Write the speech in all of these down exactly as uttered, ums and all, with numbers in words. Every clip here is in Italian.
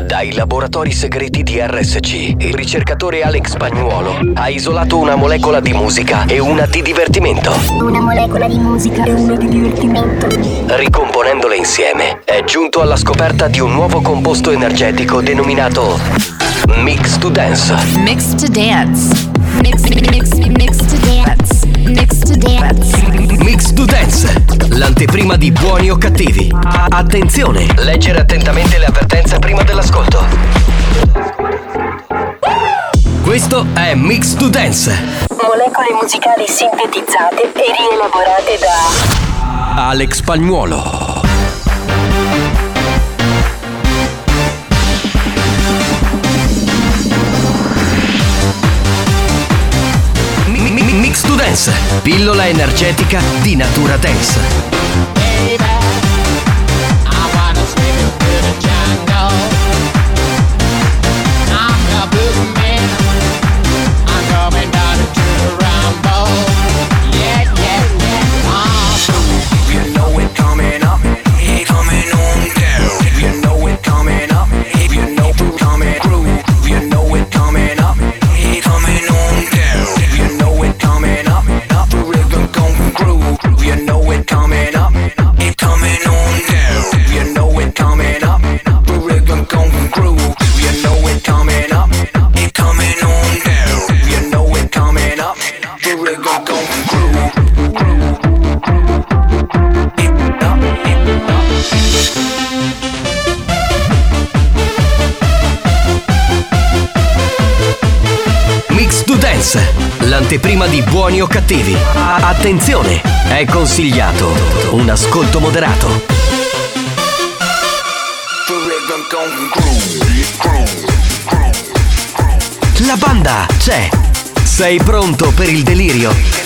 Dai laboratori segreti di R S C, il ricercatore Alex Spagnuolo ha isolato una molecola di musica e una di divertimento. Una molecola di musica e una di divertimento. Ricomponendole insieme, è giunto alla scoperta di un nuovo composto energetico denominato Mix to Dance. Mix to Dance. Mix, mix, mix to dance. Mix to dance. Mix to Dance, l'anteprima di Buoni o Cattivi. Attenzione, leggere attentamente le avvertenze prima dell'ascolto. Questo è Mix to Dance. Molecole musicali sintetizzate e rielaborate da Alex Spagnuolo. Mix to Dance, pillola energetica di natura dance. L'anteprima di Buoni o Cattivi. Attenzione, è consigliato un ascolto moderato. La banda c'è. Sei pronto per il delirio?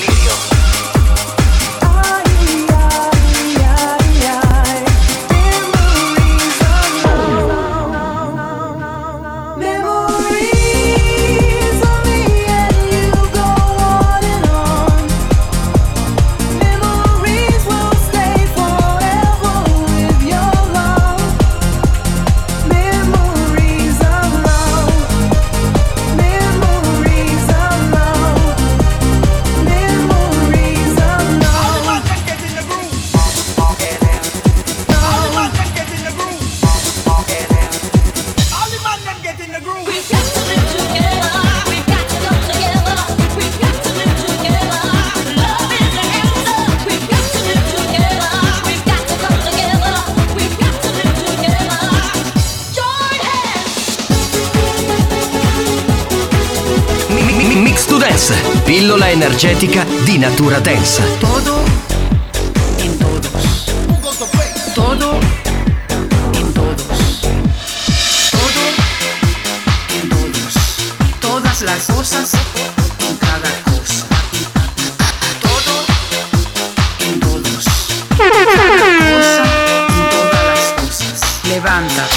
Pillola energetica di natura dance. Todo en todos. Todo en todos. Todo en todos. Todas las cosas en cada cosa. Todo en todos. Cada cosa en todas las cosas. Levántate.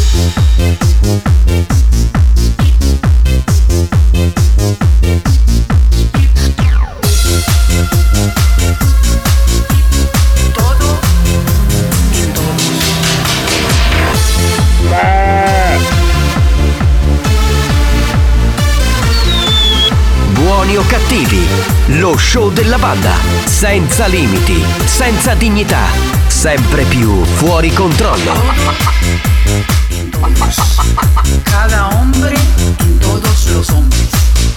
O Cattivi, lo show della banda, senza limiti, senza dignità, sempre più fuori controllo. Cada hombre en todos los hombres.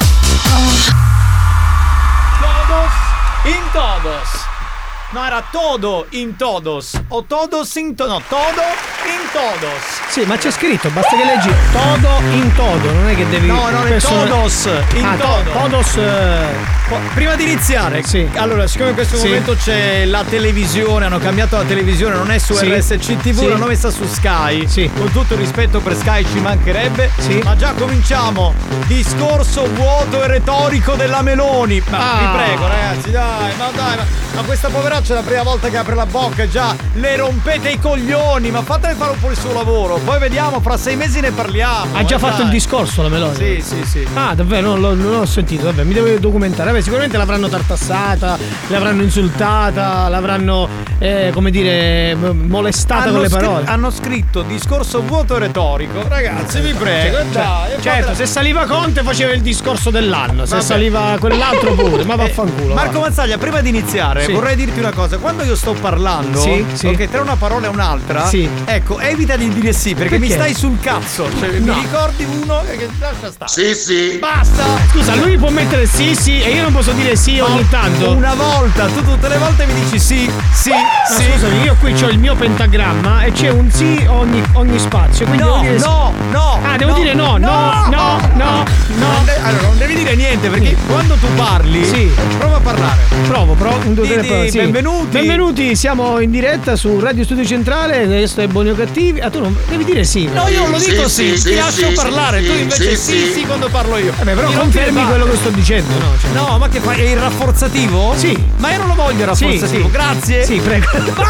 Todos in todos. No, era todo in todos. O todos in todos. No, todo in todos. Sì, ma c'è scritto, basta che leggi todo in todo, non è che devi. No, non è todos in ah, todo. Todos. Eh... Prima di iniziare, sì. Allora, siccome in questo sì. momento c'è la televisione, hanno cambiato la televisione, non è su sì. R S C T V, sì. l'hanno messa su Sky. Sì. Con tutto il rispetto per Sky ci mancherebbe. Sì. Ma già cominciamo. Discorso vuoto e retorico della Meloni. Ma ah. vi prego, ragazzi, dai, ma dai, ma, ma questa poverata Contaccia la prima volta che apre la bocca già le rompete i coglioni, ma fatele fare un po' il suo lavoro, poi vediamo, fra sei mesi ne parliamo. Ha già eh, fatto dai. il discorso la Meloni? Sì, sì, sì. Ah, davvero? Non l'ho, non l'ho sentito, vabbè, mi devo documentare. Vabbè, sicuramente l'avranno tartassata, l'avranno insultata, l'avranno, eh, come dire, molestata Hanno con le scr- parole. hanno scritto discorso vuoto retorico. Ragazzi, vi prego, Cioè, dai, certo, fatela- se saliva Conte faceva il discorso dell'anno, se Vabbè. saliva quell'altro pure, ma vaffanculo. Eh, Marco va. Mazzaglia, prima di iniziare Sì. vorrei dirti una cosa. Quando io sto parlando, Sì, sì. ok, tra una parola e un'altra, Sì. ecco, evita di dire sì, perché, Perché? mi stai sul cazzo. Cioè, No. mi ricordi uno e che lascia stare. Sì, sì. Basta! Scusa, lui può mettere sì, sì, e io non posso dire sì ogni tanto. Una volta, tu tutte le volte mi dici sì, sì, Ma sì. scusami, io qui ho il mio pentagramma e c'è un sì ogni, ogni spazio. Quindi No, devo dire sì. no, no. Ah, devo dire no, no, no, no, Non no. de- allora, non devi dire niente perché quando tu parli, Sì. prova a parlare. Provo, provo. Un, due, Di- tre, di- prova, sì. benvenuti. Benvenuti, siamo in diretta su Radio Studio Centrale. Questo è Buoni o Cattivi. Ah, tu non devi dire sì. No, io lo Sì, dico sì, sì, sì, ti lascio sì, parlare, sì, tu sì, invece sì, sì, sì. sì quando parlo io. Vabbè, però Mi confermi rompere quello le che sto dicendo, no? Cioè, No, ma che fai? È il rafforzativo? Sì. Ma io non lo voglio il Sì, rafforzativo, sì. grazie. Sì, prego.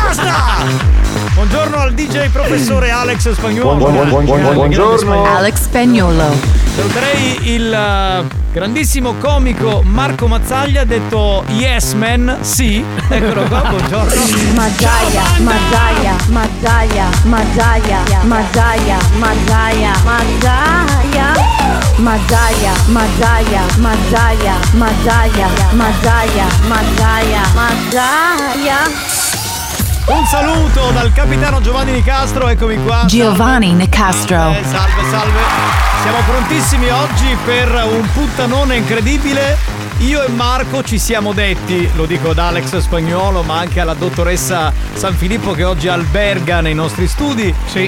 Basta! Buongiorno al D J professore Alex Spagnuolo. Buon- buon- buon- buon- buongiorno. Alex Spagnuolo. Saluterei il eh, grandissimo comico Marco Mazzaglia, detto Yes Man, sì. Eccolo qua, buongiorno. Mazzaglia, Mazzaglia, Mazzaglia, Mazzaglia, Mazzaglia, Mazzaglia, Mazzaglia, Mazzaglia, Mazzaglia, Mazzaglia, Mazzaglia, Mazzaglia, Mazzaglia, Mazzaglia. Un saluto dal capitano Giovanni Nicastro, eccomi qua. Giovanni Nicastro. Eh, salve, salve. Siamo prontissimi oggi per un puttanone incredibile. Io e Marco ci siamo detti, lo dico ad Alex Spagnuolo, ma anche alla dottoressa San Filippo che oggi alberga nei nostri studi. Sì.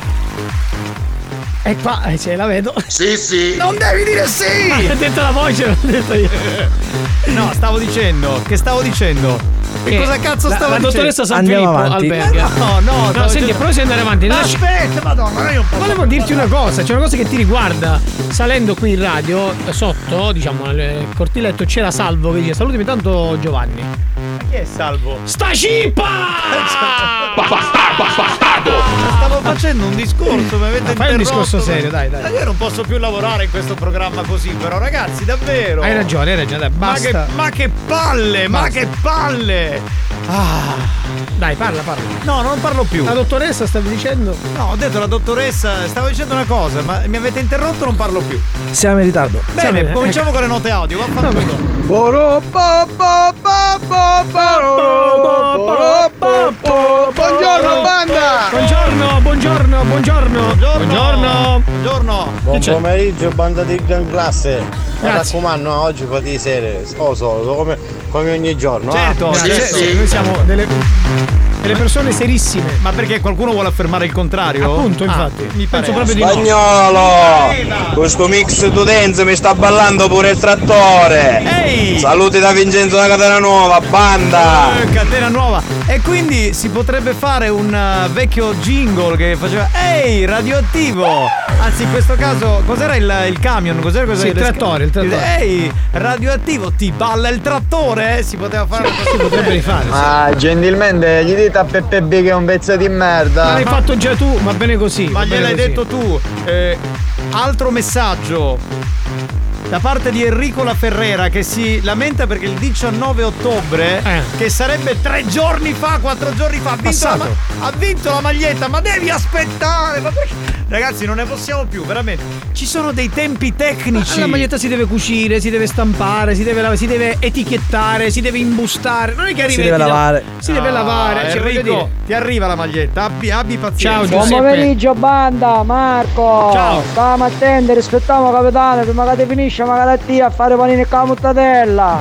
E qua, eh, ce la vedo. Sì, sì. Non devi dire sì! Ha detto la voce, l'ho detto io. No, stavo dicendo, che stavo dicendo? Che Che cosa cazzo la, stavo la dicendo? dottoressa San Andiamo Filippo avanti. alberga. No, no, No, stavo senti, dicendo- però se andare avanti. Ma lasci- aspetta, madonna, io un po'. Volevo dirti una cosa, c'è una cosa che ti riguarda. Salendo qui in radio, sotto, diciamo, nel cortiletto c'era Salvo che dice salutami tanto Giovanni. Ma chi è Salvo? Sta cippa! Stavo facendo un discorso, mi avete Ma fai un interrotto. discorso serio, dai, dai. Ma io non posso più lavorare in questo programma così, però ragazzi, davvero. Hai ragione, hai ragione, dai, Ma che, basta. ma che palle, ma Basta. che palle. Ah. Dai, parla, parla. No, non parlo più. La dottoressa stavi dicendo? No, ho detto alla dottoressa, stavo dicendo una cosa, ma mi avete interrotto, non parlo più. Siamo in ritardo. Bene, Siamo- cominciamo con le note audio, vaffanculo. Buongiorno banda! Buongiorno, buongiorno, buongiorno. Buongiorno. Buongiorno. Buon c'è? pomeriggio banda di gran classe. Mi Grazie. raccomando, oggi fate di serie, o solo, come, come ogni giorno. Certo, eh? sì, Certo, sì. noi siamo delle, delle persone serissime. Ma perché qualcuno vuole affermare il contrario? Appunto, Ah, infatti. mi Penso pare. proprio di no. Spagnolo! Questo mix d'utenze mi sta ballando pure il trattore! Ehi! Saluti da Vincenzo da Catena Nuova, banda! Eh, catena nuova. E quindi si potrebbe fare un uh, vecchio jingle che faceva ehi, radioattivo. Anzi, in questo caso, cos'era il, il camion? Cos'era, cos'era Sì, il trattore, il trattore. Ehi, radioattivo, ti balla il trattore? Eh? Si poteva fare una cosa Si potrebbe rifare. sì. Ah, gentilmente gli dite a Peppe B che è un pezzo di Ma merda! l'hai fatto già tu, va bene così. Ma va bene gliel'hai così. detto tu. Eh, altro messaggio da parte di Enrico La Ferrera che si lamenta perché il diciannove ottobre, Eh. che sarebbe tre giorni fa, quattro giorni fa, ha vinto, la, Passato. ma- ha vinto la maglietta, ma devi aspettare! Ma perché? Ragazzi, non ne possiamo più, veramente. Ci sono dei tempi tecnici. La maglietta si deve cucire, si deve stampare, si deve, si deve etichettare, si deve imbustare. Non è che arriva deve e ti dà- lavare. Si deve Ah, lavare. Cioè, voglio Enrico, dire. ti arriva la maglietta, abbi, abbi pazienza. Ciao, Buon Giuseppe. pomeriggio banda, Marco! Ciao. Stavamo a attendere, aspettiamo capitano, prima che ti finisce magari a te a fare panini con la muttatella!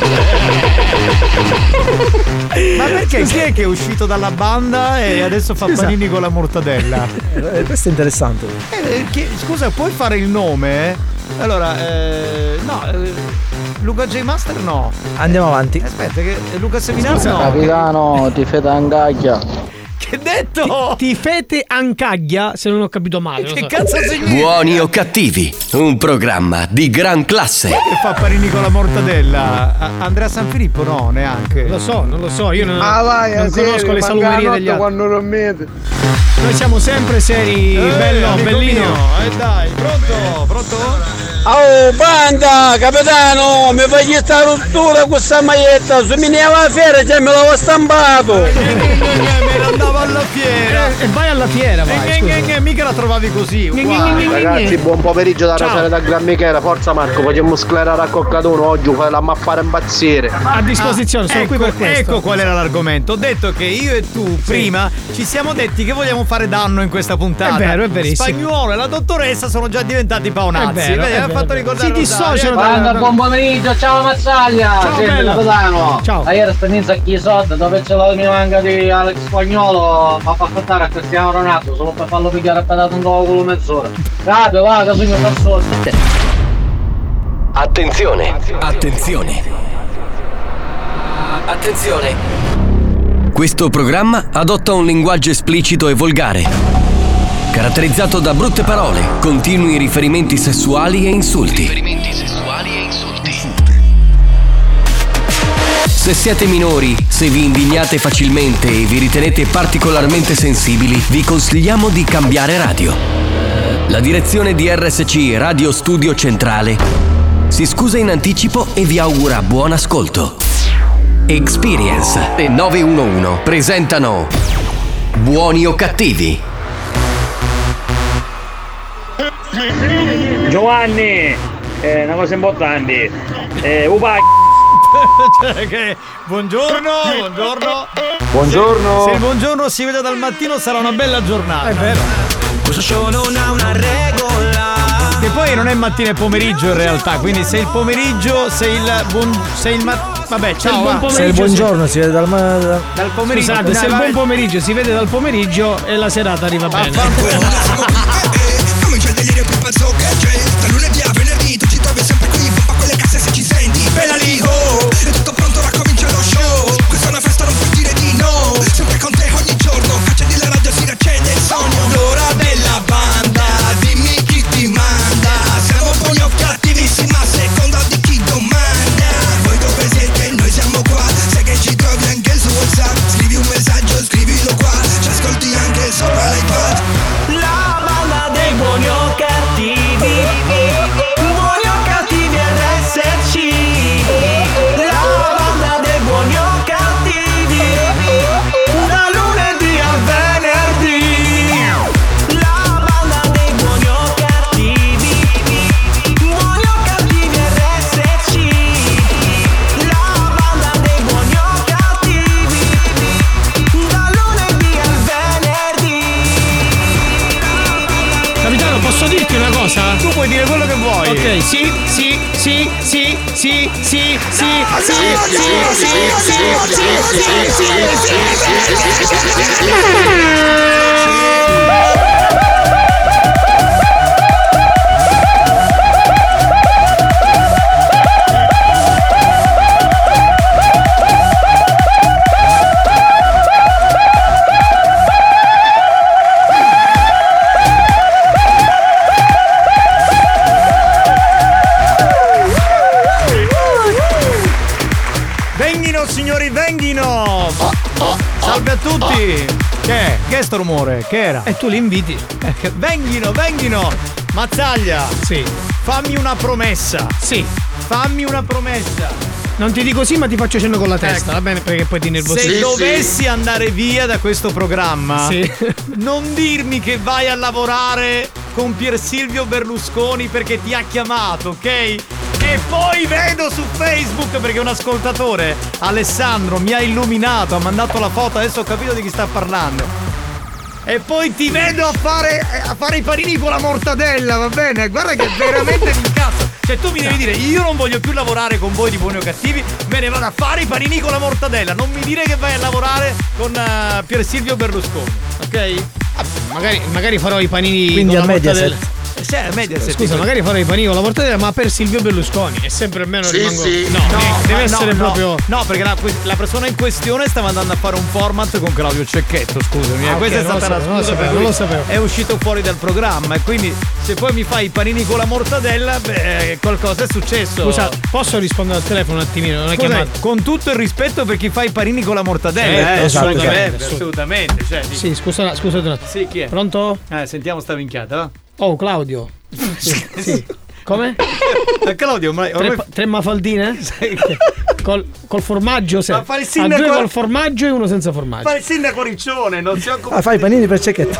Ma perché chi è che è uscito dalla banda e adesso fa Scusa. panini con la mortadella? Eh, questo è interessante. Eh, chi- scusa, puoi fare il nome? Allora, eh, no, eh, Luca J Master no. Andiamo avanti. Aspetta, che Luca Seminaro no. Capitano, ti fai angaglia! Che detto? Ti, ti fete ancaglia, se non ho capito male. Che so. cazzo significa? Buoni o cattivi, un programma di gran classe. Che fa parini con la mortadella? A- Andrea Sanfilippo no, neanche. Lo so, non lo so, io non, Ah vai, non serio, conosco le manca salumerie la degli notte altri. quando dormite. Noi siamo sempre seri, Eh, bello, amico bellino. mio. Eh dai, pronto? Pronto? Oh, banda, capitano, mi fai questa rottura con questa maglietta, se mi ne va a fiera già me l'avevo stampato. Me ne andavo alla fiera. E vai alla fiera, vai. E scusa. che, che, mica la trovavi così. uguale. Ragazzi, buon pomeriggio da Ciao. Rosario da Gran Michele, forza Marco, vogliamo sclerare a Coccaduno oggi, fai la mappare impazzire. A disposizione, sono ecco, qui per questo. ecco qual era l'argomento. Ho detto che io e tu prima ci siamo detti che vogliamo fare danno in questa puntata. È vero, è verissimo. Spagnuolo e la dottoressa sono già diventati paonazzi. È vero, Vedi, è mi ha vero. fatto ricordare Si Rosario. dissociano Banda, buon pomeriggio, ciao Mazzaglia! Ciao, Senti, bello. capitano! Ciao. Ma ieri stanza a chi soldi, dove c'è la mia manga di Alex Spagnolo, ma fa affrontare a Cristiano Ronaldo, solo per farlo pigliare a pedato un culo mezz'ora. Rapido, va, che sogno per sotto. Attenzione, attenzione. Attenzione. Questo programma adotta un linguaggio esplicito e volgare, caratterizzato da brutte parole, continui riferimenti sessuali e insulti. Riferimenti sessuali e insulti. Se siete minori, se vi indignate facilmente e vi ritenete particolarmente sensibili, vi consigliamo di cambiare radio. La direzione di R S C Radio Studio Centrale si scusa in anticipo e vi augura buon ascolto. Experience e nove uno uno presentano Buoni o cattivi. Giovanni, eh, una cosa importante, eh, upa- Cioè che buongiorno, buongiorno. Buongiorno. Se il buongiorno si vede dal mattino sarà una bella giornata. È vero. Questo show non ha una regola. Che poi non è mattina e pomeriggio in realtà, quindi se il pomeriggio, se il buon se il ma- vabbè, ciao. il buon va. pomeriggio Se il buongiorno si vede dal ma- Dal pomeriggio. Scusate, dai, se il vai. buon pomeriggio si vede dal pomeriggio e la serata arriva bene. Comincia il delirio più pazzo che c'è. Da lunedì a venerdì tu ci trovi sempre qui. Pompa quelle casse se ci senti. Bella lì, oh, è tutto pronto, ora comincia lo show. Questa è una festa, non puoi dire di no. Sempre con te ogni giorno. Accendi la radio, si riaccende il sogno. L'ora della banda, dimmi chi ti manda. Siamo buoni o cattivissimi a seconda di chi domanda. Voi dove siete? Noi siamo qua. Sai che ci trovi anche su WhatsApp. Scrivi un messaggio, scrivilo qua. Ci ascolti anche sopra l'iPad. La banda dei buoni o cattivi. Buoni o cattivi R S C. La banda dei buoni o cattivi. Da lunedì a venerdì. La banda dei buoni o cattivi. Buoni o cattivi R S C. La banda dei buoni o cattivi. Da lunedì a venerdì. Capitano, posso dirti una cosa? Tu puoi dire quello che vuoi. Ok, sì, sì, sì, sì, sì, sì, sì, sì, sì, sì, sì, Venghino signori, venghino! Salve a tutti! Che è? Che è sto rumore? Che era? E tu li inviti? Eh, venghino, venghino! Mazzaglia! Sì. Fammi una promessa! Sì. Fammi una promessa! Non ti dico sì, ma ti faccio cenno con la testa, va bene? Perché poi ti nervosisci. Se dovessi andare via da questo programma, Sì. non dirmi che vai a lavorare con Pier Silvio Berlusconi perché ti ha chiamato, ok? E poi vedo su Facebook, perché un ascoltatore, Alessandro, mi ha illuminato, ha mandato la foto, adesso ho capito di chi sta parlando. E poi ti vedo a fare, a fare i panini con la mortadella, va bene? Guarda che veramente mi incazzo. Cioè tu mi devi dire, io non voglio più lavorare con voi di Buoni o Cattivi, me ne vado a fare i panini con la mortadella. Non mi dire che vai a lavorare con uh, Pier Silvio Berlusconi, ok? Magari, magari farò i panini Quindi con a la Mediaset. mortadella. c'è Mediaset. Scusa, magari farei i panini con la mortadella, ma per Silvio Berlusconi è sempre meno Sì, rimango... sì. No, No, deve ma essere no, proprio... no, no, perché la, la persona in questione stava andando a fare un format con Claudio Cecchetto, scusami. Ah, e questa ok, è non stata lo la sapevo, non lo scusa per sapevo, cui non lo sapevo. è uscito fuori dal programma. E quindi se poi mi fai i panini con la mortadella, beh, qualcosa è successo. Scusa, posso rispondere al telefono un attimino? Non è Scusa, chiamato. con tutto il rispetto per chi fa i panini con la mortadella, Certo, eh, esatto, assolutamente, esatto. assolutamente. Cioè, dico- Sì, scusa, scusa un attimo. Sì, chi è? Pronto? Eh, sentiamo sta minchiata, va? Oh, Claudio. Sì, sì. Come? Eh, Claudio, ma Tre, ormai... pa- tre mafaldine? Col, col formaggio, se. Ma fai il Ah, sindaco- due col formaggio e uno senza formaggio. Fa il sindaco Riccione, non si occupa. Ah, fai i panini per Cecchetto.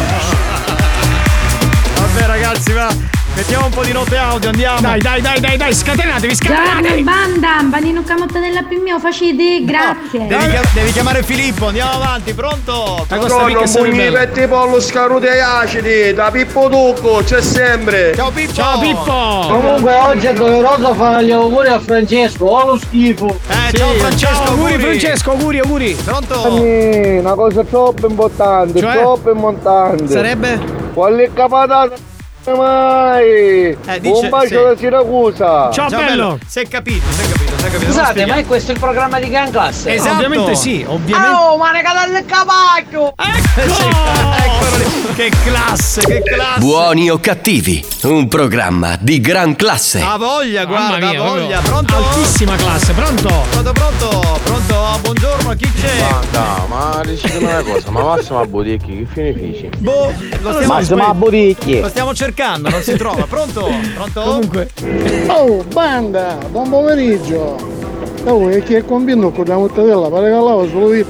Vabbè ragazzi, va. Mettiamo un po' di note audio, andiamo. Dai, dai, dai, dai, dai, scatenatevi, Giorno scatenatevi. banda, panino con mortadella più mio, faciti, grazie. Devi, chia- devi chiamare Filippo, andiamo avanti, pronto? No, non pugni per tipo allo scaruti ai acidi, da Pippo Ducco, c'è sempre. Ciao Pippo. Ciao Pippo. Comunque oggi è doveroso fare gli auguri a Francesco, o lo schifo. Eh, Sì, ciao Francesco, ciao, auguri auguri. Francesco, auguri, auguri. Pronto? Sì, una cosa troppo importante, Cioè? troppo importante. Sarebbe? Quale capatata mai? Eh, dice- Un bacio sì. da Siracusa. Ciao, bello. Si è capito, si è capito, si è capito. non Scusate, spieghiamo. ma è questo il programma di Gran Classe? Esatto. Ovviamente sì, ovviamente. Oh, ma ne cade il cavallo! Eccolo lì. Che classe, che classe. Buoni o cattivi, un programma di gran classe. Ha voglia, Mamma guarda, mia, ha voglia. proprio Pronto? altissima classe, pronto? Pronto, pronto, pronto, buongiorno, chi c'è? Guarda, ma decidimi una cosa, ma Massimo a Bodicchi, che fine fici? Boh, lo stiamo, Massimo a Bodicchi. lo stiamo cercando, non si trova. Pronto? Pronto? Comunque, Oh, banda, buon pomeriggio. Oh, e chi è convinto con la mortadella? Pare che lava solo io.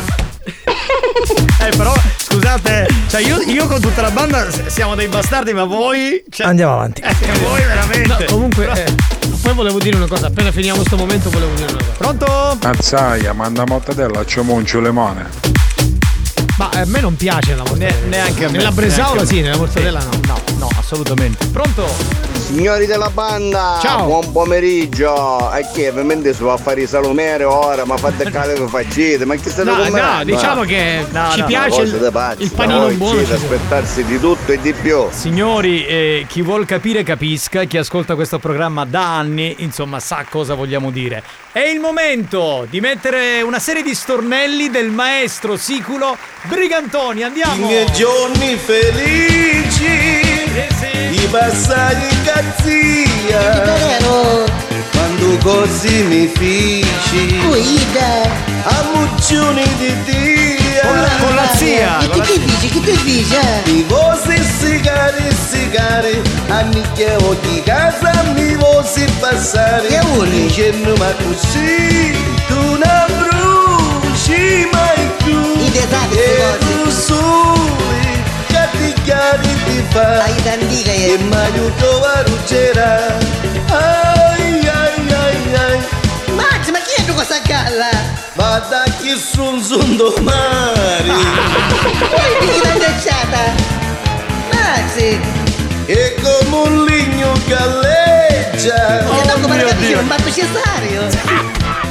Eh, però, scusate, cioè io, io con tutta la banda s- siamo dei bastardi, ma voi. Cioè, Andiamo avanti. eh, voi veramente. no, comunque, eh, poi volevo dire una cosa, appena finiamo sto momento volevo dire una cosa. Pronto? Mazzaia, manda mortadella, c'è moncio le mani. Ma a me non piace la mortadella. Ne- neanche a me. Nella bresaola neanche a me. sì, nella mortadella Sì. no. No, no, assolutamente. Pronto? Signori della banda, Ciao. buon pomeriggio. E che ovviamente si va a fare i salomere ora, ma fate cade che facite, ma che state No, no, combinando? diciamo che No, ci no, piace Cosa da il, pazzi, il panino voi buono. siete ci vuole. aspettarsi di tutto e di più. Signori, eh, chi vuol capire capisca, chi ascolta questo programma da anni, insomma, sa cosa vogliamo dire. È il momento di mettere una serie di stornelli del maestro siculo Brigantoni, andiamo! I giorni felici, i passaggi cazzia, quando così mi fici, a muccioni di dia, Con la- con la zia, E con la che dici, che ti dici? Mi vosi sigari, sigari, a nicchia di casa mi vosi passare, dicendo ma così tu non bruci mai più, e tu soli che ti chiari ti fa, e mi aiuto a ruggera, ai ai ai ai. Max, ma chi è tu questa galla? Ma da chi son son domani? Poi ti l'hai decciata? Max! E come un ligno galleggia. Oh, dopo per capisci, non batto cesario!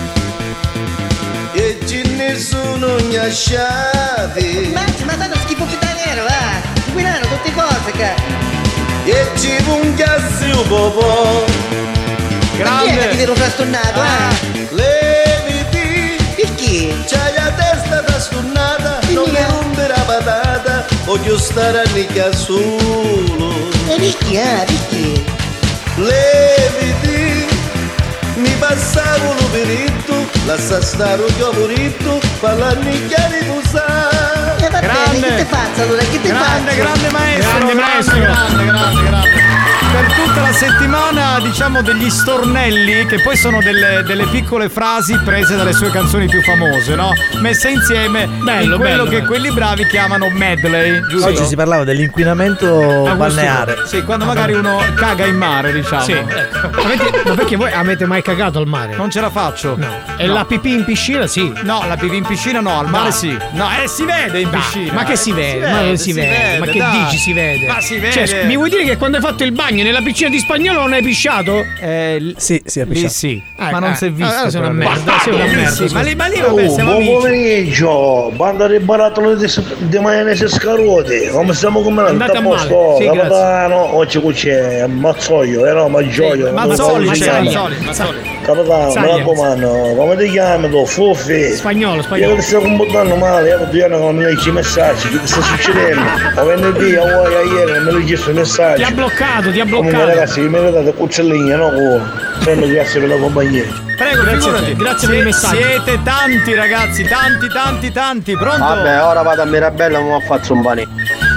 E ce ne sono gnasciati. Max, ma tanto schifo pitanero, va! Inquinano tutte cose, che! E ci pungassi un po'. Ma chi è che ti vedo frastornato, eh? Leviti. Perché? C'hai la testa trastornata. Non mi rompere la patata. Voglio stare a nicchia solo. E perché, eh? Perché? Leviti. Mi passavo l'operetto, lascia stare un chiamoretto, parla a nicchia di musà. E va bene, che te faccio allora? Che te Grande, faccio? grande maestro, Grande maestro. grande, grande, grande. Per tutta la settimana diciamo degli stornelli che poi sono delle, delle piccole frasi prese dalle sue canzoni più famose, no? Messe insieme Bello, in quello bello, che bello. quelli bravi chiamano medley, giusto? Oggi si parlava dell'inquinamento Agustico. balneare. Sì, quando magari uno caga in mare, diciamo. Sì, ecco. Ma perché, ma perché voi avete mai cagato al mare? Non ce la faccio. No. E No. la pipì in piscina sì. No, la pipì in piscina no, al mare No. sì. No, eh si vede, vede in piscina. Ma che si vede? Si ma vede, che si, si vede? vede, Ma che dai. dici si vede? Ma si vede. Cioè, mi vuoi dire che quando hai fatto il bagno nella piscina di Spagnolo non hai pisciato? Eh, sì, sì, è lì pisciato. sì. Ah, ma non ah, si è visto. ah, sei una però. merda, sei una Lì merda, sì, sì. Ma lì, ma lì Oh, vabbè, siamo buon amici. pomeriggio, banda di barattoli di, di maionese scarote, come stiamo comandando? Andate a male. posto, Sì, capitano, oggi qui c'è Mazzoglio, eh no, Maggioio, Mazzoli, come si c'è, chiama? Mazzoli, Mazzoli. Capitano, mi Saglia. raccomando, come ti chiami tu? Fuffi? Spagnolo, Io spagnolo. ti sto comportando male, io ti dico come mi leggi i messaggi, che ti sta succedendo? O venerdì, o vuoi, a ieri, non mi leggi i messaggi. Ti ha bloccato, ti ha Comunque bloccato. ragazzi, vi meritate cuccellina, no? Sempre grazie per la compagnia. Prego, Grazie a figurati. te, grazie per i messaggi. Siete tanti ragazzi, tanti, tanti, tanti. Pronto? Vabbè, ora vado a Mirabella e mi faccio un panino.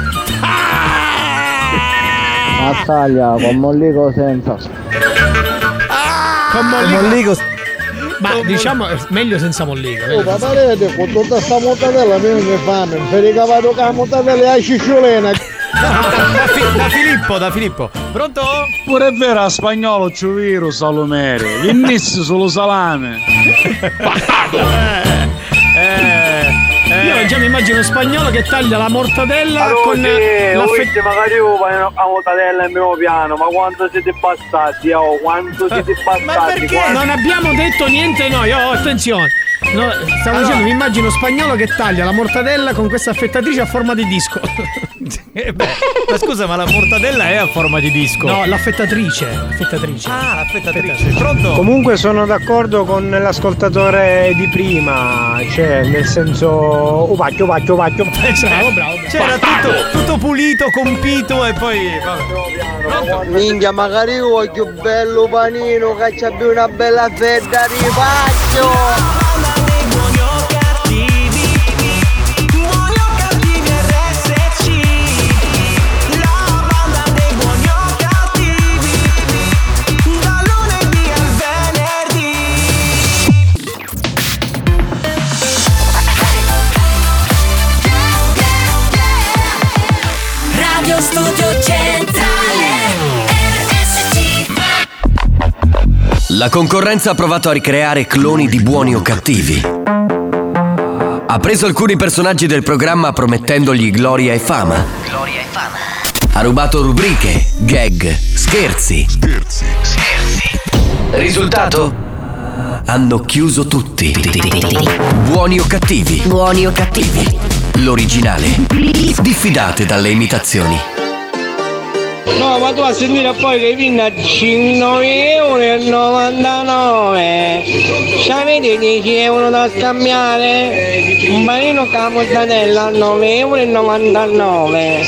Mazzaglia, con mollico senza. Con mollico. Mollico. Ma diciamo è meglio senza mollico. Oh, papà, vedete, con tutta sta mortadella mi viene fame. Mi ricavato con la mortadella e la cicciolena. Da, Fi- da Filippo, da Filippo. Pronto? Pure è vero, a spagnolo c'è vero salomere. L'inizio solo salame. Eh, eh. Io già mi immagino spagnolo che taglia la mortadella Allora, con sì, la voi fetta. magari io fai una mortadella in primo piano, ma quanto siete bastardi, oh, quanto siete bastardi. Ma perché? quanto- Non abbiamo detto niente noi, oh, attenzione. No, stavo Allora- dicendo, mi immagino spagnolo che taglia la mortadella con questa affettatrice a forma di disco. Eh beh, ma scusa, ma la mortadella è a forma di disco. No, l'affettatrice. L'affettatrice. Ah, l'affettatrice. Pronto? Comunque sono d'accordo con l'ascoltatore di prima, cioè nel senso oh, vacchio, vacchio, vacchio. Bravo, bravo, bravo. C'era tutto, tutto pulito, compito e poi. Vabbè. Minchia, magari io voglio un bello panino che c'è più una bella fetta di pacchio. Radio Studio Centrale R S C. La concorrenza ha provato a ricreare cloni di Buoni o Cattivi. Ha preso alcuni personaggi del programma promettendogli gloria e fama. Gloria e fama. Ha rubato rubriche, gag, scherzi. Scherzi. Scherzi. Risultato? Hanno chiuso tutti. Buoni o Cattivi? Buoni o cattivi? L'originale. Diffidate dalle imitazioni. No, ma tu a sentire poi che vinna a cinque euro e novantanove. Ci avete dieci euro da scambiare? Un panino con la mortadella a nove euro e novantanove.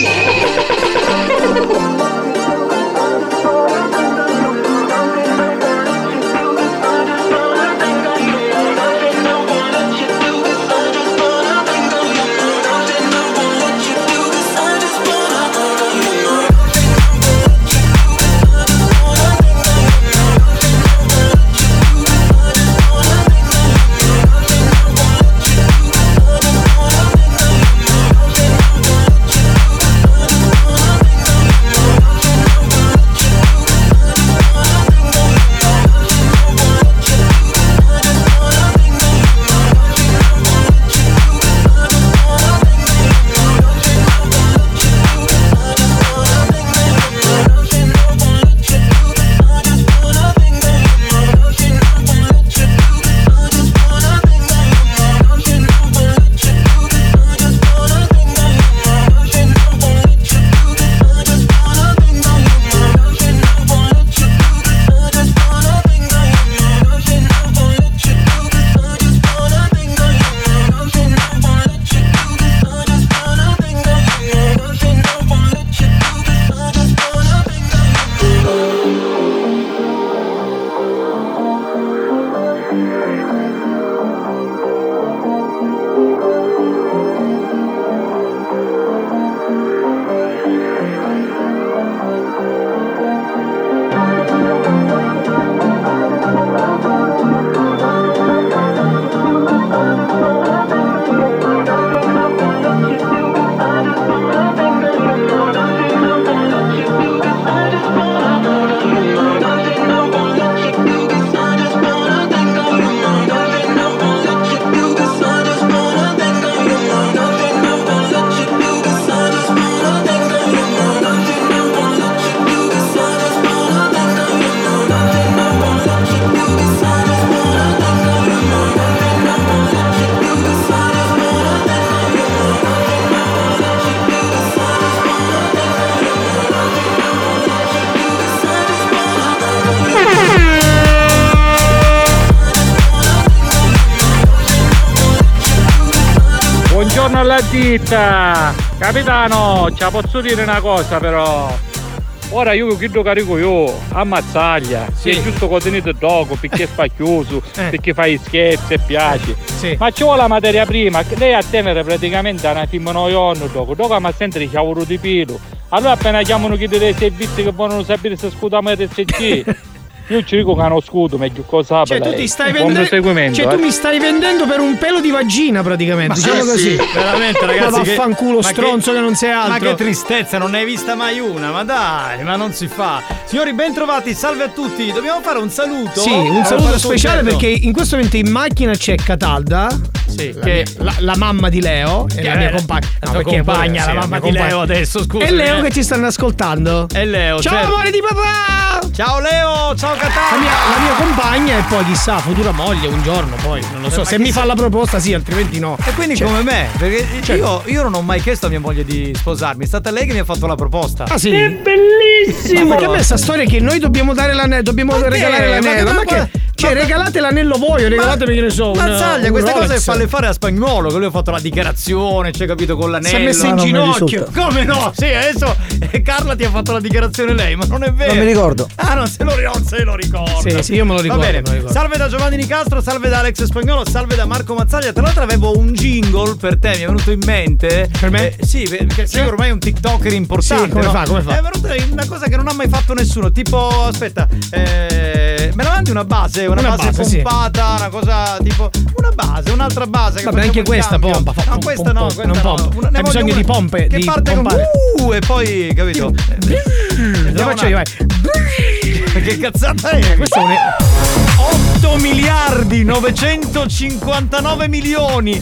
capitano alla ditta. Capitano, ci posso dire una cosa però. Ora io chiedo carico io, ammazzaglia, sì. È giusto contenuto dopo, perché è spacchioso, eh. perché fai scherzi e piaci. Sì. Ma ci vuole la materia prima, lei a tenere praticamente una team noion dopo, dopo ma sempre c'è un di pelo. Allora appena chiamano chi dei servizi che vogliono sapere se scutiamo R S C. Io ci dico che hanno scudo, meglio cosa. Cioè, tu ti stai vendendo. Cioè, tu eh. mi stai vendendo per un pelo di vagina, praticamente. Ma diciamo sì, così. Sì, veramente, ragazzi. Ma vaffanculo, che, stronzo che, che non sei altro. Ma che tristezza, non ne hai vista mai una. Ma dai, ma non si fa. Signori, ben trovati, salve a tutti. Dobbiamo fare un saluto. Sì, un saluto speciale perché in questo momento in macchina c'è Catalda. Sì, la, che la, la mamma di Leo e la mia compagna. La tua compagna, la mamma di Leo adesso, scusa. E Leo che ci stanno ascoltando. E Leo, ciao certo. amore di papà. Ciao Leo, ciao Catalda. La mia, la mia compagna e poi chissà, futura moglie un giorno poi, non lo so, eh, se mi fa la proposta sì, altrimenti no. E quindi cioè, come me, perché cioè, io, io non ho mai chiesto a mia moglie di sposarmi, è stata lei che mi ha fatto la proposta. Ah sì? È bellissimo! Ma perché a me sta storia che noi dobbiamo dare l'anello, dobbiamo ma regalare che? l'anello, ma, ma che? Cioè ma regalate l'anello voi, regalatemi che ne so. Mazzaglia, queste Rolex. Cose falle fare a Spagnuolo, che lui ha fatto la dichiarazione, c'è capito, con l'anello. Si è messa in no, ginocchio. Come no? Sì, adesso eh, Carla ti ha fatto la dichiarazione lei, ma non è vero. Non mi ricordo. Ah, non se lo, non se lo ricordo. Sì, sì, io me lo ricordo. Va bene. Me lo ricordo. Salve da Giovanni Nicastro, salve da Alex Spagnolo, salve da Marco Mazzaglia. Tra l'altro avevo un jingle per te, mi è venuto in mente. Per me? Eh, sì, perché sei ormai un TikToker importante. Sì, come no? fa? Come fa? È venuta una cosa che non ha mai fatto nessuno. Tipo, aspetta, eh, me la mandi una base, una, una base, base pompata, sì. Una cosa tipo. Una base, un'altra base. Vabbè, anche questa cambio. pompa. No, questa no, questa non no. pompa. Una, Hai bisogno di pompe. Che di parte pompare. con uh, e poi, capito? Lo faccio io, vai. Che cazzata è? Questo è un otto miliardi novecentocinquantanove milioni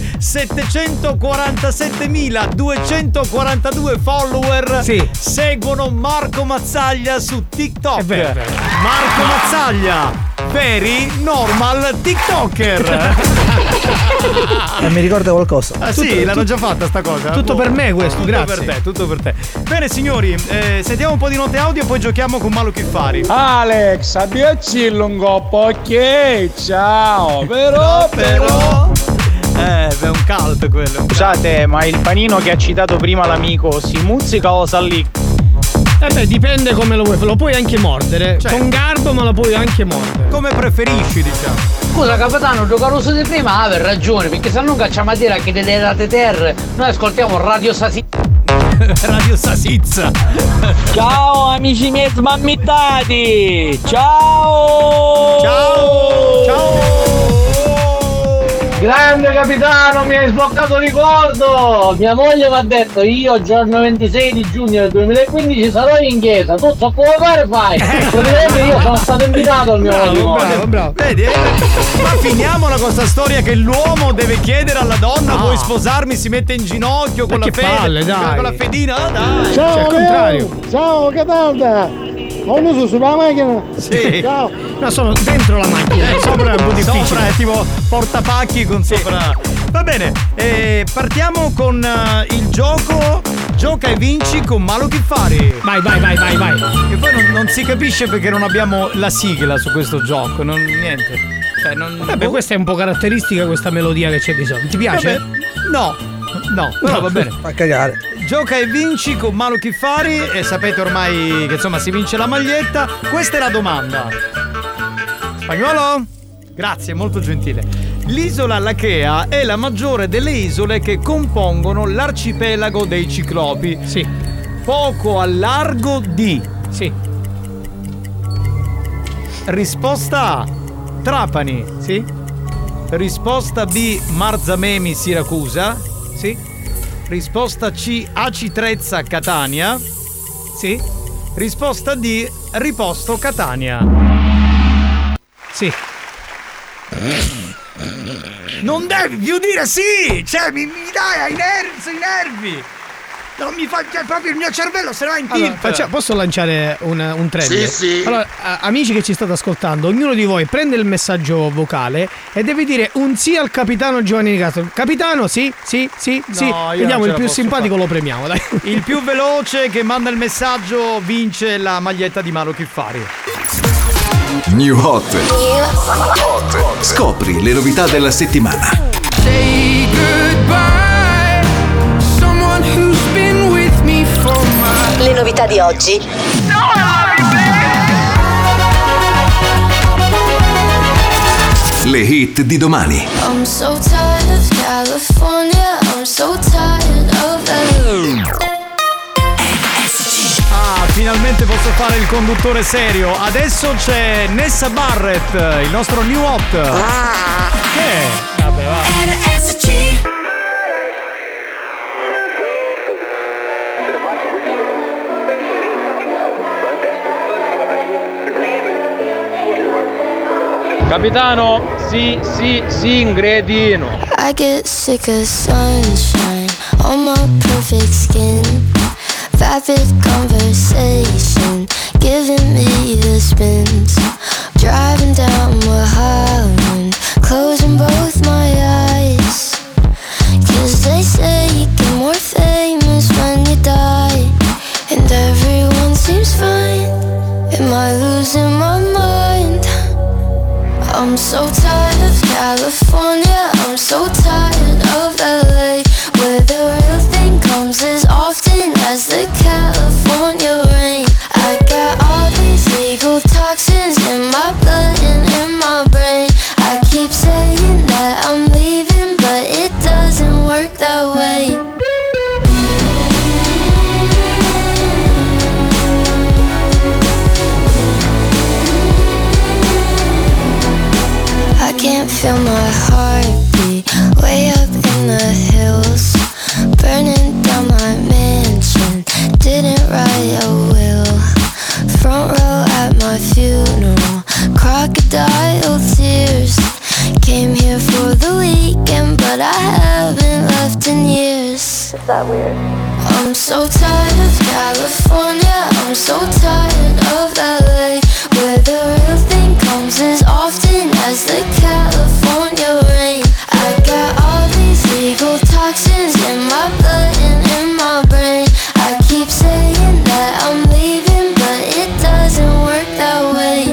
settecentoquarantasettemiladuecentoquarantadue follower sì. seguono Marco Mazzaglia su TikTok. È vero, è vero. Marco Mazzaglia, very normal TikToker. E mi ricorda qualcosa. Ah sì, tutto, l'hanno tutto, già fatta sta cosa. Tutto oh, per me questo, tutto grazie. per te, tutto per te. Bene signori, eh, sentiamo un po' di note audio e poi giochiamo con Malo Chiffari. Alex, abbiaci un coppo, ok, ciao. Però, però Eh, è un cult quello. Scusate, ma il panino che ha citato prima l'amico si muzzica o sa lì? Eh beh, dipende come lo vuoi, lo puoi anche mordere. Cioè, con garbo, ma lo puoi anche mordere. Come preferisci, diciamo. Scusa capitano, Giocaroso di prima aveva ragione, perché se non cacciamo a dire che delle date terre noi ascoltiamo Radio Sasizza. Radio Sasizza. Ciao amici miei smammittati. Ciao. Ciao. Ciao. Grande capitano, mi hai sbloccato il ricordo. Mia moglie mi ha detto io giorno ventisei di giugno del duemilaquindici sarò in chiesa. Tu so come fare fai. Praticamente io sono stato invitato al mio matrimonio. Bravo, bravo. Vedi, eh? Ma finiamola con questa storia che l'uomo deve chiedere alla donna no. Vuoi sposarmi, si mette in ginocchio con ma la che fede, palle, dai. con la fedina, ah, dai. Ciao, cioè, al contrario. Ciao, Catalda. Ho uso sulla macchina. Sì. Ciao. No, sono dentro la macchina. Eh, sopra è un po' difficile. Sopra è tipo portapacchi con sì. sopra. Va bene, eh, partiamo con uh, il gioco Gioca e vinci con Malo Chiffari. Vai, vai, vai, vai, vai. Che poi non, non si capisce perché non abbiamo la sigla su questo gioco, non niente. Cioè, non, Vabbè, questa è un po' caratteristica questa melodia che c'è di solito. Ti piace? Vabbè, no. No, però no, va bene. Fa cagare. Gioca e vinci con Malo Chiffari e sapete ormai che insomma si vince la maglietta. Questa è la domanda. Spagnolo? Grazie, molto gentile. L'isola Lachea è la maggiore delle isole che compongono l'arcipelago dei Ciclopi. Sì. Poco al largo di. Sì. Risposta A. Trapani. Sì. Risposta B. Marzamemi, Siracusa. Sì. Risposta C. Aci Trezza, Catania. Sì. Risposta D. Riposto, Catania. Sì. Non devi più dire sì! Cioè, mi, mi dai ai nervi, sui nervi! Non mi fa, cioè, proprio il mio cervello se ne va in tilt. Allora, faccia, posso lanciare un, un trend? Sì, sì. Allora, a, amici che ci state ascoltando, ognuno di voi prende il messaggio vocale e deve dire un sì al capitano Giovanni Nicastro. Capitano, sì, sì, sì, no, sì. Vediamo il più simpatico, fare. Lo premiamo, dai. Il più veloce che manda il messaggio vince la maglietta di Malo Chiffari. New Hot. Scopri le novità della settimana. Say goodbye Le novità di oggi. Le hit di domani. I'm so tired of California, I'm so tired of L A. Ah, finalmente posso fare il conduttore serio. Adesso c'è Nessa Barrett, il nostro new hot. Che è? Vabbè, va. R S C. Capitano, sì, sì, sì, ingredino. I get sick of sunshine on my perfect skin. Vapid conversation giving me the spins. Driving down Mulholland, closing both my eyes. Cause they say you get more famous when you die. And everyone seems fine. Am I losing my mind? I'm so tired of California, I'm so tired of L A, where the real thing comes as often as the California rain. I got all these legal toxins in my blood and in my brain. I keep saying that I'm leaving, but it doesn't work that way. I can't feel my heartbeat way up in the hills, burning down my mansion, didn't write a will. Front row at my funeral, crocodile tears. Came here for the weekend, but I haven't left in years. Is that weird? I'm so tired of California, I'm so tired of L A, where the real thing comes as often as the California rain. I got all these legal toxins in my blood and in my brain. I keep saying that I'm leaving, but it doesn't work that way.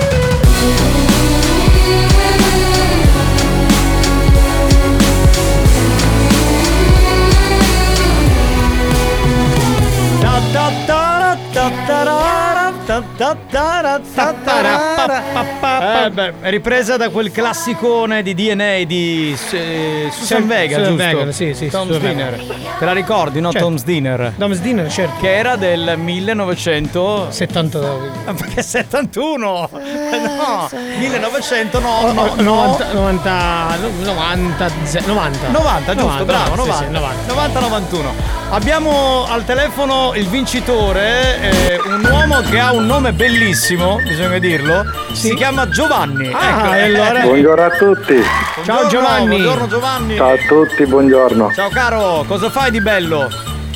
Eh beh, è ripresa da quel classicone di D N A di eh, Susan Vega, Susan giusto? Vega, sì, sì, Tom's Susan Dinner. Vega. Te la ricordi, no? Certo. Tom's Dinner. Tom's Dinner, certo. Che era del millenovecento settantadue. Ma perché settantuno? No, millenovecento no, no, no. novanta, novanta, novanta, novanta. novanta, giusto, bravo, sì, novanta. sì, novanta. novanta novantuno. Abbiamo al telefono il vincitore, eh, un uomo che ha un nome bellissimo, bisogna dirlo. Si chiama Giovanni. Ah, ecco. e allora- Buongiorno a tutti. Buongiorno, Ciao Giovanni. Buongiorno Giovanni. Ciao a tutti, buongiorno. Ciao caro, cosa fai di bello?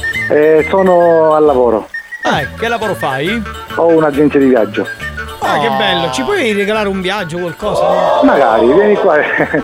Eh, sono al lavoro. Eh, che lavoro fai? Ho un'agenzia di viaggio. Ah, che bello. Ci puoi regalare un viaggio, qualcosa? Magari, vieni qua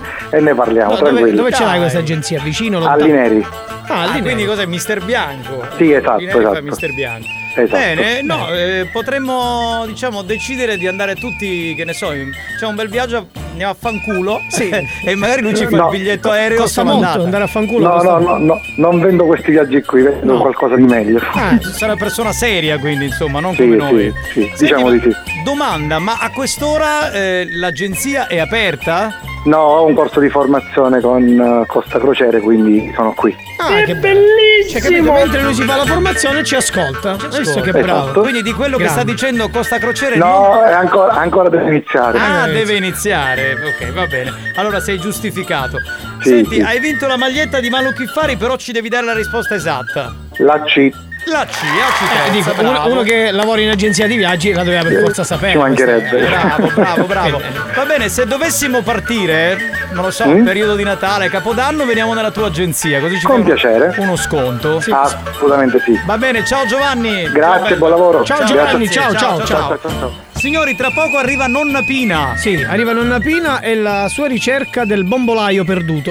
e ne parliamo, No, dove, tranquillo. dove ce l'hai questa agenzia? Vicino? A lontano? Lineri. Ah, Ah, lì quindi cos'è? Mister Bianco? Sì, esatto, Lineri fa esatto. Mister Bianco. Esatto. Bene, no, eh, potremmo diciamo decidere di andare tutti, che ne so, in- c'è un bel viaggio, andiamo a fanculo. Sì. E magari lui ci fa No. il biglietto aereo. Costa siamo molto andati. andare a fanculo. No, costa no, molto. no, no, non vendo questi viaggi qui, vendo No. qualcosa di meglio. Ah, Sarà una persona seria, quindi insomma, non Sì, come noi. sì, sì, Senti, diciamo ma- di sì. Domanda, ma a quest'ora eh, l'agenzia è aperta? No, ho un corso di formazione con eh, Costa Crociere, quindi sono qui. Ah, che bellissimo! Cioè, capito? Mentre lui si fa la formazione ci ascolta. Hai visto che Esatto. bravo. Quindi di quello che Grande. sta dicendo Costa Crociere non- No, è ancora, ancora deve iniziare. Ah, Eh, deve iniziare. Ok, va bene. Allora sei giustificato. Sì, Senti, sì. hai vinto la maglietta di Manu Chiffari, però ci devi dare la risposta esatta. La C. La C, la C Eh, dico, terza, uno, bravo. uno che lavora in agenzia di viaggi la doveva per forza sapere. Ci mancherebbe. Bravo, bravo, bravo. Va bene, se dovessimo partire, non lo so, Mm? periodo di Natale, Capodanno, veniamo nella tua agenzia, così ci Con fai uno- piacere. uno sconto. Assolutamente sì. Va bene, ciao Giovanni. Grazie, Ciao, buon lavoro. Ciao Grazie. Giovanni, ciao, ciao, ciao. ciao, ciao, ciao. Signori, tra poco arriva Nonna Pina. Sì, arriva Nonna Pina e la sua ricerca del bombolaio perduto.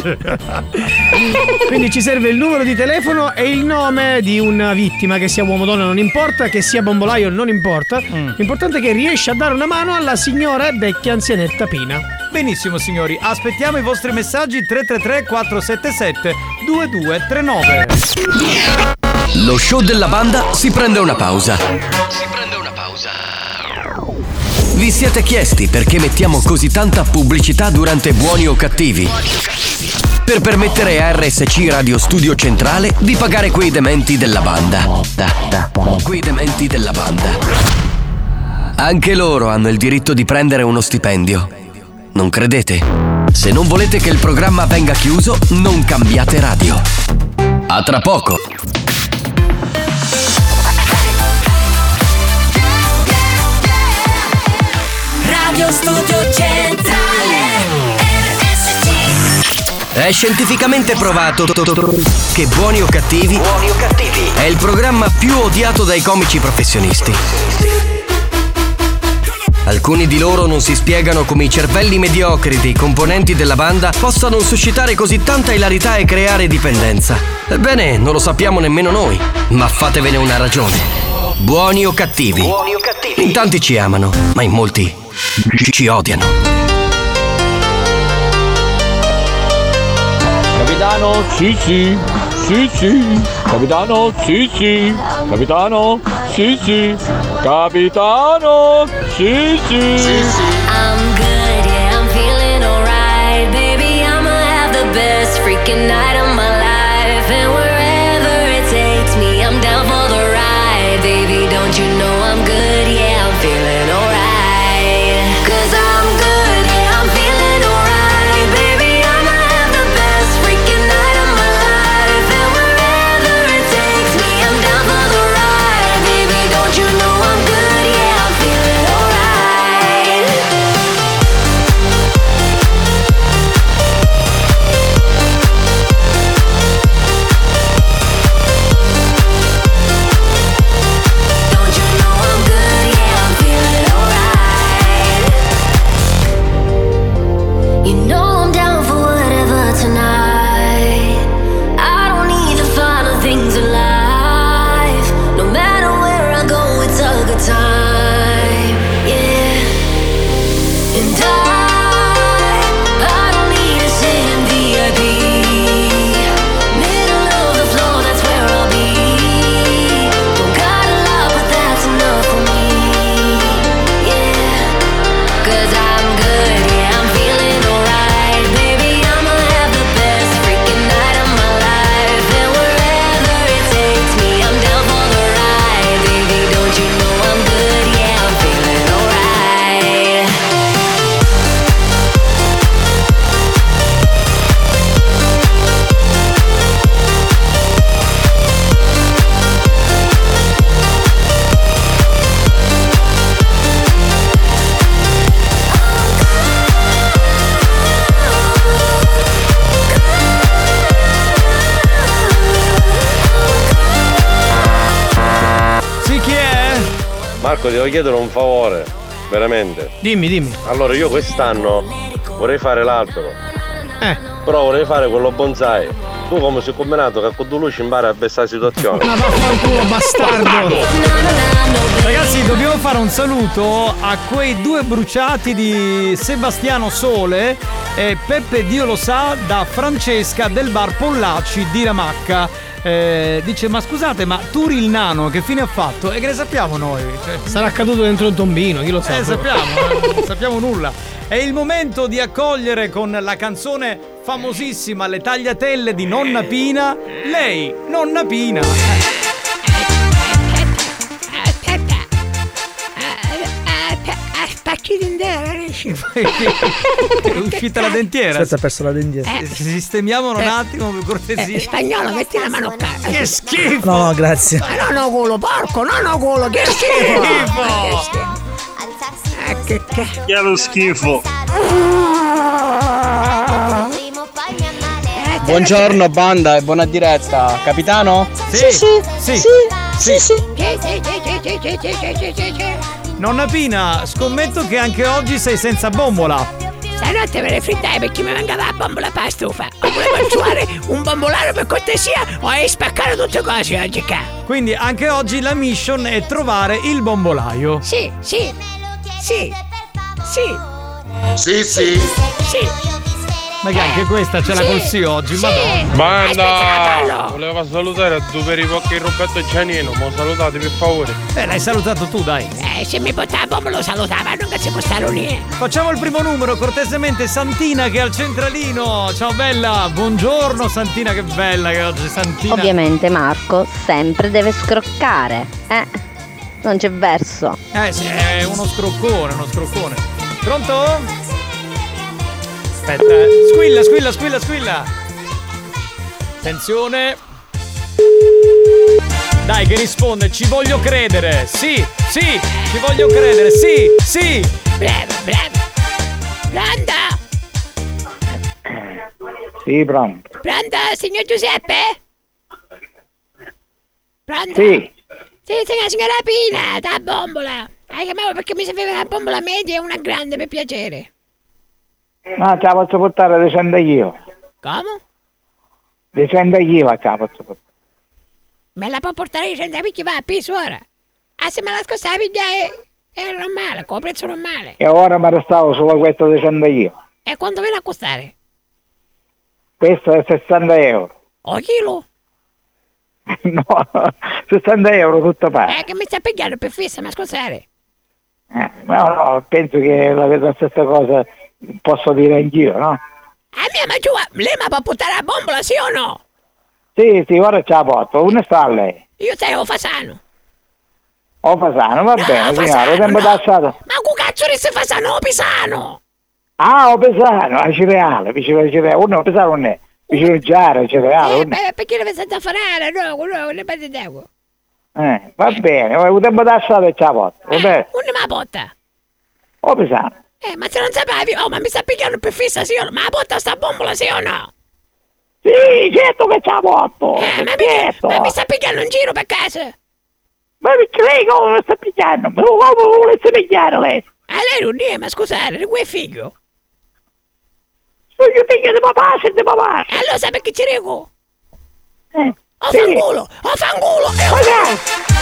Quindi ci serve il numero di telefono e il nome di una vittima, che sia uomo o donna non importa, che sia bombolaio non importa. L'importante è che riesci a dare una mano alla signora vecchia anzianetta Pina. Benissimo signori, aspettiamo i vostri messaggi tre tre tre quattro sette sette due due tre nove. Lo show della banda si prende una pausa. Si prende una pausa. Vi siete chiesti perché mettiamo così tanta pubblicità durante Buoni o Cattivi? Per permettere a R S C Radio Studio Centrale di pagare quei dementi della banda. Da, da, quei dementi della banda. Anche loro hanno il diritto di prendere uno stipendio. Non credete? Se non volete che il programma venga chiuso, non cambiate radio. A tra poco. Radio Studio Centrale R S C. È scientificamente provato che Buoni o Cattivi, Buoni o Cattivi è il programma più odiato dai comici professionisti. Alcuni di loro non si spiegano come i cervelli mediocri dei componenti della banda possano suscitare così tanta ilarità e creare dipendenza. Ebbene, non lo sappiamo nemmeno noi, ma fatevene una ragione. Buoni o Cattivi? Buoni o Cattivi? In tanti ci amano, ma in molti ci odiano. Capitano, sì sì, sì sì. Capitano, sì sì. Capitano, sì sì. Capitano, sì sì. I'm good, yeah, I'm feeling alright. Baby, I'ma have the best freaking night of my life. And wherever it takes me, I'm down for the ride. Baby, don't you know I'm good, yeah, I'm feeling alright. Cause I'm good, yeah, I'm feeling alright. Baby, I'ma have the best freaking night of my life. And wherever it takes me, I'm down for the ride. Baby, don't you know I'm good, yeah, I'm feeling alright. Don't you know I'm good, yeah, I'm feeling alright. You know I'm down for whatever tonight. I don't need the final things in life. No matter where I go, it's a good time. Yeah. And I, I don't need to sit in V I P. Middle of the floor, that's where I'll be. Don't got a lot, but that's enough for me. Yeah. Cause I'm good, yeah, I'm feeling alright. Baby, I'ma have the best freaking night of my life. And wherever it takes me, I'm down for the ride. Baby, don't you know I'm good, yeah, I'm feeling alright. Sì, chi è? Marco, ti devo chiedere un favore, veramente. Dimmi, dimmi. Allora, io quest'anno vorrei fare l'albero. Eh. Però vorrei fare quello bonsai. Tu come sei combinato che con due luci impari a questa situazione? Ma vaffanculo, bastardo. Ragazzi, dobbiamo fare un saluto a quei due bruciati di Sebastiano Sole e Peppe Dio lo sa da Francesca del bar Pollacci di Ramacca. Eh, dice: ma scusate, ma Turi il nano che fine ha fatto? E che ne sappiamo noi? Cioè, sarà caduto dentro un tombino, chi lo sa? Eh, sappiamo, eh, non sappiamo nulla. È il momento di accogliere con la canzone famosissima Le tagliatelle di Nonna Pina, lei, Nonna Pina. Spacchi dentiera. È uscita la dentiera. Aspetta, ha perso la dentiera. Eh, sistemiamolo un attimo per cortesia. Eh, spagnolo, metti la mano qua. Che schifo. No, no, grazie. Ma no, no, culo, porco, no, no, culo, che schifo. Che schifo. Eh, che che. Che è lo schifo. Buongiorno banda e buona diretta. Capitano? Sì, sì, sì, sì, sì, sì. sì. Nonna Pina, scommetto che anche oggi sei senza bombola. Stanotte me ne frittare perché mi mancava la bombola per la stufa. O volevo suonare un bombolare per cortesia o hai spaccato tutte cose oggi qua. Quindi anche oggi la mission è trovare il bombolaio. Sì, sì, sì, sì. Sì, sì. Sì. Ma che anche questa ce l'ha col sì oggi, Sì. madonna. Banda! Volevo salutare a due per i pocchi Roberto Giannino, ma salutate per favore. Eh, l'hai salutato tu, dai. Eh, se mi portava bomba lo salutava, non che si può stare lì. Facciamo il primo numero, cortesemente Santina che è al centralino. Ciao bella, buongiorno Santina, che bella che oggi Santina. Ovviamente Marco sempre deve scroccare, eh? Non c'è verso. Eh sì, è uno scroccone, uno scroccone. Pronto? Aspetta, squilla, squilla, squilla, squilla. Attenzione. Dai che risponde, ci voglio credere. Sì, sì, ci voglio credere. Sì, sì. Bravo, bravo. Pronto? Sì, pronto. Pronto, signor Giuseppe? Pronto? Sì. Sì, sono la signora Pina, da bombola. Hai chiamato perché mi serviva una bombola media e una grande, per piacere. No, ce la posso portare decendo io. Come? Decendo io ce la posso portare. Me la può portare senza perché va a più ora. Ah, se me la scosta la piglia è, è normale, con prezzo normale. E ora mi restavo solo questo decendo io. E quanto viene a costare? Questo è sessanta euro. O chilo? No, sessanta euro tutto parte. Eh, che mi sta pigliando per fissa, ma scusate. Eh, no, no, penso che la, la stessa cosa posso dire anch'io, no? Ah, mia, ma giù, lei mi può portare la bombola, sì o no? Sì, sì, ora ce la porto. Uno sta a lei. Io sei o Fasano. O Fasano, va No, bene, Fasano, signore, tempo no. tassato. Ma che cazzo di se Fasano o Pisano? Ah, o Pesano, a Cireale, vicino a Cireale. Uno Pesano non è, vicino a Giara, Cireale. Eh, uno- beh, perché deve stare farare, no, no, ne perde tempo. Eh, va bene, un tempo tassato e ce la porto, va bene? Uno me la porta. O Pesano. Eh, ma se non sapevi, oh, ma mi sta pigliando per fissa, sì o no? Ma la porta sta bombola, sì o no? Sì, certo che ce la porto, Eh, ma, mi, certo. ma mi sta pigliando in giro per casa? Ma perché lei come lo sta pigliando? Ma come lo volesse pigliare lei? Ah, lei non è, ma scusate, di quel figlio? Sono io figlio di papà, se di papà. E allora sai perché ci dico? Eh, Oh, sì. fanculo! Oh, fanculo! Eh, Ma dai.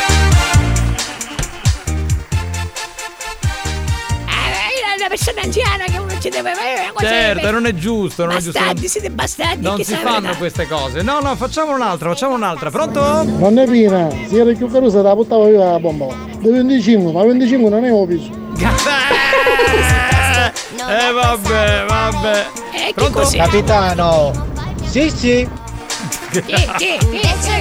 Eh, una persona anziana che uno ci deve avere una cosa. Certo, non è giusto, non è giusto. Bastardi, siete bastardi. Non che si sa la fanno verità. queste cose. No, no, facciamo un'altra, facciamo un'altra. Pronto? Non è piena, se era più carusa la buttava via la bombola. Da venticinque, ma venticinque non è un piso. Eh vabbè, vabbè. Eh, che Pronto? cos'è? Capitano. Sì, sì. Sì, sì, sì.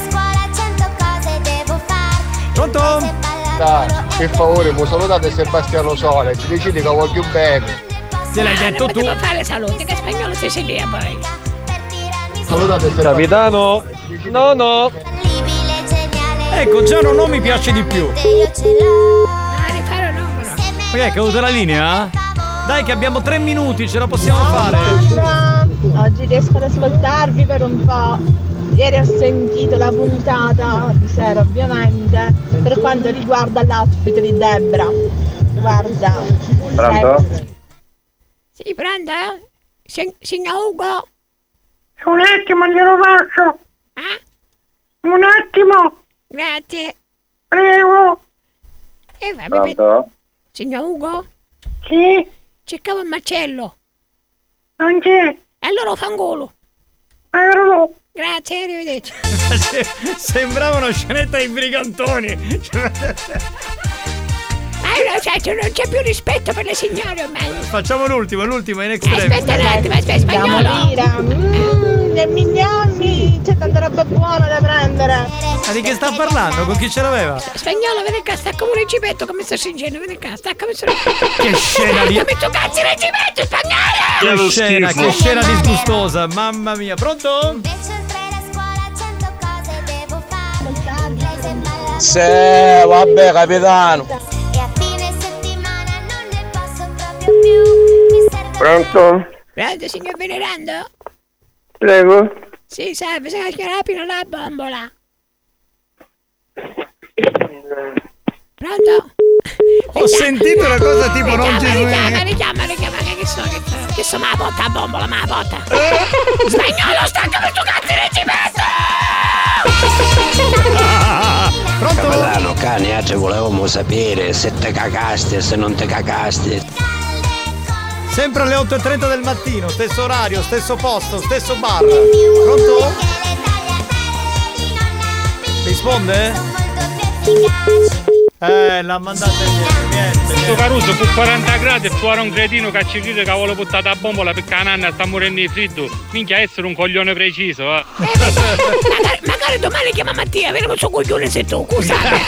Pronto? Dai, per favore, mi salutate Sebastiano Sole, ci decidi che voglio bene. Se l'hai detto tu. Devo fare salute, che spagnolo si sedia poi. Salutate Capitano. No, no. Ecco, già non mi piace di più. Ah, rifare no, però. Ma che è caduta la linea? Dai che abbiamo tre minuti, ce la possiamo fare. Oggi riesco ad ascoltarvi per un po'. Ieri ho sentito la puntata di sera ovviamente per quanto riguarda l'outfit di Debra. Guarda. Pronto? Sì, pronto? Sig- Signor Ugo? Un attimo glielo faccio. Ah? Un attimo. Grazie. Prego. Eh, va, mi met- Pronto? Signor Ugo? Sì, Cercavo il Marcello. non c'è. E allora fangolo. Allora, Grazie, arrivederci. Sembrava una scenetta di brigantoni. Ma no, cioè, non c'è più rispetto per le signore ormai. Facciamo l'ultimo, l'ultimo in extreme. Aspetta un attimo, aspetta, spagnolo. Mira, mmm, nei milioni c'è tanta roba buona da prendere. Ma di che sta parlando? Con chi ce l'aveva? Spagnolo, vedi qua, sta come un reggimento, come sta stringendo, vedi qua, sta come se... Che scena di... Come tu cazzo il reggimento, spagnolo! Che scena, che scena disgustosa, mamma mia. Pronto? Sì, vabbè, capitano. Pronto? Pronto, signor Venerando? Prego. Sì, salve, sono la signora Pino la bombola. Pronto? Ho sentito una cosa tipo non ci Richiama, richiama, richiama, che so, che so, che so, ma la botta, la bombola, ma la botta. Spagnolo, stacca per tu cazzo il reggimento! Pronto? Capitano, cani, oggi volevamo sapere se te cagaste, se non te cagaste. Sempre alle otto e trenta del mattino, stesso orario, stesso posto, stesso bar. Pronto? Risponde? Eh, l'ha mandata niente, Questo Caruso fu quaranta gradi e tu eri un cretino che ci crede che avevo buttato a bombola perché la nanna sta morendo di freddo. Minchia, essere un coglione preciso, eh. magari, magari domani chiama Mattia, vedremo il suo coglione se tu, scusate.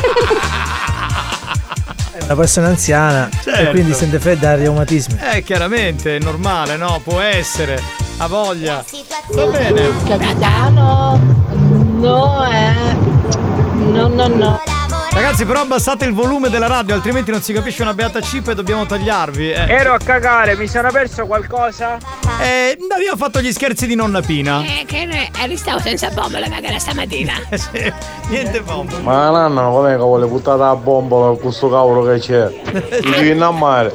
È una persona anziana, Certo. e quindi sente fredda e reumatismi. Eh, chiaramente, è normale, no? Può essere. Ha voglia. Va bene. Capitano, no, eh. No, no, no. Ragazzi, però abbassate il volume della radio, altrimenti non si capisce una beata chip e dobbiamo tagliarvi. Eh. Ero a cagare, mi sono perso qualcosa? Eh, abbiamo fatto gli scherzi di nonna Pina. Eh, che ne restavo senza bombola magari stamattina. Sì, niente bombola. Ma la nonna com'è che vuole buttare la bombola con questo cavolo che c'è? Ti in a mare.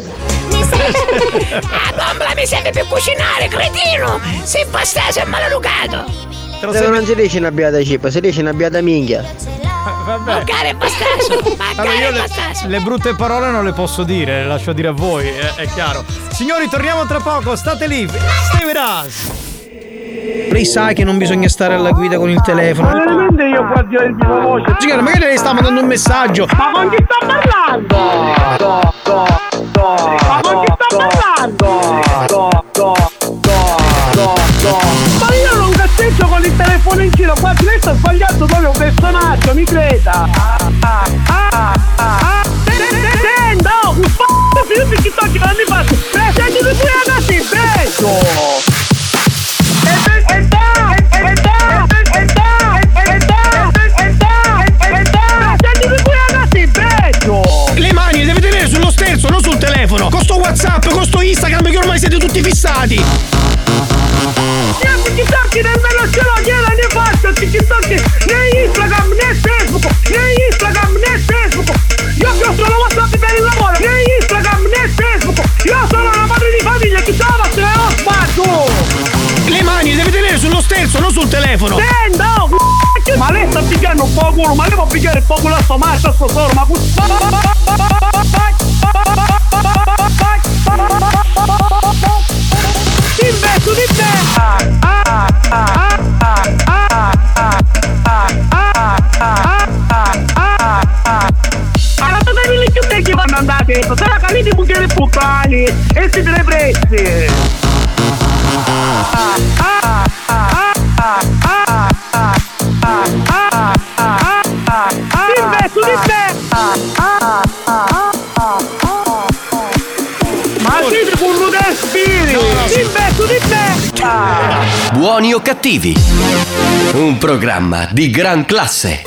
La bombola mi serve per cucinare, cretino! Sei bastato e maleducato! Dove non si dice una beata chip, si dice una beata minchia. Vabbè. Magari bastato! Allora io le, le brutte parole non le posso dire, le lascio dire a voi, è, è chiaro. Signori, torniamo tra poco, state lì, stay with us. Lei sa che non bisogna stare alla guida con il telefono. Ma veramente io qua di il viva voce. Signora, magari lei sta mandando un messaggio. Ma con chi sta parlando? Do, do, do. Ma con chi sta parlando? Do, do, do, do, do. Ma io non cazzeggio con il telefono in giro, qua lei sta sbagliando proprio un personaggio, mi creda. Ah, ah, ah, ah. Senta, oh, un f***o figlio di chi tocchi non mi faccio. Senti tu qui ragazzi, beso. E e da, e da, e da, e da, e da, e da. Senti qui ragazzi, beso. Le mani le deve tenere sullo sterzo, non sul telefono. Con sto WhatsApp, con sto Instagram che ormai siete tutti fissati. Niente TikTok nel meno ce l'ho, gliela ne faccio TikTok né Instagram né Facebook, né Instagram né Facebook. Io che ho solo WhatsApp per il lavoro, né Instagram né Facebook. Io sono una madre di famiglia, chi stava se ne ho sbaglio. Le mani le deve tenere sullo sterzo, non sul telefono. Senta, oh, ma lei sta pigliando un po' culo, ma lei può pigliare un po' culo a sto marcio, a sto solo, ma investo di te. Ah, ah, ah, ah, ah, ah, ah, ah, ah, ah, ah. Allora dove li chiude che vanno andati? Se la caliti bucchiere puttani e si te le prezzi. Ah, ah, ah, ah, ah, ah, ah, ah, ah, ah, ah. Investo di te. Ah, ah, ah, ah, ah. Ma siete con un respiro. Investo di te. Ah. Buoni o cattivi? Un programma di gran classe.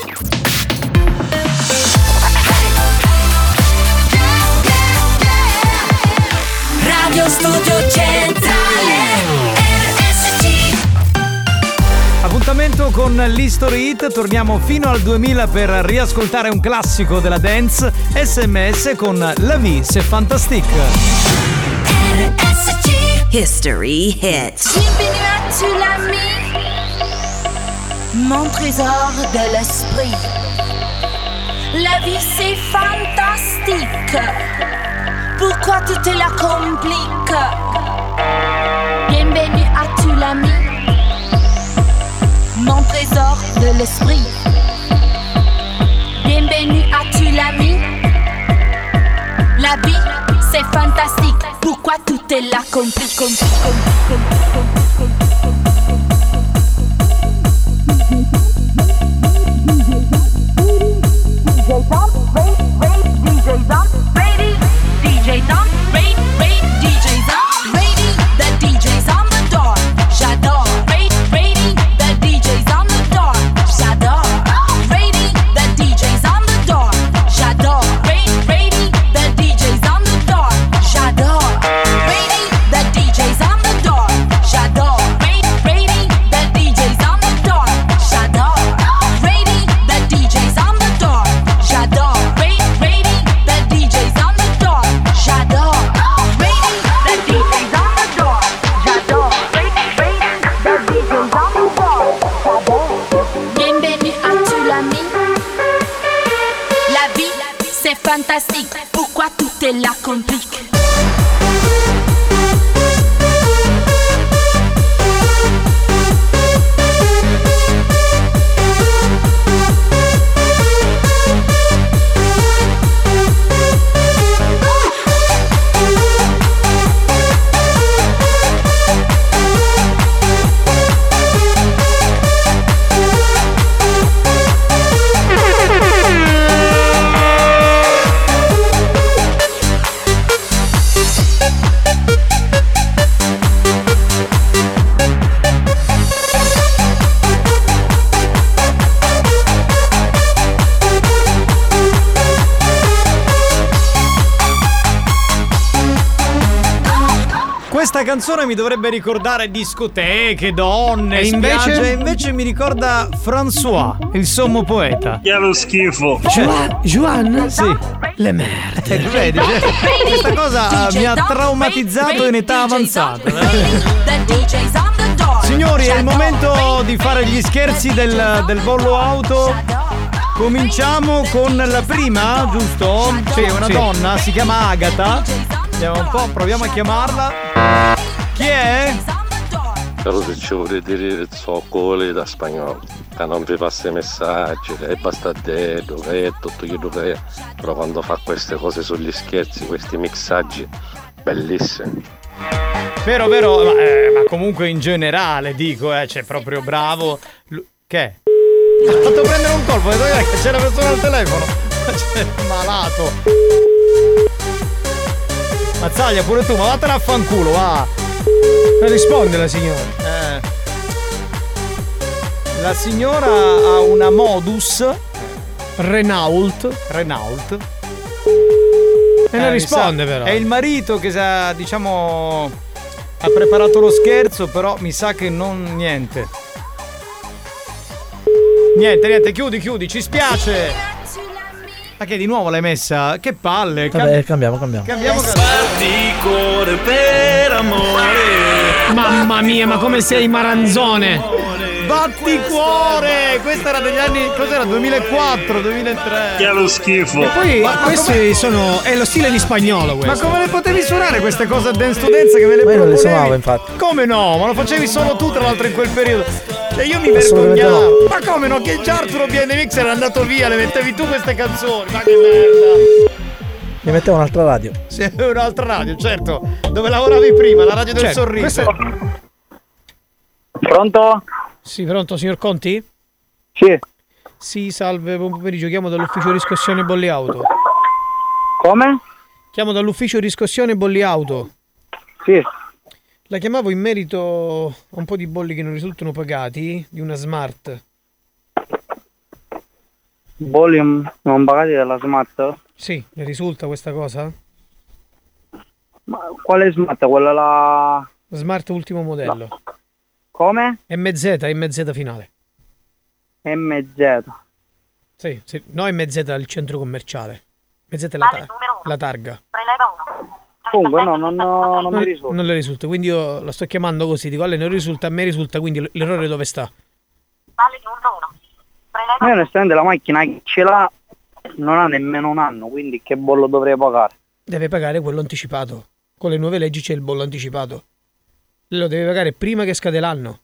Radio Studio Centrale R S C. Appuntamento con l'History Hit, torniamo fino al duemila per riascoltare un classico della dance. S M S con La Vie c'est fantastique. R S C History Hits. Bienvenue tu l'ami, mon trésor de l'esprit. La vie c'est fantastique. Pourquoi tu te la compliques? Bienvenue à tu l'ami, mon trésor de l'esprit. Bienvenue à tu l'ami. La vie c'est fantastique. Pourquoi tu te la compliques? D J Dump, rate, rate, D J Dump, rating, the D J's on the door. J'adore, rate, rating, the D J's on the door. J'adore, rating, the D J's on the door. J'adore, rate, rating, the D J's on the door. J'adore, rating, the D J's on the door. J'adore, rate, rating, the D J's on the door. J'adore, rating, the D J's on the door. J'adore, rate, rating, the D J's on the door. J'adore, rating, the D J's on the door. J'adore, rating, rating, the D J's on the door. J'adore. Bienvenue à tu l'ami. La vie, c'est fantastique. Pourquoi tout te la complique? questa canzone mi dovrebbe ricordare discoteche, donne, E invece? spiagge, invece mi ricorda François, il sommo poeta. Che lo schifo. Juan? Juan? Sì. Le merde. Eh, vedi, cioè, questa cosa mi ha traumatizzato in età avanzata. Signori, è il momento di fare gli scherzi del, del bollo auto. Cominciamo con la prima, giusto? Sì, una Sì. donna, si chiama Agata. Andiamo un po', proviamo a chiamarla. Chi è? Però se ci volete dire il zoccoli da spagnolo, che non vi passa i messaggi, che basta a dedo, che è tutto quello che è. Però quando fa queste cose sugli scherzi, questi mixaggi, bellissimi. Vero, vero, ma, eh, ma comunque in generale dico, eh, c'è proprio bravo. Lu- che è? Mi ha fatto prendere un colpo, vedo che c'è una persona al telefono. C'è malato. Mazzaglia pure tu, ma vattene a fanculo, va. Non risponde la signora. Eh. La signora ha una Modus Renault. Renault. E non risponde, però. È il marito che sa, diciamo, ha preparato lo scherzo, però mi sa che non niente. Niente, niente, chiudi, chiudi, ci spiace. Ma che di nuovo l'hai messa? Che palle. Vabbè, cambiamo, cambiamo. Cambiamo cuore per amore. Mamma mia, ma come sei maranzone. Batti cuore! Questa era degli anni. Cos'era? duemilaquattro, duemilatré. Che lo schifo. E poi Ma- ma questi come- sono. È lo stile di spagnolo Ma questo. come le potevi suonare queste cose a Dance to Dance che me le Ma io non le proponevi? suonavo, infatti. Come no? Ma lo facevi solo tu, tra l'altro, in quel periodo. Cioè io mi Assolutamente vergognavo. Ma come no? Che già Arturo B and Mix era andato via, le mettevi tu queste canzoni. Ma che merda. Mi mettevo un'altra radio. Sì, un'altra radio, certo. Dove lavoravi prima, la radio del Certo, sorriso. questo- Pronto? Sì, pronto, signor Conti? Sì. Sì, salve, buon pomeriggio, chiamo dall'ufficio riscossione bolli auto. Come? Chiamo dall'ufficio riscossione bolli auto. Sì. La chiamavo in merito a un po' di bolli che non risultano pagati di una Smart. Bolli non pagati della Smart? Sì, le risulta questa cosa? Ma quale Smart? Quella la... Smart ultimo modello. Come? M Z, M Z finale. M Z. Sì, sì, no M Z il centro commerciale. M Z è la, ta- la targa. Comunque no, non, non Non, mi risulta. non le risulta, quindi io la sto chiamando così, dico a lei non risulta, a me risulta, quindi l- l'errore dove sta? Io onestamente la macchina che ce l'ha non ha nemmeno un anno, quindi che bollo dovrei pagare? Deve pagare quello anticipato. Con le nuove leggi c'è il bollo anticipato. Lei lo deve pagare prima che scade l'anno.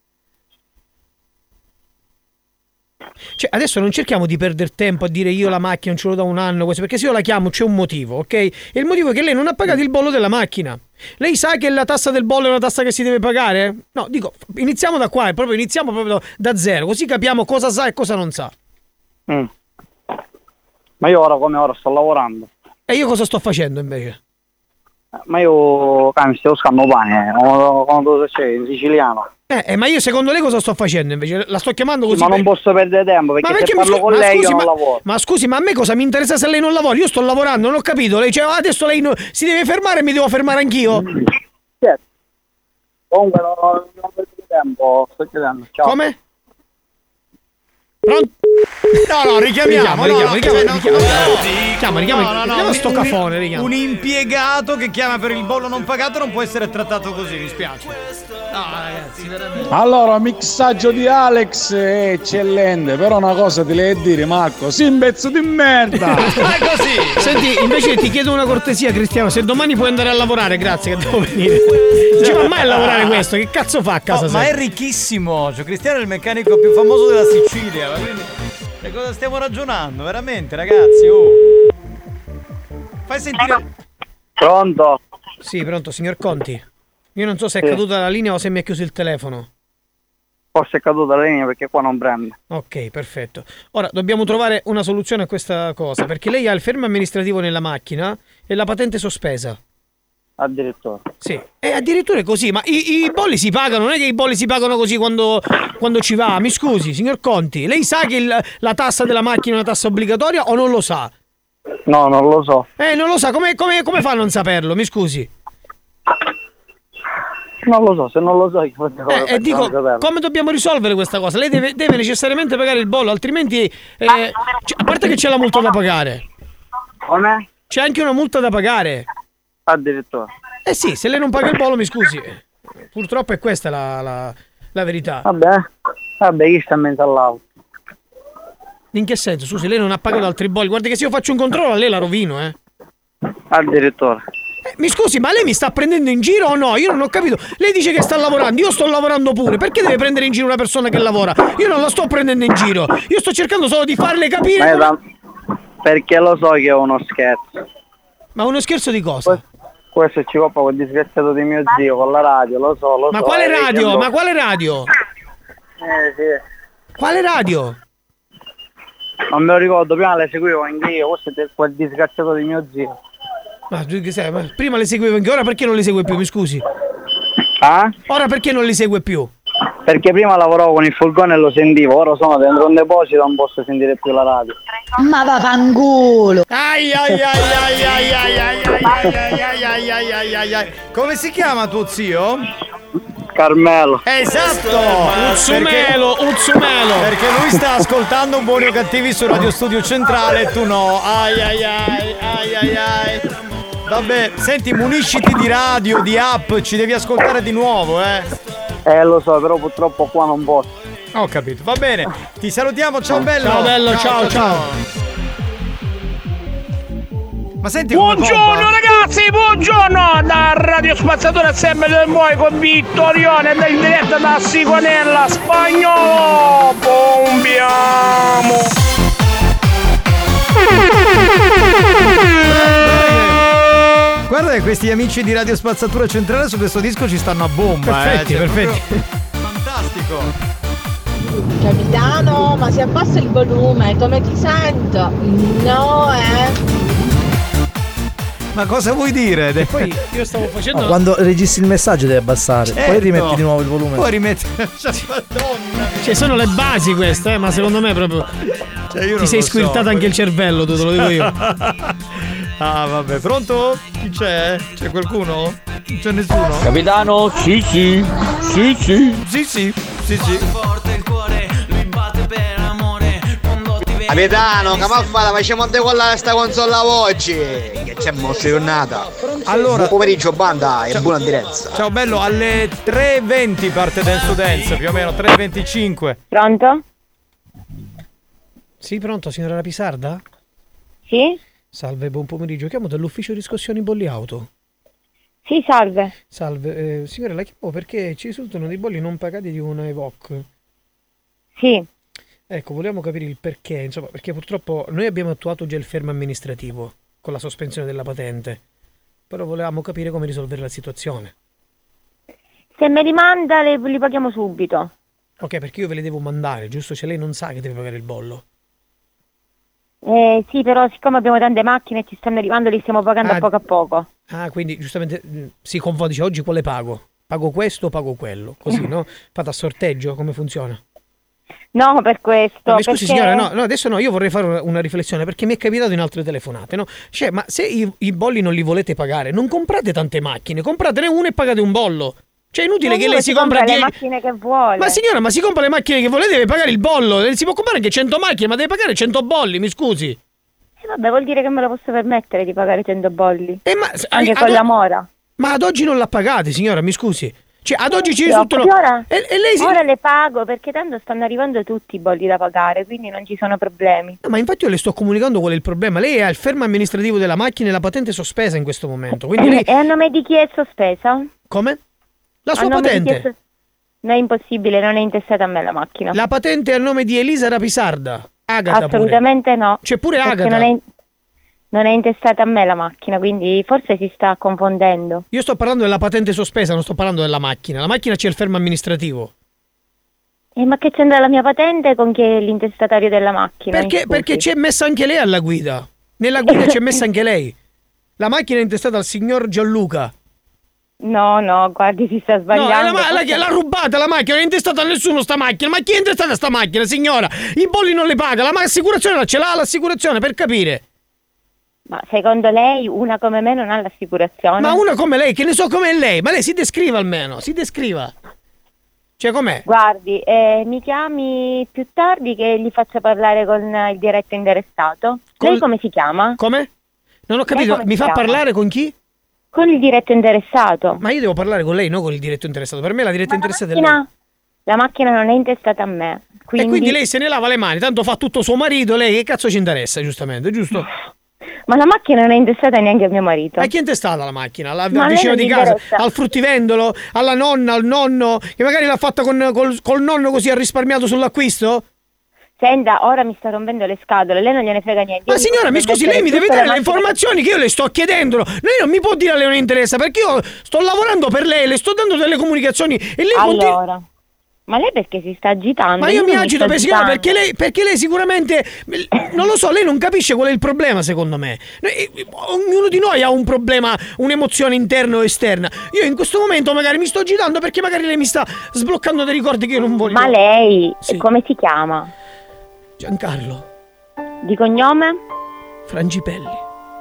Cioè, adesso non cerchiamo di perdere tempo a dire io la macchina non ce l'ho da un anno, questo, perché se io la chiamo c'è un motivo, ok? E il motivo è che lei non ha pagato il bollo della macchina. Lei sa che la tassa del bollo è una tassa che si deve pagare? No, dico, iniziamo da qua, proprio iniziamo proprio da zero, così capiamo cosa sa e cosa non sa. Mm. Ma io ora come ora sto lavorando. E io cosa sto facendo invece? Ma io ah, mi sto buscando pane, come come c'è in siciliano. Eh, eh, ma io secondo lei cosa sto facendo invece? La sto chiamando così. Ma non per- posso perdere tempo perché, Ma se perché mi parlo scu- con ma lei scusi, io non ma- lavoro. Ma scusi, ma a me cosa mi interessa se lei non lavora? Io sto lavorando, non ho capito. Lei, cioè, adesso lei no- si deve fermare e mi devo fermare anch'io? Certo. Comunque non, non perdo tempo, sto chiedendo. Ciao. Come? Pronto? No, no, richiamiamo, Richiamo, no, richiamo, no, richiamo, no, richiamo. no. Chiama, richiama, No, no, no, richiama un- sto un- cafone, richiama. Un impiegato che chiama per il bollo non pagato non può essere trattato così, mi spiace. No, ragazzi, veramente. Allora, mixaggio di Alex è eccellente, però una cosa ti devo dire, Marco, sì, un pezzo di merda. Ma è così. Senti, invece ti chiedo una cortesia, Cristiano, se domani puoi andare a lavorare, grazie che devo venire. Non ci va mai a lavorare questo, che cazzo fa a casa? Oh, ma è sempre? ricchissimo. Cioè, Cristiano è il meccanico più famoso della Sicilia. Ma quindi, di cosa stiamo ragionando? Veramente, ragazzi. Oh. Fai sentire. Pronto? Sì, pronto, signor Conti. Io non so se è Sì. caduta la linea o se mi ha chiuso il telefono. Forse è caduta la linea perché qua non prende. Ok, perfetto. Ora dobbiamo trovare una soluzione a questa cosa, perché lei ha il fermo amministrativo nella macchina e la patente sospesa. Addirittura. Sì, e addirittura è così, ma i, i bolli si pagano, non è che i bolli si pagano così quando, quando ci va. Mi scusi, signor Conti, lei sa che il- la tassa della macchina è una tassa obbligatoria o non lo sa? No, non lo so. Eh, non lo sa, come, come, come fa a non saperlo? Mi scusi. Non lo so, se non lo so io potevo Eh, e dico, come dobbiamo risolvere questa cosa? Lei deve, deve necessariamente pagare il bollo, altrimenti eh, c- a parte che c'è la multa da pagare. Come? C'è anche una multa da pagare. Addirittura. Eh sì, se lei non paga il bollo, mi scusi. Purtroppo è questa la, la, la verità. Vabbè, vabbè, chi sta in mezzo all'auto? In che senso? Scusi, lei non ha pagato altri bolli. Guarda che se io faccio un controllo a lei la rovino, eh. Addirittura. Eh, mi scusi, ma lei mi sta prendendo in giro o no? Io non ho capito. Lei dice che sta lavorando, io sto lavorando pure. Perché deve prendere in giro una persona che lavora? Io non la sto prendendo in giro. Io sto cercando solo di farle capire. Ma come... Perché lo so che è uno scherzo. Ma uno scherzo di cosa? Questo ci coppa con il disgraziato di mio zio con la radio, lo so, lo Ma so. quale eh, radio? che Ma quale radio? Eh sì. Quale radio? Non me lo ricordo, prima le seguivo anche io, questo è quel disgraziato di mio zio. Ma tu che sei? Ma prima le seguivo anche, ora perché non le segue più, mi scusi? Ah? Ora perché non li segue più? Perché prima lavoravo con il furgone e lo sentivo, ora sono dentro un deposito, non posso sentire più la radio. Ma vaffanculo! Ai ai ai ai ai ai ai ai ai ai ai ai ai ai. Come si chiama tuo zio? Carmelo. Esatto! Uzzumelo, Uzzumelo! Perché lui sta ascoltando un Buoni o Cattivi su Radio Studio Centrale e tu no. Ai ai ai ai ai ai. Vabbè, senti, munisciti di radio, di app, ci devi ascoltare di nuovo, eh. Eh lo so, però purtroppo qua non posso. Ho capito, va bene. Ti salutiamo, ciao bello. Ciao bello, ciao ciao. ciao. Ma senti, buongiorno ragazzi, buongiorno da Radio Spazzatura sempre del Moi con Vittorione in diretta da Sigonella Spagnolo. Bombiamo. Guarda che questi amici di Radio Spazzatura Centrale su questo disco ci stanno a bomba. Perfetti, eh. Cioè, perfetti. Fantastico. Capitano, ma si abbassa il volume, come ti sento? No, eh. Ma cosa vuoi dire? E poi io stavo facendo. No, quando registri il messaggio devi abbassare, Certo. poi rimetti di nuovo il volume. Poi rimetti. Madonna. Cioè, sono le basi queste, eh, ma secondo me proprio. Cioè, io non ti sei lo squirtato so. anche il cervello, tu te lo dico io. Ah, vabbè, pronto? Chi c'è? C'è qualcuno? Non c'è nessuno? Capitano, sì sì, sì sì. Sì, sì, sì, sì. Capitano, che ma fa? Facciamo decollare sta console oggi. Che c'è mostra giornata. Allora, buon pomeriggio banda e buona direnza. Ciao bello, alle tre e venti parte Dance to Dance, più o meno tre e venticinque. Pronto? Sì, pronto, signora Rapisarda? Sì? Salve, buon pomeriggio. Chiamo dall'ufficio riscossioni bolli auto. Sì, salve. Salve, eh, signora, la chiamo perché ci risultano dei bolli non pagati di una Evoque. Sì. Ecco, volevamo capire il perché, insomma, perché purtroppo noi abbiamo attuato già il fermo amministrativo con la sospensione della patente, però volevamo capire come risolvere la situazione. Se me li manda le, li paghiamo subito. Ok, perché io ve le devo mandare, giusto? Cioè lei non sa che deve pagare il bollo. Eh sì, però siccome abbiamo tante macchine e ci stanno arrivando, li stiamo pagando Ah. a poco a poco. Ah, quindi giustamente mh, si confonde, dice oggi quale pago? Pago questo o pago quello? Così, no? Fate a sorteggio, come funziona? No, per questo. No, mi scusi perché... signora, no, no, adesso no, io vorrei fare una, una riflessione perché mi è capitato in altre telefonate, no? Cioè, ma se i, i bolli non li volete pagare, non comprate tante macchine, compratene una e pagate un bollo. Cioè è inutile Ognuno che lei si compra le dieci macchine che vuole. Ma signora, ma si compra le macchine che vuole, deve pagare il bollo. Si può comprare anche cento macchine, ma deve pagare cento bolli, mi scusi. Eh, vabbè, vuol dire che me lo posso permettere di pagare cento bolli. Eh, ma anche ad con o- la mora. Ma ad oggi non l'ha pagate, signora, mi scusi. Cioè, ad oggi ci Sì, risultano ora, e, e lei si... ora le pago perché tanto stanno arrivando tutti i bolli da pagare, quindi non ci sono problemi. Ma infatti io le sto comunicando qual è il problema. Lei ha il fermo amministrativo della macchina e la patente sospesa in questo momento. Quindi lei... E a nome di chi è sospesa? Come? La A sua nome di chi è patente. so- No, è impossibile, non è intestata a me la macchina. La patente è a nome di Elisa Rapisarda. Agata Assolutamente pure. no. C'è pure Perché Agata. Non è, non è intestata a me la macchina, quindi forse si sta confondendo. Io sto parlando della patente sospesa, non sto parlando della macchina. La macchina c'è il fermo amministrativo. E ma che c'entra la mia patente con chi è l'intestatario della macchina? mi Perché, scusi? perché c'è messa anche lei alla guida. Nella guida c'è messa anche lei. La macchina è intestata al signor Gianluca. No, no, guardi, si sta No, è sbagliando. la, ma- la- l'ha rubata la macchina, non è intestata a nessuno sta macchina. Ma chi è intestata sta macchina, signora? I bolli non le paga, la ma- assicurazione la ce l'ha l'assicurazione, per capire. Ma secondo lei una come me non ha l'assicurazione? Ma una come lei, che ne so come è lei, ma lei si descriva almeno, si descriva. Cioè com'è? Guardi, eh, mi chiami più tardi che gli faccia parlare con il diretto interessato. Col... Lei come si chiama? Come? Non ho capito, mi fa chiama? parlare con chi? Con il diretto interessato. Ma io devo parlare con lei, non con il diretto interessato. Per me la diretta Ma interessata la è lei. macchina, la macchina non è intestata a me. Quindi... E quindi lei se ne lava le mani, tanto fa tutto suo marito, lei che cazzo ci interessa, giustamente, giusto? Ma la macchina non è intestata neanche a mio marito. A chi è intestata la macchina? Al Ma vicino lei di non casa? interessa. Al fruttivendolo? Alla nonna, al nonno? Che magari l'ha fatta con, col, col nonno così ha risparmiato sull'acquisto? Senta, ora mi sta rompendo le scatole, lei non gliene frega niente. Ma Io signora, mi scusi, lei mi deve dare le informazioni che io le sto chiedendo. Lei non mi può dire a lei non interessa, perché io sto lavorando per lei, le sto dando delle comunicazioni e lei Allora, continua... ma lei perché si sta agitando? Ma io, mi non agito sto per signora agitando. perché lei, perché lei sicuramente, non lo so, lei non capisce qual è il problema secondo me. Noi- Ognuno di noi ha un problema, un'emozione interna o esterna. Io in questo momento magari mi sto agitando perché magari lei mi sta sbloccando dei ricordi che io non voglio. Ma lei, come si chiama? Giancarlo Di cognome? Frangipelli,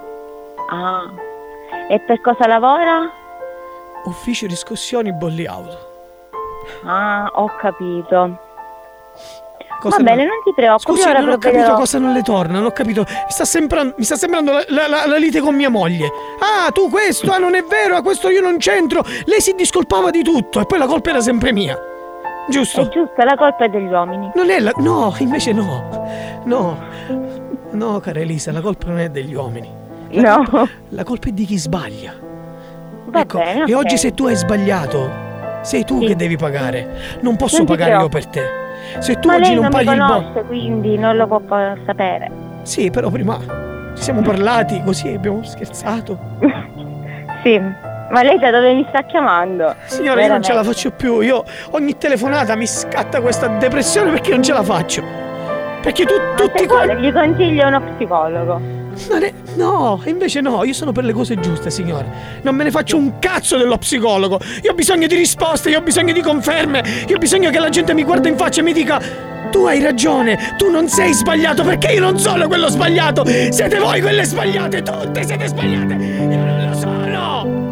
Ah, e per cosa lavora? ufficio riscossioni bolli auto. Ah, ho capito. Cosa Va non- bene, non ti preoccupi, Scusi, ora non ho provvederò. capito cosa non le torna, non ho capito. Mi sta, sembra- mi sta sembrando la, la- la- la lite con mia moglie. Ah, tu questo, ah, non è vero, a questo io non c'entro. Lei si discolpava di tutto e poi la colpa era sempre mia. Giusto? È giusto, la colpa è degli uomini. Non è la... No, invece no. No. No, cara Elisa, la colpa non è degli uomini. La No. Colpa, la colpa è di chi sbaglia. Va ecco, bene, e ok. oggi se tu hai sbagliato, sei tu che devi pagare. Non posso Non ti pagare io per preoccupare. te. Se tu Ma oggi lei non non mi paghi il bollo... conosce, quindi non lo può po- sapere. Sì, però prima ci siamo parlati così, abbiamo scherzato. Sì, ma lei da dove mi sta chiamando? Signora, io non ce la Veramente. faccio più. Io ogni telefonata mi scatta questa depressione perché non ce la faccio. Perché tu, tutti Se vuole, gli consiglio uno psicologo. Non è- No, invece no, io sono per le cose giuste, signore. Non me ne faccio un cazzo dello psicologo. Io ho bisogno di risposte, io ho bisogno di conferme. Io ho bisogno che la gente mi guardi in faccia e mi dica: tu hai ragione, tu non sei sbagliato, perché io non sono quello sbagliato. Siete voi quelle sbagliate, tutte siete sbagliate. Io non lo sono.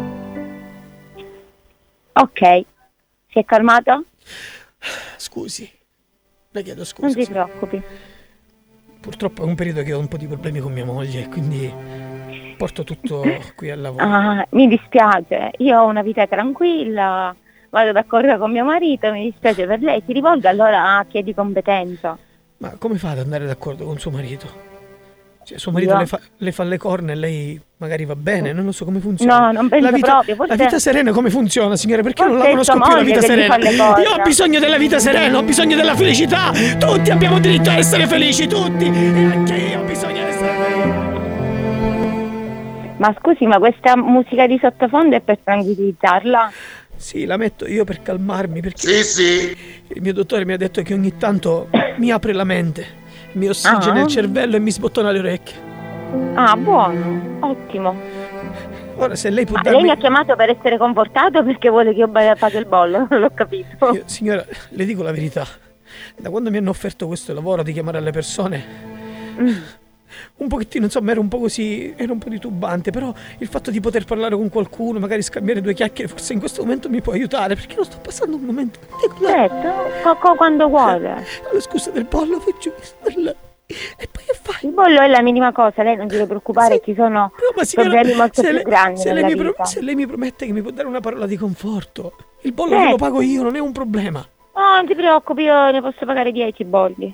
Ok, si è calmato? Scusi, le chiedo scusa. Non ti signora. preoccupi. Purtroppo è un periodo che ho un po' di problemi con mia moglie, quindi porto tutto qui al lavoro. Ah, mi dispiace, io ho una vita tranquilla, vado d'accordo con mio marito, mi dispiace per lei, si rivolga allora a chi è di competenza. Ma come fa ad andare d'accordo con suo marito? Cioè, suo marito Io? le fa, le fa le corna e lei magari va bene, non lo so come funziona. No, non penso la vita, proprio, forse- La vita serena come funziona, signore? Perché io non la Forse è conosco sua più la moglie vita che gli serena. fa le corna. Io ho bisogno della vita serena, ho bisogno della felicità. Tutti abbiamo diritto a essere felici, tutti. E anche io ho bisogno di essere felice. Ma scusi, ma questa musica di sottofondo è per tranquillizzarla? Sì, la metto io per calmarmi, perché sì, sì. Il mio dottore mi ha detto che ogni tanto mi apre la mente, mi ossigena Ah. il cervello e mi sbottona le orecchie. Ah, buono, ottimo. Ora, se lei può Ma darmi... lei mi ha chiamato per essere confortato perché vuole che io ba- paghi il bollo? Non l'ho capito. Io, signora, le dico la verità. Da quando mi hanno offerto questo lavoro di chiamare alle persone, Mm. un pochettino, insomma, ero un po' così, ero un po' titubante, però il fatto di poter parlare con qualcuno, magari scambiare due chiacchiere, forse in questo momento mi può aiutare, perché non sto passando un momento particolare. Certo, co- co- quando vuole. La scusa del bollo, faccio questo. E poi che fai? Il bollo è la minima cosa, lei non si deve preoccupare, ci sono No, ma signora, problemi molto se più lei- grandi se lei, nella mi pro- vita. se lei mi promette che mi può dare una parola di conforto, il bollo Certo. me lo pago io, non è un problema. No, non ti preoccupi, io ne posso pagare dieci bolli.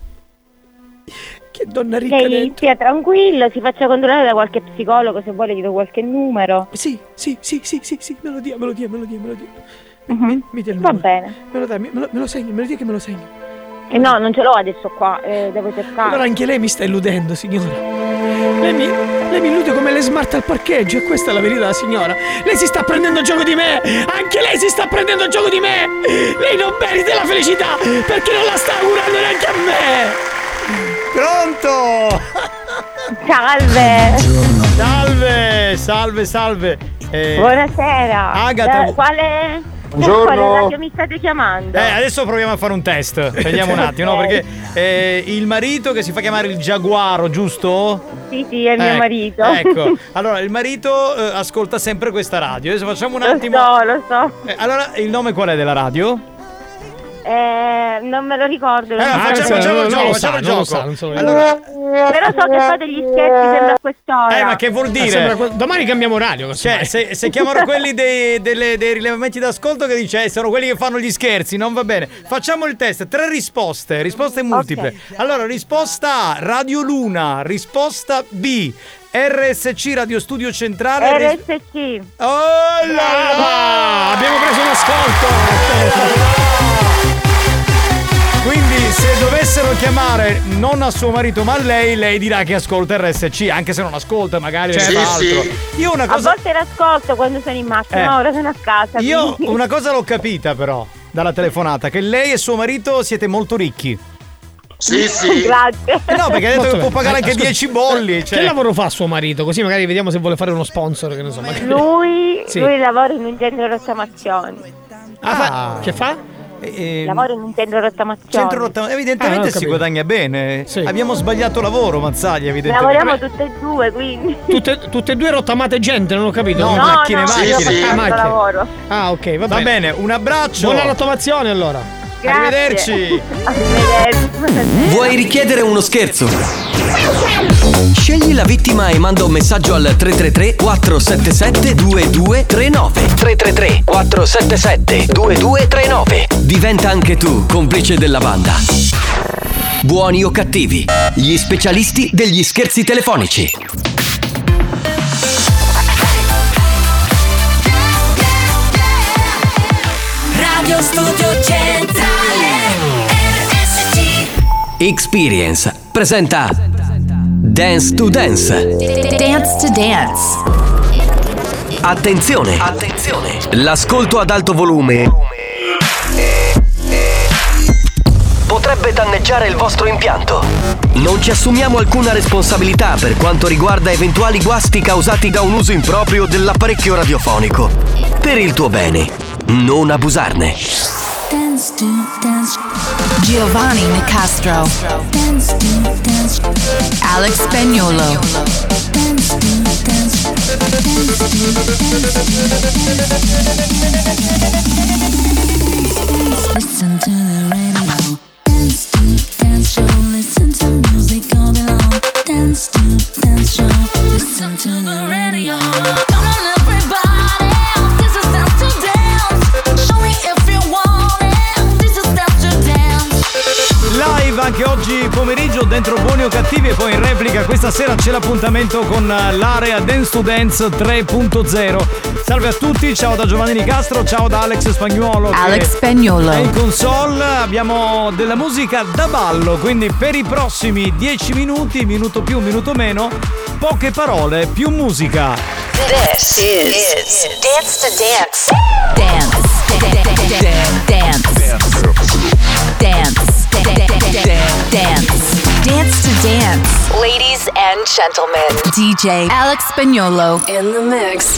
Che donna ricca Lei dentro. stia tranquillo, si faccia controllare da qualche psicologo, se vuole gli do qualche numero. Sì, sì, sì, sì, sì, sì, me lo dia, me lo dia, me lo dia, me lo dia. Mhm. Mi, mi dia il Va numero. bene. Me lo, dai, me, lo, me lo segni, me lo dia che me lo segni. Eh no, non ce l'ho adesso qua, eh, devo cercare. Allora anche lei mi sta illudendo, signora. Lei mi, lei mi illude come le smart al parcheggio, e questa è la verità, signora. Lei si sta prendendo gioco di me. Anche lei si sta prendendo gioco di me. Lei non merita la felicità perché non la sta augurando neanche a me. Pronto? Salve. Salve, salve, salve. Eh, Buonasera. Agata, Eh, quale? Quale radio mi state chiamando? Eh, adesso proviamo a fare un test. Vediamo un attimo, no? Perché eh, il marito che si fa chiamare il Giaguaro, giusto? Sì, sì, è mio Eh, marito. Ecco, allora il marito eh, ascolta sempre questa radio. Adesso facciamo un attimo. Lo so, lo so. Eh, allora, il nome qual è della radio? Eh, non me lo ricordo. Allora, non facciamo, so. facciamo il gioco, facciamo il gioco. Allora, Però so che fate gli scherzi sempre a quest'ora. eh, ma che vuol dire? sembra que- domani cambiamo orario. Cioè, se, se chiamano quelli dei, delle- dei rilevamenti d'ascolto che dice eh, sono quelli che fanno gli scherzi, non va bene. Facciamo il test, tre risposte, risposte multiple. Allora, risposta A, Radio Luna, risposta B, R S C Radio Studio Centrale. R S C. Oh là là! Abbiamo preso un ascolto. Quindi se dovessero chiamare non a suo marito ma a lei, lei dirà che ascolta R S C, anche se non ascolta, magari Sì, fa sì. altro. Io una cosa A volte l'ascolto quando sono in macchina, Eh. ma ora sono a casa. Io quindi- una cosa l'ho capita però dalla telefonata, che lei e suo marito siete molto ricchi. Sì, sì. Grazie. Eh no, perché ha detto Molto che può bene. pagare Eh, anche scusa, dieci bolli. Cioè. Che lavoro fa suo marito? Così magari vediamo se vuole fare uno sponsor, che ne so. Magari. Lui, Sì. lui lavora in un centro rottamazioni. Ah, fa- che fa? Lavora in un centro rottamazioni. Centro rotta- evidentemente Ah, ho si capito. guadagna bene. Abbiamo sbagliato lavoro, Mazzaglia, evidentemente. Lavoriamo tutte e due, quindi. Tutte, tutte e due rottamate gente, non ho capito. No, No, macchine, no, macchine. io faccio Ah, altro macchine. lavoro. Ah, ok, va, Va bene. bene, un abbraccio. Buona rottamazione allora. Grazie. Arrivederci. Arrivederci. Vuoi richiedere uno scherzo? Scegli la vittima e manda un messaggio al tre tre tre quattro sette sette due due tre nove. tre tre tre quattro sette sette due due tre nove. Diventa anche tu complice della banda. Buoni o cattivi, gli specialisti degli scherzi telefonici. Radio Studio Centrale R S C. Experience presenta Dance to Dance. Dance to Dance. Attenzione! Attenzione! L'ascolto ad alto volume potrebbe danneggiare il vostro impianto. Non ci assumiamo alcuna responsabilità per quanto riguarda eventuali guasti causati da un uso improprio dell'apparecchio radiofonico. Per il tuo bene, non abusarne. Dance to Dance. Giovanni Nicastro. Dance to Dance. Alex Spagnolo. Dance to Dance. Listen to the radio. Dance to Dance show. Listen to music all day long. Dance to Dance show. Listen to the radio. Come on everybody, this is Dance to Dance. Show me if you want it. This is Dance to Dance. Live anche oggi pomeriggio dentro Buoni o Cattivi e poi in replica questa sera c'è l'appuntamento con l'area Dance to Dance tre punto zero. Salve a tutti, ciao da Giovanni Nicastro, ciao da Alex Spagnuolo. Alex Spagnolo. È in console, abbiamo della musica da ballo, quindi per i prossimi dieci minuti, minuto più, minuto meno, poche parole, più musica. This is Dance to Dance. Dance. Dance. Dance. Dance. Dance to Dance. Ladies and gentlemen, D J Alex Spagnolo in the mix.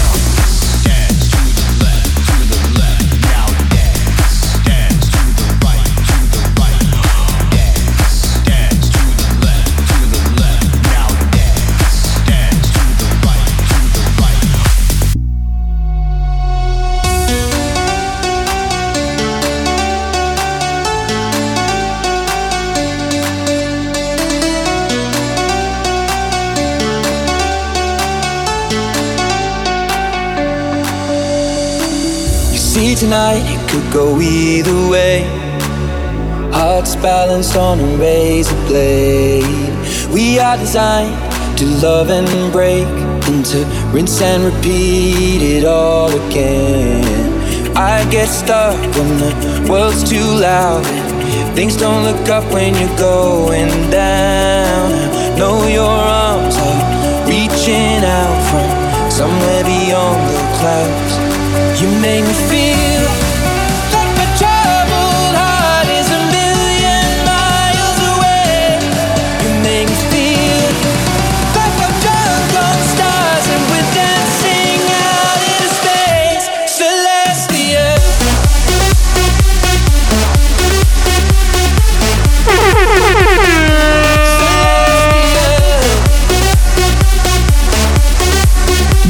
See tonight, it could go either way. Hearts balanced on a razor blade. We are designed to love and break, and to rinse and repeat it all again. I get stuck when the world's too loud, things don't look up when you're going down. Know your arms are reaching out from somewhere beyond the clouds. You make me feel like my troubled heart is a million miles away. You make me feel like I'm drunk on stars and we're dancing out in space, celestial.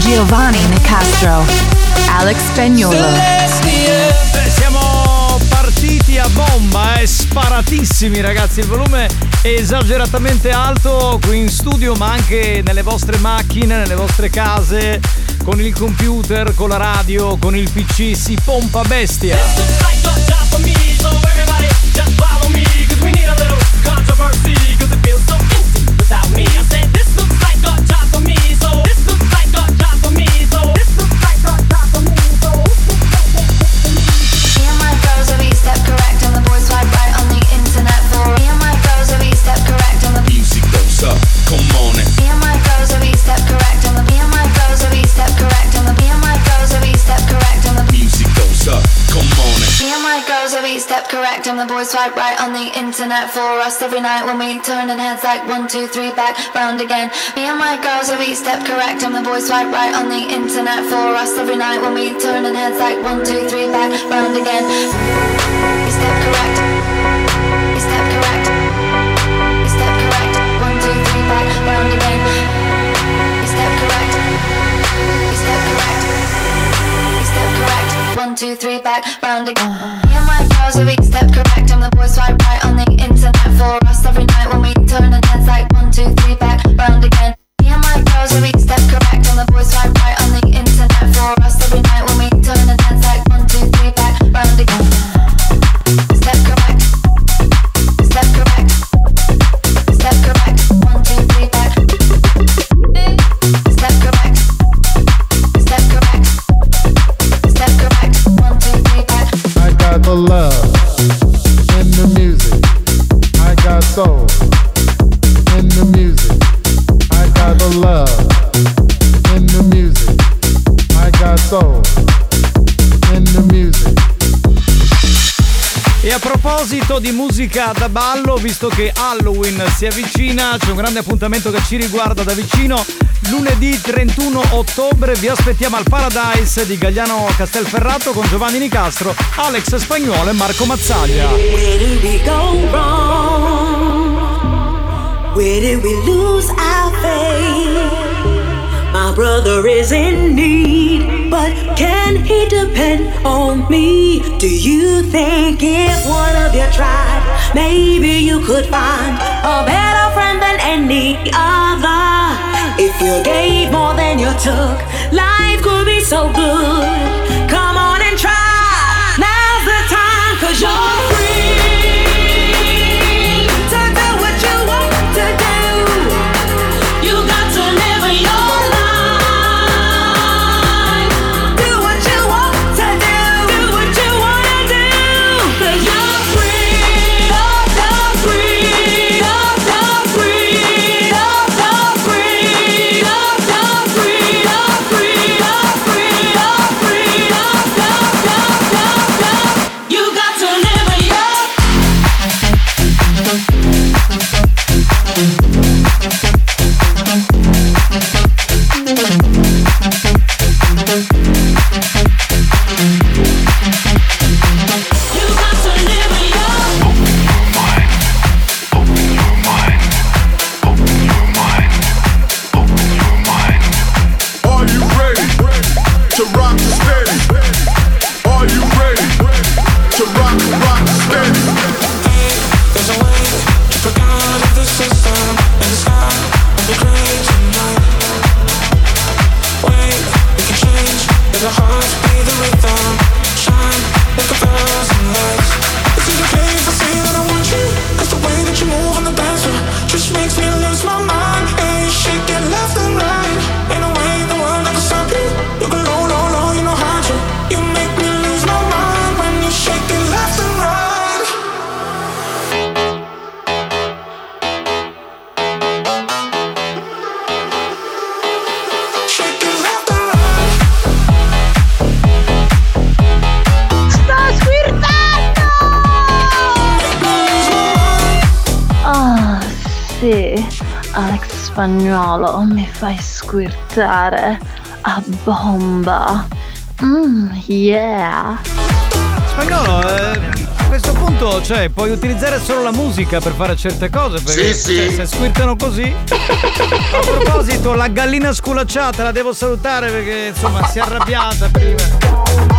Giovanni Nicastro, Alex Spagnuolo. Beh, siamo partiti a bomba, eh, sparatissimi ragazzi, il volume è esageratamente alto qui in studio ma anche nelle vostre macchine, nelle vostre case, con il computer, con la radio, con il P C, si pompa bestia. Step correct and the boys swipe right on the internet for us every night when we turning heads like one, two, three, back round again. Me and my girls are we step correct and the boys swipe right on the internet for us every night when we turning heads like one, two, three, back round again. We step correct. We step correct. We step correct. One, two, three, back round again. We step correct. We step correct. We step correct. One, two, three, back round again. Me and my girls are we step correct and the boys swipe right on the internet for us every night when we turning heads like one, two, three, back round again. Me and my girls are we step correct and the boys swipe right on the internet for us every night when we turning heads like one, two, three, back round again. Step correct. Step correct. Step correct. One, two, three, back. Step correct. Step correct. Step correct. One, two, three, back. I got the love in the music. I got soul in the music. I got the love in the music. I got soul in the music. E a proposito di musica da ballo, visto che Halloween si avvicina, c'è un grande appuntamento che ci riguarda da vicino. Lunedì trentuno ottobre vi aspettiamo al Paradise di Gagliano Castelferrato con Giovanni Nicastro, Alex Spagnuolo e Marco Mazzaglia. Where did we go wrong? Where did we lose our faith? My brother is in need, but can he depend on me? Do you think if one of you tried, maybe you could find a better friend than any other? If you gave more than you took, life could be so good. Come on and try, now's the time, 'cause you're free to do what you want to do. You got to live your life. Do what you want to do. Do what you wanna do. 'Cause you're free. You're so free. You're so free. You're so free. You're so free. You're free. You're free. You're free. You're so, so, so, so. You got to live your Are you ready to rock steady? Are you ready to rock, rock steady? There's a way to break out of the system, and the sky will be gray tonight. Wait, we can change. There's a heart, be the rhythm. Shine like a thousand lights. This is the place I see that I want you. 'Cause the way that you move on the dance floor just makes me lose my mind. And you shake it left and right. Ain't no way in the world I can stop you. You go low, low, low, you know how to. You make me lose my mind when you shake it left and right. Shake it left and right. Sto squirtando! Ah, sì, Alex Spagnuolo, mi fai squirtare a bomba. Mmm, yeah. Spagnolo, eh, questo punto, cioè, puoi utilizzare solo la musica per fare certe cose. Perché Sì, cioè, sì. se squirtano così. A proposito, la gallina sculacciata la devo salutare perché insomma si è arrabbiata prima.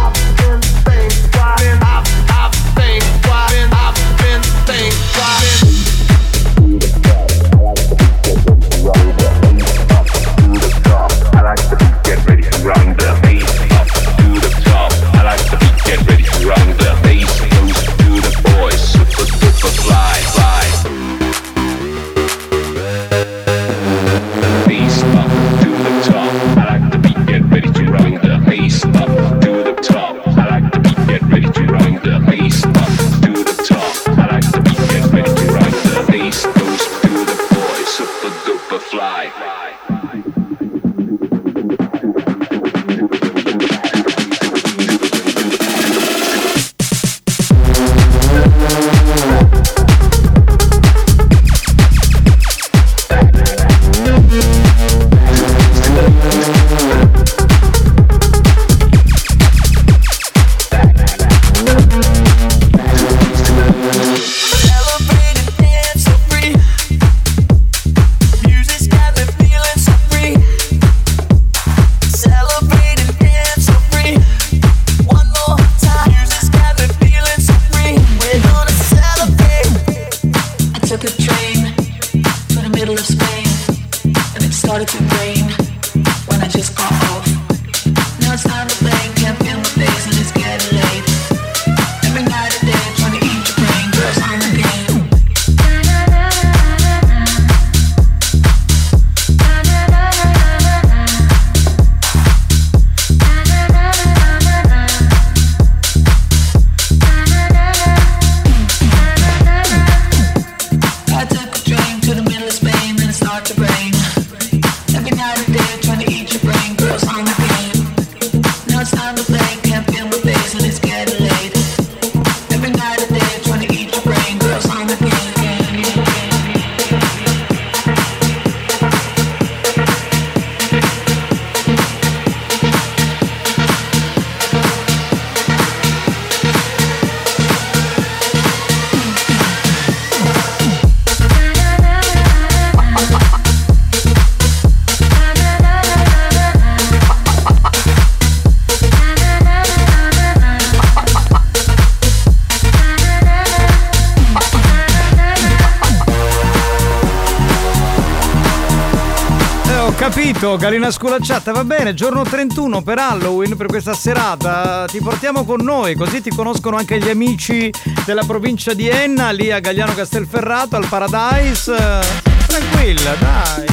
Capito, gallina sculacciata, va bene, giorno trentuno per Halloween, per questa serata ti portiamo con noi, così ti conoscono anche gli amici della provincia di Enna, lì a Gagliano Castelferrato, al Paradise. Tranquilla, dai.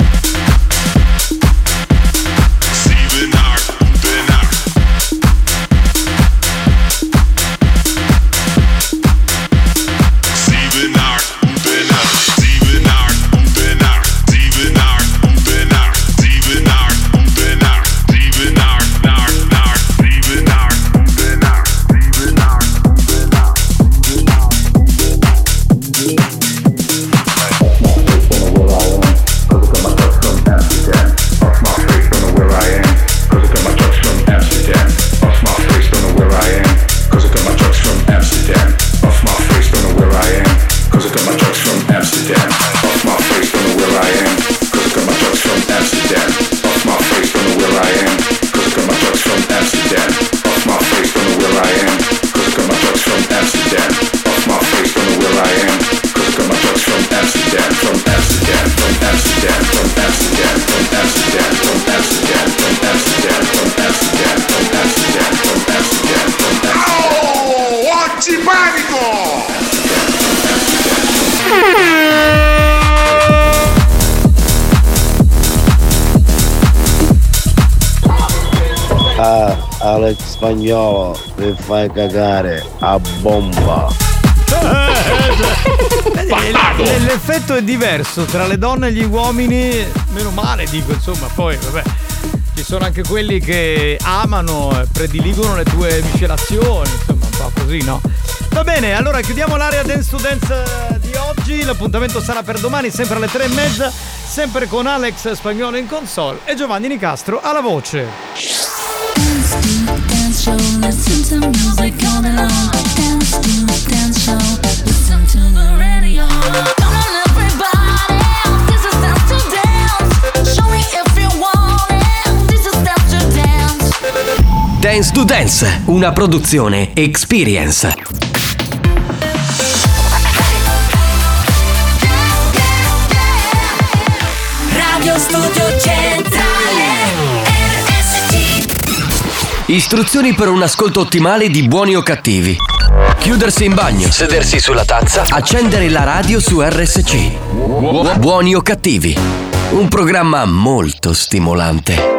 Ah, Alex Spagnolo, mi fai cagare a bomba. L'effetto è diverso tra le donne e gli uomini, meno male dico, insomma, poi vabbè, ci sono anche quelli che amano, prediligono le tue miscelazioni, insomma, un po' così, no? Va bene, allora chiudiamo l'area Dance to Dance di oggi, l'appuntamento sarà per domani sempre alle tre e mezza, sempre con Alex Spagnolo in console e Giovanni Nicastro alla voce. Dance to dance. dance show. Listen to music all day long. Dance to dance show. Listen to the radio. Come on everybody, this is dance to dance. Show me if you want it. This is dance to dance. Dance to Dance, una produzione Experience. Radio Studio Centrale R S C. Istruzioni per un ascolto ottimale di Buoni o Cattivi. Chiudersi in bagno, sedersi sulla tazza, accendere la radio su R S C. Buoni o Cattivi, un programma molto stimolante.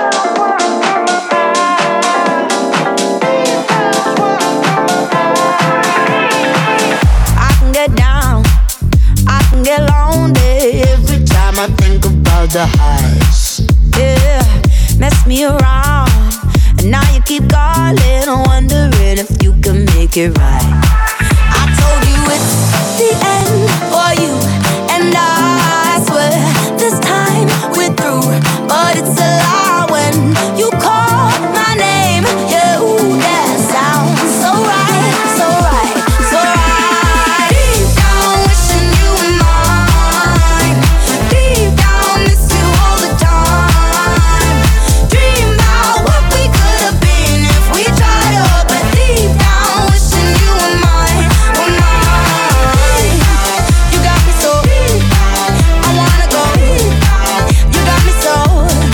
Get lonely every time I think about the highs. Yeah, mess me around, and now you keep calling, wondering if you can make it right. I told you it's the end for you, and I swear this time we're through. But it's a lie when you call my name. Yeah, ooh, that sounds so right, so right, so right. Deep down, wishing you were mine. Deep down, miss you all the time. Dream about what we could have been if we tried up. But deep down, wishing you were mine, were mine. You got me so I wanna go. You got me so,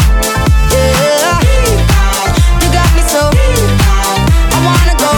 yeah. You got me so I wanna go.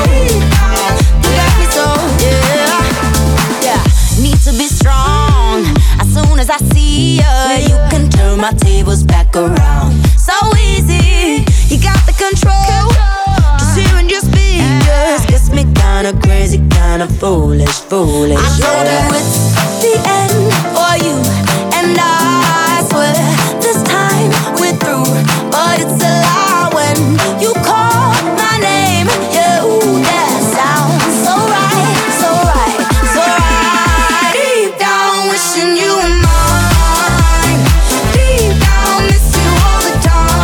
You got me so, yeah. Yeah, need to be strong. As soon as I see you, you can turn my tables back around. So easy, you got the control. Just hearing your speech just gets me kinda crazy, kinda foolish, foolish. I told you it's the end for you, and I swear this time we're through. But it's a lie when you call my name. Yeah, ooh, that sounds so right, so right, so right. Deep down, wishing you were mine. Deep down, miss you all the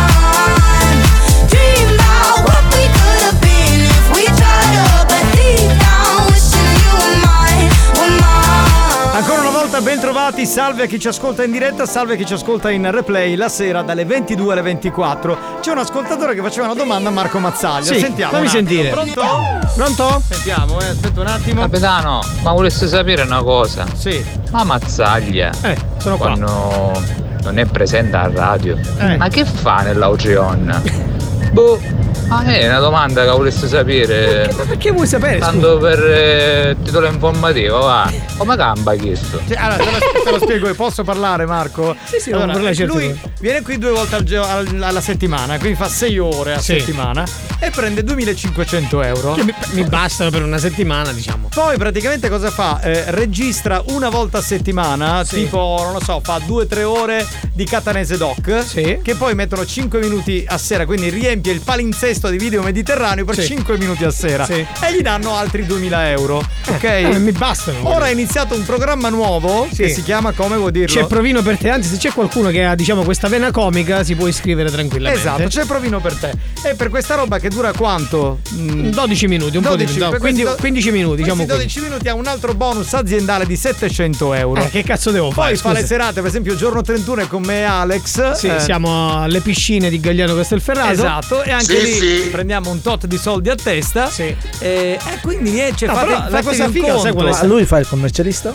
time. Dream about what we could have been if we tried up. But deep down, wishing you were mine, were mine. Ancora una volta ben trovati, salve a chi ci ascolta in diretta, salve a chi ci ascolta in replay la sera dalle ventidue alle ventiquattro. C'è un ascoltatore che faceva una domanda a Marco Mazzaglia. Sì, Sentiamo. fammi un attimo. sentire. Pronto? Pronto? Sentiamo, eh, aspetta un attimo. Capitano, ma volessi sapere una cosa? Sì. Ma Mazzaglia, Eh, sono qua. quando non è presente a radio, Eh. ma che fa nell'Augeon? Boh, ah, è una domanda che volessi sapere. Ma perché vuoi sapere? Tanto per eh, titolo informativo, va. Come gamba ha chiesto? Cioè, allora, te lo, te lo spiego, posso parlare, Marco? Sì, sì, allora, non parlare, certo. lui viene qui due volte al gio- al- alla settimana, quindi fa sei ore a Sì. settimana e prende duemilacinquecento euro. Che mi, mi bastano per una settimana, diciamo. Poi praticamente cosa fa? Eh, registra una volta a settimana, Sì. tipo, non lo so, fa due tre ore di Catanese Doc, Sì. che poi mettono cinque minuti a sera, quindi riempie il palinsesto di video mediterraneo per Sì. cinque minuti a sera. Sì. E gli danno altri duemila euro. Ok? Eh, mi bastano. Ora è iniziato un programma nuovo Sì. che si chiama, come vuol dirlo? C'è provino per te, anzi se c'è qualcuno che ha diciamo questa vena comica si può iscrivere tranquillamente. Esatto, c'è provino per te. E per questa roba che dura quanto? Mm, dodici minuti, un dodici, po' di no, per quindi, questi do- quindici minuti, diciamo questi così. dodici minuti ha un altro bonus aziendale di settecento euro. Eh, che cazzo devo fare? Poi fa scusa? le serate, per esempio il giorno trentuno è con me e Alex. Sì, eh, siamo alle piscine di Gagliano Castelferrato. Esatto, e anche Sì, lì sì. prendiamo un tot di soldi a testa. Sì. E, e quindi niente, cioè, No, fate, però la fatevi cosa un figa, sai conto. qual è? Ma lui fa il commercialista?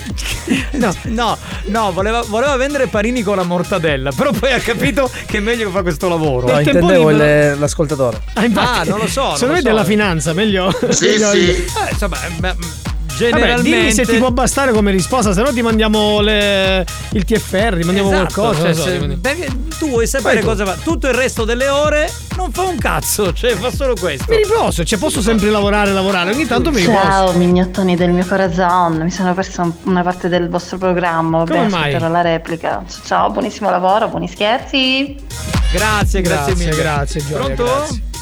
No, no, no, voleva, voleva vendere panini con la mortadella, però poi ha capito che è meglio che fa questo lavoro. No, Nel tempo intendevo libero- il- l'ascoltatore. Ah, infatti, Ah, non lo so, non Secondo lo me so. della finanza, meglio. Sì, meglio sì. io. Eh, insomma, beh, Vabbè, generalmente dimmi se ti può bastare come risposta, se no ti mandiamo le... il T F R, ti mandiamo Esatto, qualcosa. cioè, non so, se- quindi- perché tu vuoi sapere Vai tu. cosa fa. Tutto il resto delle ore non fa un cazzo, cioè fa solo questo. Mi riposo, cioè posso sempre lavorare, lavorare, ogni tanto mi riposo. Ciao mignottoni del mio corazon, mi sono persa un- una parte del vostro programma, vabbè, Come mai? aspetterò la replica. Ciao, buonissimo lavoro, buoni scherzi. Grazie, grazie, Grazie, mille. grazie, Gioia, Pronto? grazie.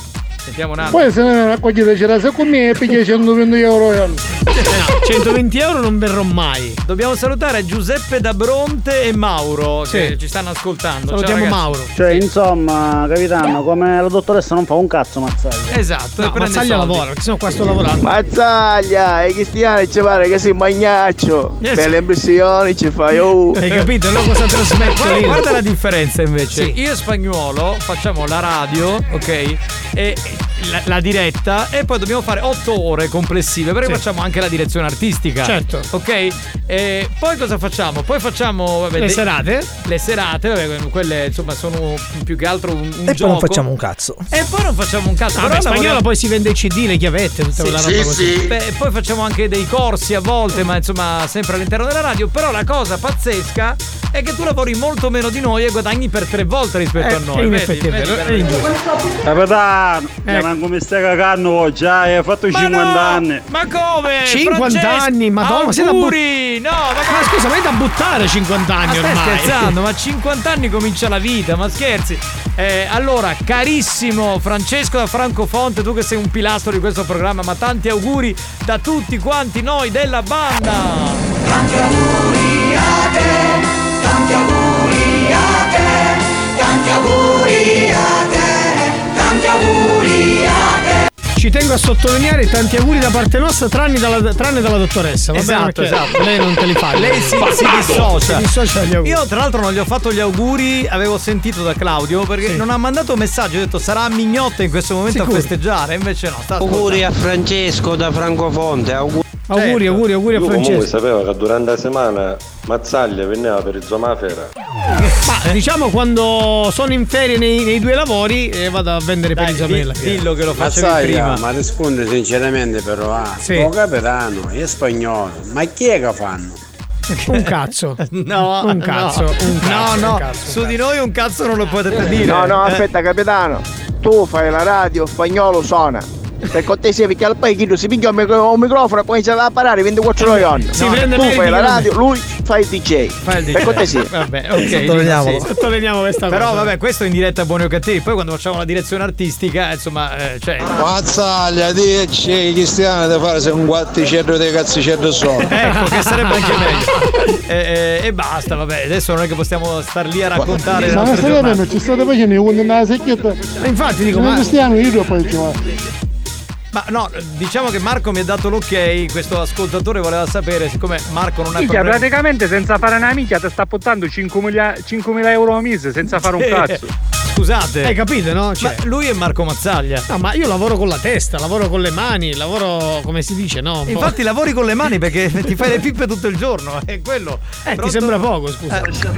Sentiamo un attimo. Poi se ne raccogliete c'era se con me e piglia centoventi euro. centoventi euro non verrò mai. Dobbiamo salutare Giuseppe da Bronte e Mauro Sì. che ci stanno ascoltando. Salutiamo Ciao, ragazzi. Mauro. Cioè, insomma, capitano, come la dottoressa non fa un cazzo, Mazzaglia. Esatto, No, e prende Mazzaglia soldi. lavora, perché sennò qua sto lavorando. Mazzaglia, e Cristiano ci pare che sei magnaccio. Yes. Per le impressioni ci fai oh. Hai capito? Allora cosa trasmetto Guarda, io? guarda la differenza invece. Sì. Io e Spagnuolo facciamo la radio, ok? E la, la diretta e poi dobbiamo fare otto ore complessive perché Sì. facciamo anche la direzione artistica. Certo. Ok? E poi cosa facciamo? Poi facciamo vabbè, Le de- serate? Le serate, vabbè, quelle insomma sono più che altro un, un E gioco. poi non facciamo un cazzo. E poi non facciamo un cazzo. Ah, però beh, Spagnola lavoriamo- poi si vende i C D, le chiavette, tutta quella roba così. Beh, e poi facciamo anche dei corsi a volte, ma insomma sempre all'interno della radio. Però la cosa pazzesca è che tu lavori molto meno di noi e guadagni per tre volte rispetto Eh, a noi. e in Vedi? effetti è Vedi vero, che- è ingiusto. Capitano, Ecco. ma come stai cagando oggi? Ah, hai fatto Ma cinquanta no, anni. Ma come? cinquanta Francesco, anni, madonna, siete a bu- auguri! No, ma, Ma scusa, ma è da buttare cinquanta ma anni stai ormai. scherzando? Ma cinquanta anni comincia la vita, ma scherzi? Eh, allora, carissimo Francesco da Francofonte, tu che sei un pilastro di questo programma, ma tanti auguri da tutti quanti noi della banda! Tanti auguri a te, tanti auguri a te, tanti auguri a te, tanti auguri a te. Ci tengo a sottolineare tanti auguri da parte nostra, tranne dalla, tranne dalla dottoressa. Va bene? Esatto, Perché esatto. Lei non te li fa. Lei si, si dissocia. Si dissocia dagli auguri. Io tra l'altro non gli ho fatto gli auguri, avevo sentito da Claudio perché Sì. non ha mandato un messaggio, ho detto sarà a mignotta in questo momento Sicuro. a festeggiare, invece no, sta Auguri a Francesco da Francofonte, auguri. Auguri, certo. auguri, auguri a Io comunque Francesco. sapevo che durante la settimana Mazzaglia veniva per il Zomafera. Ma diciamo quando sono in ferie nei, nei due lavori e vado a vendere per Dai, Isabella. di- dillo che lo facevi Mazzaglia, prima. ma risponde sinceramente però, ah, Sì. tuo capitano è spagnolo, ma chi è che fanno? Un cazzo. No, Un cazzo, no. un cazzo, no, no, un cazzo, un su cazzo. di noi un cazzo non lo potete dire. No, no, Eh. aspetta capitano. Tu fai la radio, Spagnolo suona. Per cortesia, perché al poi chi si piglia un, micro- un microfono e poi c'è da parare ventiquattro ore ogni. Si prende Tu meriti fai la con- radio, lui fa il D J. Fai il D J. Per cortesia. Vabbè, ok. Sottolineiamolo. sì. Sottolineiamo questa Però cosa. vabbè, questo in diretta a Buoni o Cattivi, poi quando facciamo la direzione artistica, insomma, eh, cioè Mazzaglia, dici Cristiano da fare se un guatticello dei cazzicello solo. ecco che sarebbe anche meglio. E, e- e basta, vabbè, adesso non è che possiamo star lì a raccontare le Ma nostre non giornate. ci state facendo i conti nella secchietta. Ma infatti dico, Come ma Cristiano io poi ci va. Ma no, diciamo che Marco mi ha dato l'ok, questo ascoltatore voleva sapere, siccome Marco non ha Minchia, problemi. praticamente senza fare una minchia ti sta buttando cinquemila euro a mese senza fare un Sì. cazzo. Scusate. hai capito, no? Cioè, Ma lui è Marco Mazzaglia. no, ma io lavoro con la testa, lavoro con le mani, lavoro come si dice, no? Un po'. Infatti lavori con le mani perché ti fai le pippe tutto il giorno, è quello. Eh, ti Pronto? sembra poco, scusa.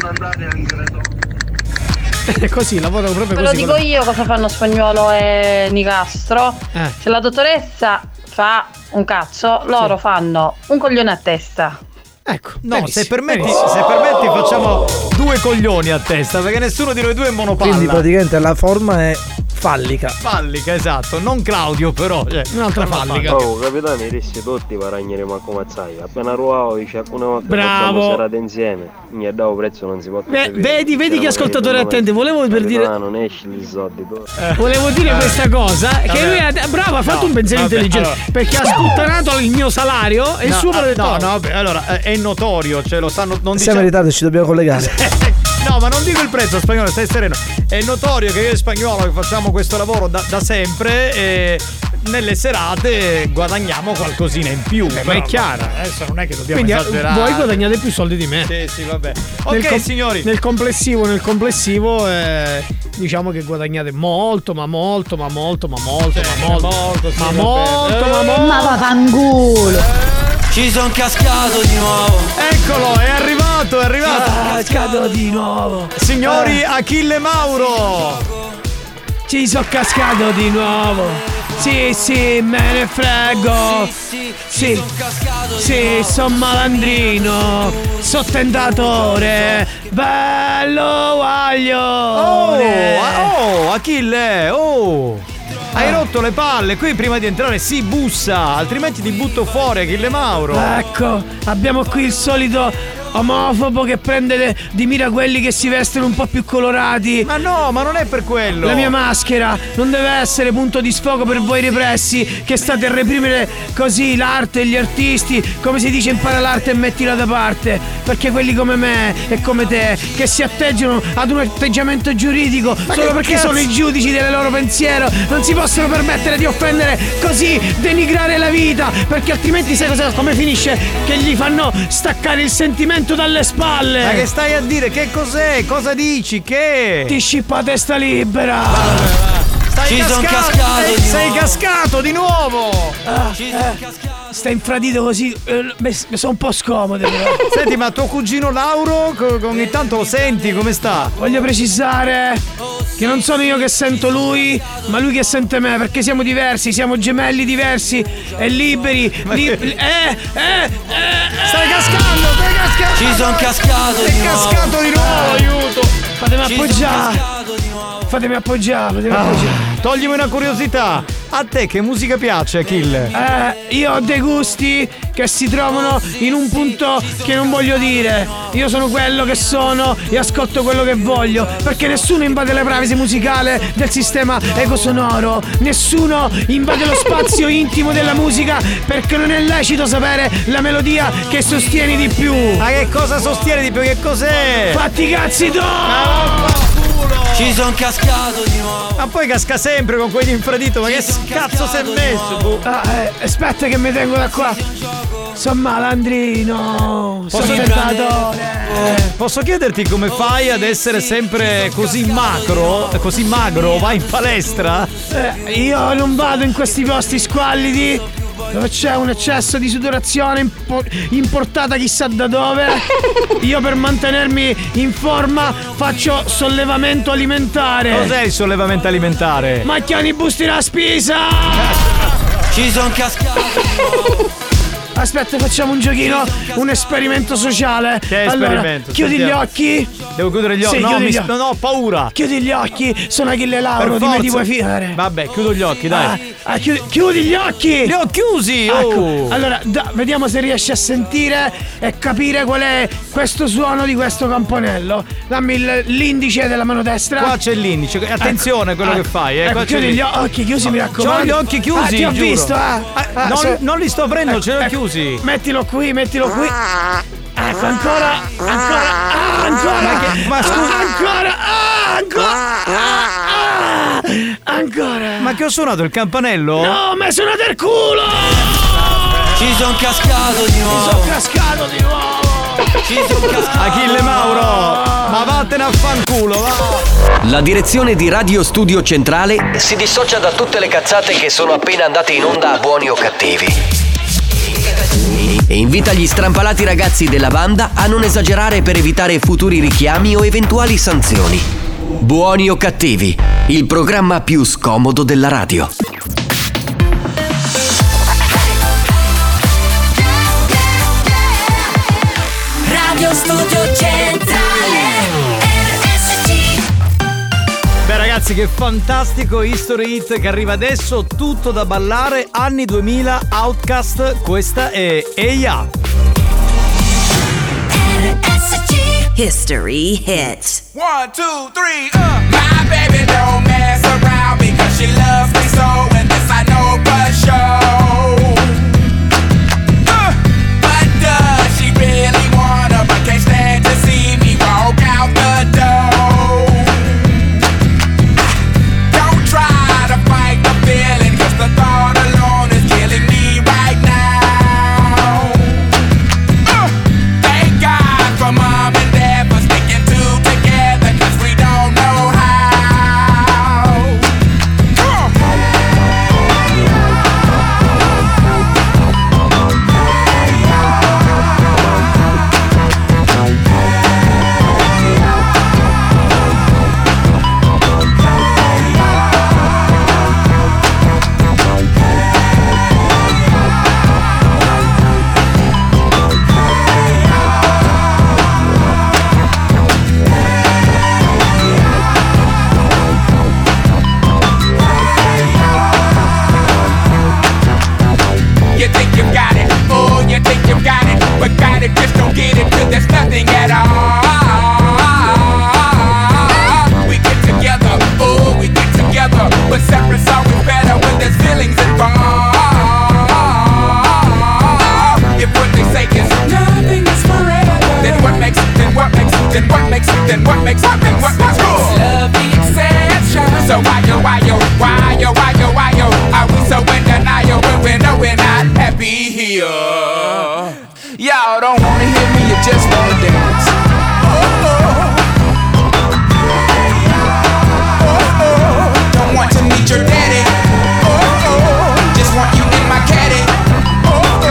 È così, lavoro proprio Ve lo così. dico io cosa fanno Spagnuolo e Nicastro. Eh. Se la dottoressa fa un cazzo, loro fanno un coglione a testa. Ecco, No, benissimo, se permetti, benissimo. se permetti facciamo due coglioni a testa perché nessuno di noi due è monopalla. Quindi praticamente la forma è fallica. Fallica, esatto, non Claudio però. Cioè, Un'altra una fallica. Oh, capitano, rischi tutti paragnere Marco Mazzaglia. Appena ruavo, dice una volta Bravo. facciamo serate insieme. Mi ha dato prezzo, non si può Beh, capire. vedi, vedi che Siamo ascoltatore venuti attenti, volevo per dire. Capitano, non esci gli soldi tu. Volevo dire Eh. questa cosa, che Vabbè. lui ha. Bravo, ha fatto No, un pensiero vabbè, intelligente. allora. Perché ha sputtanato il mio salario e il No, suo ah, per no, no, vabbè, allora eh, è notorio, cioè lo sanno, non Siamo diciamo. in ritardo, ci dobbiamo collegare. No, ma non dico il prezzo, Spagnolo, stai sereno. È notorio che io e Spagnolo che facciamo questo lavoro da, da sempre e nelle serate guadagniamo qualcosina in più. ma però, è chiaro. Adesso non è che dobbiamo Quindi eh, esagerare. voi guadagnate più soldi di me. Sì, sì, vabbè. Ok, Nel com- signori. Nel complessivo, nel complessivo, eh, diciamo che guadagnate molto, ma molto, ma molto, ma molto, ma molto, molto, sì, ma va molto, bene. ma Eh, molto. Ma vaffanculo! Ci son cascato di nuovo. Eccolo, è arrivato, è arrivato. Cascato di nuovo. Signori, Achille Mauro. Ci sono cascato di nuovo. Sì, sì, me ne frego. Sì, sì, sono malandrino. Sono tentatore. Bello guaglione. Oh, oh, Achille, oh. Hai rotto le palle, qui prima di entrare si bussa, altrimenti ti butto fuori, Achille Mauro. Ecco, abbiamo qui il solito omofobo che prende le, di mira quelli che si vestono un po' più colorati. Ma no, ma non è per quello. La mia maschera non deve essere punto di sfogo per voi repressi che state a reprimere così l'arte e gli artisti. Come si dice, impara l'arte e mettila da parte. Perché quelli come me e come te che si atteggiano ad un atteggiamento giuridico ma solo perché cazzo? sono i giudici del loro pensiero non si possono permettere di offendere così, denigrare la vita, perché altrimenti sai cosa, come finisce? Che gli fanno staccare il sentimento dalle spalle. Ma che stai a dire? Che cos'è? Cosa dici? Che? Ti scippa a testa libera. Stai Ci son cascato, cascato sei, di sei nuovo. cascato di nuovo. Ah, eh, sta infradito così, eh, beh, sono un po' scomode però. Senti, ma tuo cugino Lauro co- ogni tanto lo senti, come sta? Voglio precisare che non sono io che sento lui, ma lui che sente me, perché siamo diversi, siamo gemelli diversi e liberi. Li- eh, eh, eh, eh, Stai cascando, stai cascando. Ci son cascato Sei di nuovo. cascato di nuovo, aiuto. Fatemi Ci son appoggiare. cascato di nuovo. Fatemi appoggiare, fatemi Ah, appoggiare. toglimi una curiosità. A te che musica piace, Achille? Eh, io ho dei gusti che si trovano in un punto che non voglio dire. Io sono quello che sono e ascolto quello che voglio, perché nessuno invade la privacy musicale del sistema ecosonoro. Nessuno invade lo spazio intimo della musica, perché non è lecito sapere la melodia che sostieni di più. Ma che cosa sostieni di più? Che cos'è? Fatti i cazzi tu! Ci son cascato di nuovo. Ma poi casca sempre con quegli infradito, ma che cazzo si è messo? boh? Ah, eh, aspetta che mi tengo da qua. Sono malandrino. Sono Posso- tentatore. Posso chiederti come fai ad essere sempre così macro, così magro? Vai in palestra? Eh, io non vado in questi posti squallidi dove c'è un eccesso di sudorazione impo- importata chissà da dove. Io per mantenermi in forma faccio sollevamento alimentare. Cos'è il sollevamento alimentare? Macchiani busti la spesa. Ci son cascato di nuovo. Aspetta, facciamo un giochino, un esperimento sociale. Che allora, esperimento? chiudi Sentiamo. gli occhi. Devo chiudere gli occhi? Sì, no, chiudi mi gli s- occhi. non ho paura. Chiudi gli occhi, sono Achille Lauro, Per di me ti forza. vuoi fidare. Vabbè, chiudo gli occhi, dai. Ah, ah, chiudi, chiudi gli occhi! Li ho chiusi! Ecco, Oh. allora da- vediamo se riesci a sentire e capire qual è questo suono di questo campanello. Dammi il- l'indice della mano destra. Qua c'è l'indice. Attenzione a quello Ecco. che fai, eh. Ecco, Qua c'è chiudi l'in- gli occhi chiusi, mi raccomando. C'ho gli occhi chiusi, Ah, ti ho giuro. visto, ah. Ah, non, so- non li sto aprendo, ce li ho Ecco, chiusi. Mettilo qui, mettilo qui. Ecco, ancora, ancora, ah, ancora. Ma che- ma scusa- Ah, ancora, ah, ancora, ah, ah, ancora. Ma che ho suonato il campanello? No, mi sono del culo! Ci son cascato di Mi sono nuovo. cascato di nuovo! Ci son cascato. Achille Mauro, ma vattene a fanculo, va. La direzione di Radio Studio Centrale si dissocia da tutte le cazzate che sono appena andate in onda a Buoni o Cattivi e invita gli strampalati ragazzi della banda a non esagerare per evitare futuri richiami o eventuali sanzioni. Buoni o Cattivi, il programma più scomodo della radio. Radio Studio Centrale R S C. Beh ragazzi, che fantastico History Hit che arriva adesso, tutto da ballare, anni duemila, Outcast, questa è Eya. R S C. History Hit. One, two, three, uh. My baby don't mess around because she loves me so, and this I know for sure. Uh, but does she really wanna, but can't stand to see me walk out the door? Don't try to fight the feeling, cause the thought alone is killing me right now. Uh, thank God for mom and dad for sticking two together, cause we don't know how. So why yo, why yo, why yo, why yo, why yo? Are we so in denial when we know we're not happy here? Y'all don't wanna hear me, you just wanna dance. Oh, oh. Oh, oh. Don't want to meet your daddy. Oh, oh. Just want you in my caddy. Oh, oh.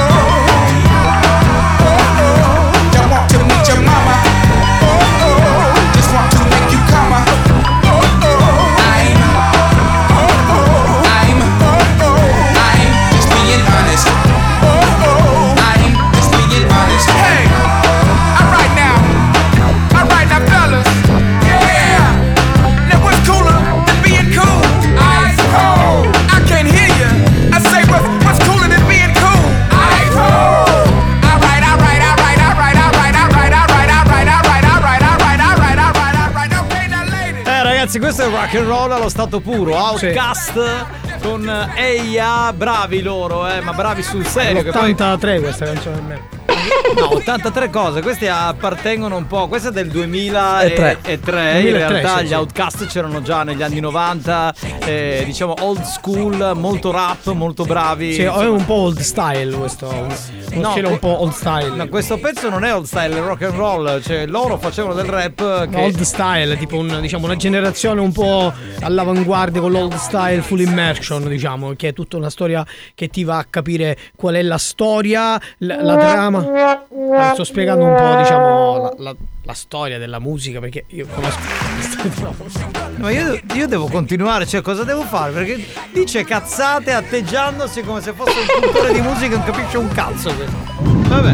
Oh, oh. Don't want to meet your mama. Oh, oh. Just want to make you come. Oh, oh. I'm, oh, oh. I'm, oh, oh. I'm just being honest. Oh, oh. I'm just being honest. Hey, alright now, alright now, fellas. Yeah, now what's cooler than being cool? Ice cold. I can't hear you. I say what's what's cooler than being cool? Ice cold. Alright, alright, alright, alright, alright, alright, alright, alright, alright, alright, alright, alright, alright, alright. Okay, now ladies. Eh ragazzi, questo è rock and roll allo stato puro. Outcast con Eia, bravi loro, eh, ma bravi sul serio. Che poi ottantatré questa canzone per me. No, ottantatré cose, questi appartengono un po'. Questa è del duemilatré. In realtà sì, gli sì. Outcast c'erano già negli anni novanta, eh, diciamo old school, molto rap, molto bravi. Sì, è un po' old style questo. Uno No, stile un po' old style. No, questo pezzo non è old style, è rock and roll. Cioè, loro facevano del rap che... Old style, tipo un, diciamo, una generazione un po' all'avanguardia con l'old style full immersion, diciamo, che è tutta una storia che ti va a capire qual è la storia, la, la trama. Allora, sto spiegando un po', diciamo, la, la, la storia della musica, perché io conosco Ma io, io devo continuare, cioè cosa devo fare? Perché dice cazzate atteggiandosi come se fosse un cultore di musica, non capisce un cazzo questo. Vabbè.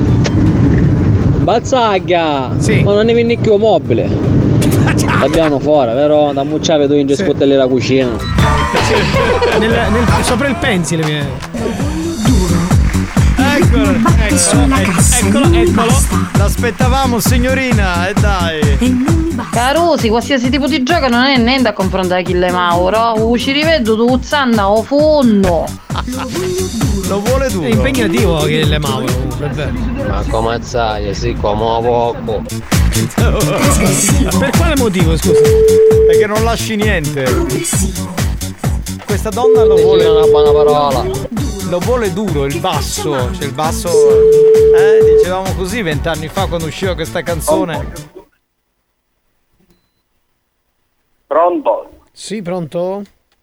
Bazzaglia! Sì. Ma non ne vieni più mobile. L'abbiamo fuori, vero? Da mucciare tu in Sì. scottelle la cucina. nel, nel, sopra il pensile viene. Eccolo, eccolo, eccolo, eccolo. L'aspettavamo signorina, e dai. Carusi, qualsiasi tipo di gioco non è niente a confrontare con Achille Mauro. Uh, ci rivedo tu zanna o fondo. Lo vuole duro. È impegnativo Achille Mauro, comunque, è vero. Ma come sai, sì, come poco. Per quale motivo, scusa? Perché non lasci niente. Questa donna lo vuole. Una buona parola. Lo vuole duro, il basso. Cioè il basso. Eh, dicevamo così vent'anni fa quando usciva questa canzone. Pronto? Sì, pronto?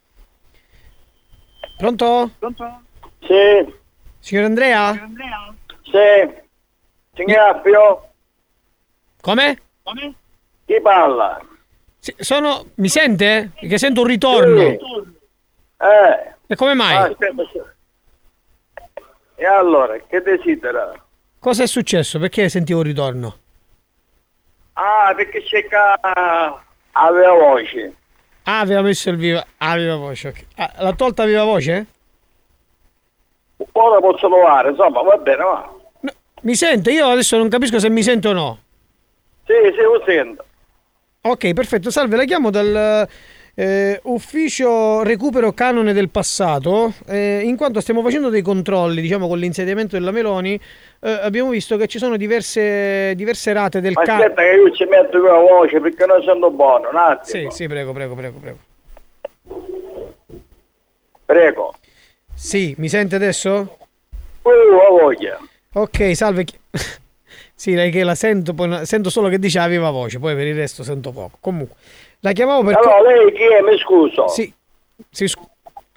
Pronto? Pronto? Sì. Signor Andrea? Sì. Signor Appio? Come? Come? Chi parla? Sì, sono. Mi sente? Perché sento un ritorno. Sì. Eh. E come mai? Ah, aspetta, aspetta. E allora, che desidera? Cosa è successo? Perché sentivo un ritorno? Ah, perché c'è ca... aveva voce. Ah, aveva messo il viva. Ah, viva voce, ok. Ah, l'ha tolta viva voce? Ora posso provare, insomma, va bene, va. No, mi sente? Io adesso non capisco se mi sente o no. Sì, sì, lo sento. Ok, perfetto. Salve, la chiamo dal eh, ufficio recupero canone del passato, eh, in quanto stiamo facendo dei controlli, diciamo, con l'insediamento della Meloni. Eh, abbiamo visto che ci sono diverse diverse rate del canone. Aspetta che io ci metto la voce perché non sento buono, un attimo. Sì, sì, prego, prego, prego, prego. Prego. Sì, mi sente adesso? Uh, ho voglia. Ok, salve. Sì, lei che la sento, poi sento solo che dice a viva voce, poi per il resto sento poco. Comunque, la chiamavo per... Allora, lei chi è? Mi scuso. Sì, sì, scu...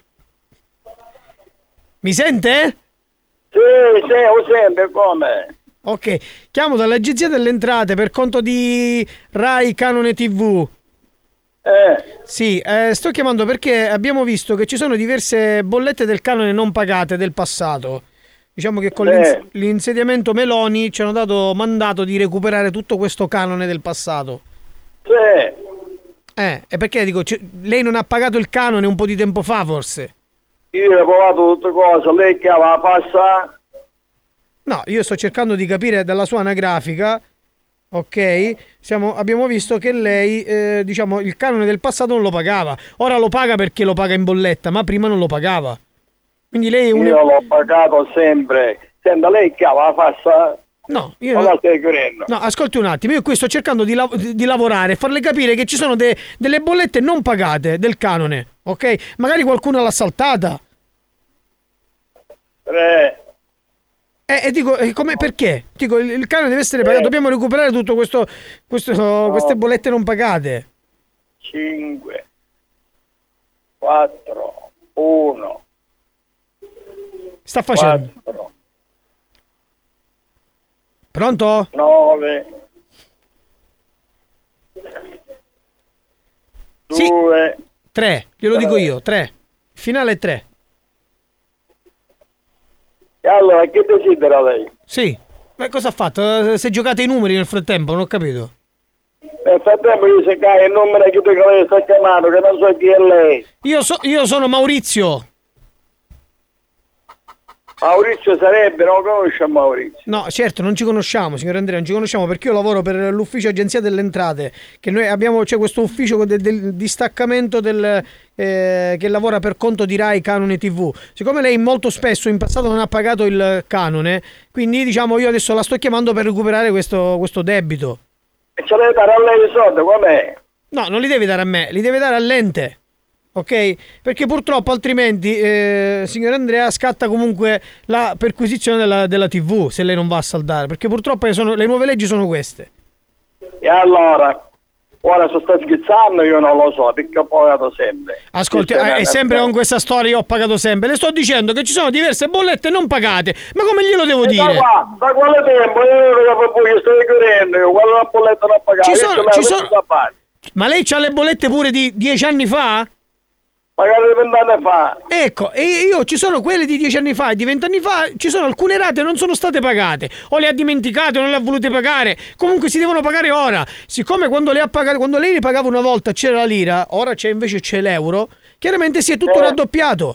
Mi sente? Sì, sì, lo sento, come? Ok, chiamo dall'Agenzia delle Entrate per conto di Rai Canone tivù. Eh. Sì, eh, sto chiamando perché abbiamo visto che ci sono diverse bollette del canone non pagate del passato. Diciamo che con Sì. l'ins- l'insediamento Meloni ci hanno dato mandato di recuperare tutto questo canone del passato. Sì. Eh, e perché dico, c- lei non ha pagato il canone un po' di tempo fa forse? Io ho provato tutte cose, lei che aveva passa. No, io sto cercando di capire dalla sua anagrafica, ok? Siamo, abbiamo visto che lei, eh, diciamo, il canone del passato non lo pagava. Ora lo paga perché lo paga in bolletta, ma prima non lo pagava. Quindi lei è un... Io l'ho pagato sempre. Senta, lei che aveva passa. No, io non no. la stai chiudendo. No, ascolti un attimo, io qui sto cercando di, lav- di lavorare e farle capire che ci sono de- delle bollette non pagate del canone, ok? Magari qualcuno l'ha saltata. Tre. E eh, dico, eh, come, perché? Dico, il, il canone deve essere pagato, dobbiamo recuperare tutto questo, questo no. queste bollette non pagate. cinque, quattro, uno. Sta facendo? quattro, Pronto? nove, Sì. due, tre, glielo dico io, tre. Finale tre. E allora, che desidera lei? Sì. Ma cosa ha fatto? Se giocate i numeri nel frattempo, non ho capito. Nel frattempo io se cae il numero che tu che lei sta chiamando, che non so chi è lei. Io, so, io sono Maurizio. Maurizio sarebbe, non conosce Maurizio. No, certo, non ci conosciamo, signor Andrea, non ci conosciamo perché io lavoro per l'ufficio agenzia delle entrate, che noi abbiamo, c'è questo ufficio del, del distaccamento del, eh, che lavora per conto di Rai Canone tivù. Siccome lei molto spesso in passato non ha pagato il canone, quindi diciamo io adesso la sto chiamando per recuperare questo, questo debito. E ce deve dare a lei i soldi, com'è? No, non li devi dare a me, li deve dare all'ente. Ok? Perché purtroppo altrimenti, eh, signor Andrea, scatta comunque la perquisizione della, della tivù se lei non va a saldare. Perché purtroppo sono, le nuove leggi sono queste. E allora, ora se sta scherzando io non lo so, perché ho pagato sempre. Ascolti, eh, è sempre con questa storia io ho pagato sempre. Le sto dicendo che ci sono diverse bollette non pagate. Ma come glielo devo e dire? Da, qua, da quale tempo? Io che stai chiudendo, io quando la bolletta non pagata. Ci sono, ci sono... Ma lei c'ha le bollette pure di dieci anni fa? Magari vent'anni fa. Ecco, e io ci sono quelle di dieci anni fa e di vent'anni fa, ci sono alcune rate che non sono state pagate, o le ha dimenticate o non le ha volute pagare, comunque si devono pagare ora. Siccome quando le ha pagate, quando lei le pagava una volta c'era la lira, ora c'è invece c'è l'euro, chiaramente si è tutto eh. raddoppiato.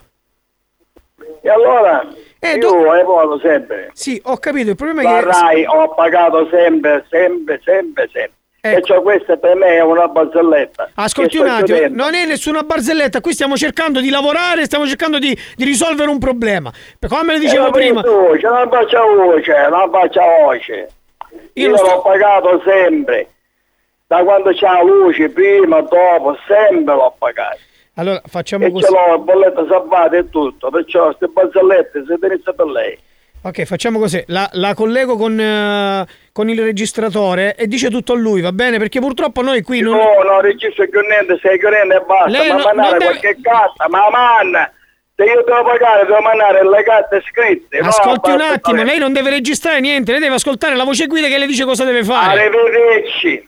E allora? Eh, io do... ho pagato sempre. Sì, ho capito, il problema La è che... Rai ho pagato sempre, sempre, sempre, sempre. Ecco. E cioè questa per me è una barzelletta. Ascolti un attimo, chiudendo. Non è nessuna barzelletta, qui stiamo cercando di lavorare, stiamo cercando di, di risolvere un problema. Come le dicevo prima... C'è una faccia voce, una faccia voce. Io, Io sto... l'ho pagato sempre. Da quando c'è la luce, prima, dopo, sempre l'ho pagato. Allora, facciamo e così. E ce l'ho, la bolletta salvata e tutto. Perciò queste barzellette si tenesse per lei. Ok, facciamo così, la, la collego con, uh, con il registratore e dice tutto a lui, va bene? Perché purtroppo noi qui non... No, no, registro più niente, sei chiudendo e basta, lei ma no, mandare deve... qualche carta, ma manna! Se io devo pagare, devo mandare le carte scritte. Ascolti no, un attimo, lei non deve registrare niente, lei deve ascoltare la voce guida che le dice cosa deve fare. Arrivederci!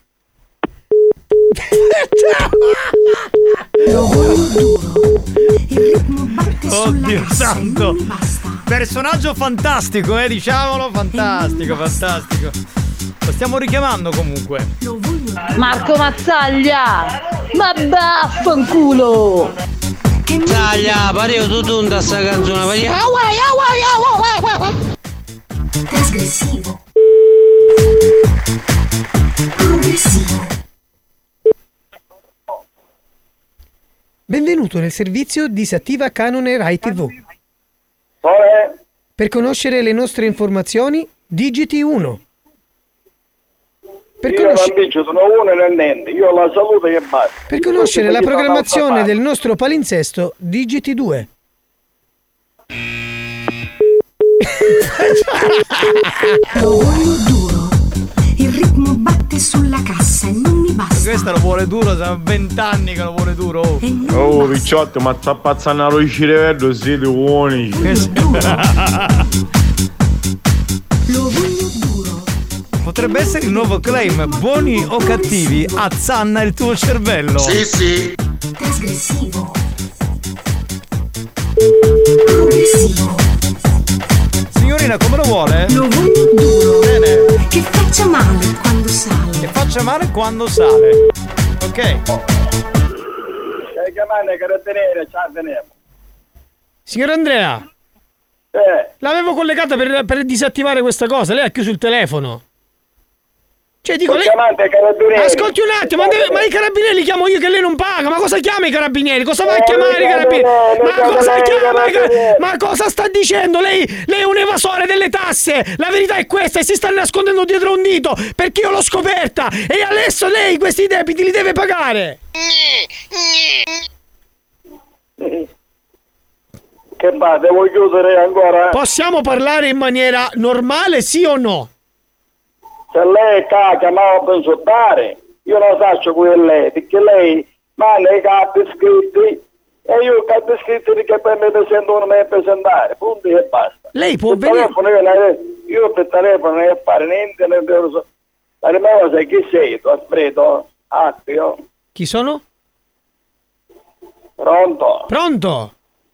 Oddio santo! Personaggio fantastico, eh, diciamolo, fantastico, fantastico. Lo stiamo richiamando comunque. Marco Mazzaglia! Ma vaffanculo! Taglia, pareo tutto da sta canzone, pareo. Trasgressivo. Progressivo. Benvenuto nel servizio Disattiva Canone Rai tivù. Per conoscere le nostre informazioni, digiti uno. Per io conosci... non dico, sono uno e niente, io ho la salute che basta. Per conoscere la programmazione del nostro palinsesto, digiti due. Lo voglio duro, il ritmo batte sulla cassa e non mi basta. Questo lo vuole duro, sono vent'anni che lo vuole duro. Oh, oh picciotti, ma sta pazzando lo scirevello, siete buoni. Lo voglio duro. Potrebbe essere il nuovo claim, buoni o cattivi, azzanna il tuo cervello. Sì, sì. Trasgressivo. Progressivo. Signorina, come lo vuole? Lo voglio duro. Bene. Che faccia male quando sale. Che faccia male quando sale. Ok. Stai chiamando i carabinieri, ci teniamo. Signor Andrea. Eh. L'avevo collegata per, per disattivare questa cosa, lei ha chiuso il telefono. Cioè dico lei... Ascolti un attimo, ma, deve... ma i carabinieri li chiamo io che lei non paga. Ma cosa chiama i carabinieri? Cosa va a chiamare i carabinieri? Ma cosa chiama i carabinieri? Ma cosa sta dicendo? Lei, lei è un evasore delle tasse. La verità è questa e si sta nascondendo dietro un dito perché io l'ho scoperta e adesso lei questi debiti li deve pagare. Che va, devo chiudere ancora? Possiamo parlare in maniera normale, sì o no? Se lei ha chiamato per insultare, io non faccio qui a lei, perché lei manda i capi iscritti e io i capi iscritti che per me presento non mi presentare, punto e basta. Lei può per venire... Telefono, io per telefono non devo fare niente, non devo... Ma la mia cosa è chi sei tu, Alfredo? Attio. Chi sono? Pronto? Pronto?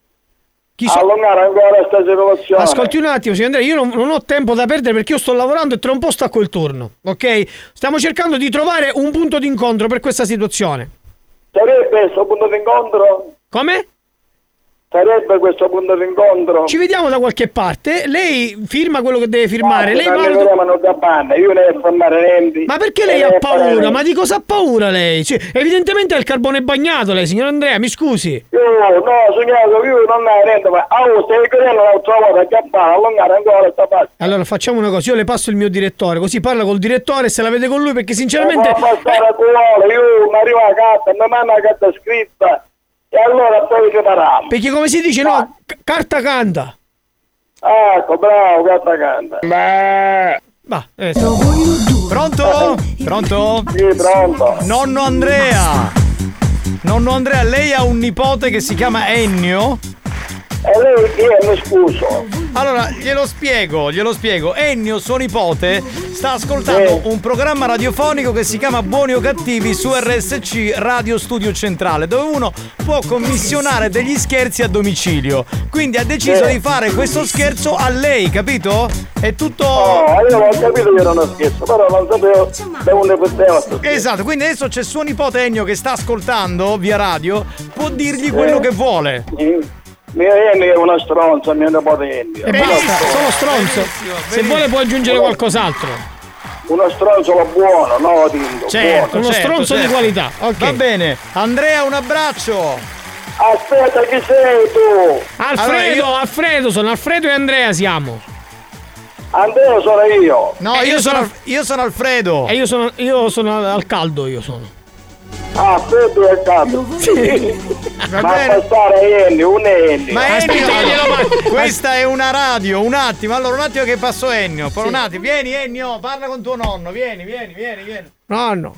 Chi so... Allungare ancora questa situazione. Ascolti un attimo, signor Andrea, io non, non ho tempo da perdere perché io sto lavorando e tra un po' stacco il turno, ok? Stiamo cercando di trovare un punto d'incontro per questa situazione. Sarebbe questo punto d'incontro? Come? Sarebbe questo punto d'incontro? Ci vediamo da qualche parte. Lei firma quello che deve firmare. Ma lei valuta... Io ne devo firmare niente. Ma perché lei ha paura? Ma di cosa ha paura lei? Cioè, evidentemente ha il carbone bagnato lei, signor Andrea, mi scusi. Io no, signore, io non ho niente, ma oh, stai vedendo l'altra volta che fa, allungare ancora sta parte. Allora facciamo una cosa, io le passo il mio direttore, così parla col direttore e se la vede con lui perché sinceramente. Ma passare a cuore, io mi arrivo a carta, mi manda la carta scritta. E allora poi prepariamo. Perché come si dice, no? C- carta canta. Ah, ecco, bravo, carta canta. Beh. Va, eh. Pronto? Pronto? Sì, pronto. Nonno Andrea. Nonno Andrea, lei ha un nipote che si chiama Ennio? E lei chi è? Mi scuso. Allora, glielo spiego, glielo spiego. Ennio, suo nipote, sta ascoltando sì. un programma radiofonico che si chiama Buoni o Cattivi su R S C Radio Studio Centrale, dove uno può commissionare degli scherzi a domicilio. Quindi ha deciso sì. di fare questo scherzo a lei, capito? È tutto... Oh, io non ho capito che era uno scherzo, però non sapevo da dove poteva. Esatto, quindi adesso c'è suo nipote Ennio che sta ascoltando via radio, può dirgli sì. quello che vuole. Sì. Mio Ennio è uno stronzo, mio nipote Ennio. E basta, sono stronzo. Se vuole può aggiungere qualcos'altro. Uno stronzo buono, no tinto. Certo, buono. uno certo, stronzo certo. di qualità. Okay. Va bene. Andrea, un abbraccio. Aspetta, chi sei tu? Alfredo, allora io... Alfredo, sono Alfredo e Andrea siamo. Andrea sono io. No, eh, io, io sono, sono io sono Alfredo. E io sono io sono al caldo, io sono. Ah, Freddo è capo. Sì. Ma passare Ennio, un Ennio. Ma Ennio, allora, questa è una radio, un attimo. Allora, un attimo che passo Ennio. Sì. Un attimo, vieni Ennio, parla con tuo nonno. Vieni, vieni, vieni, vieni. Nonno.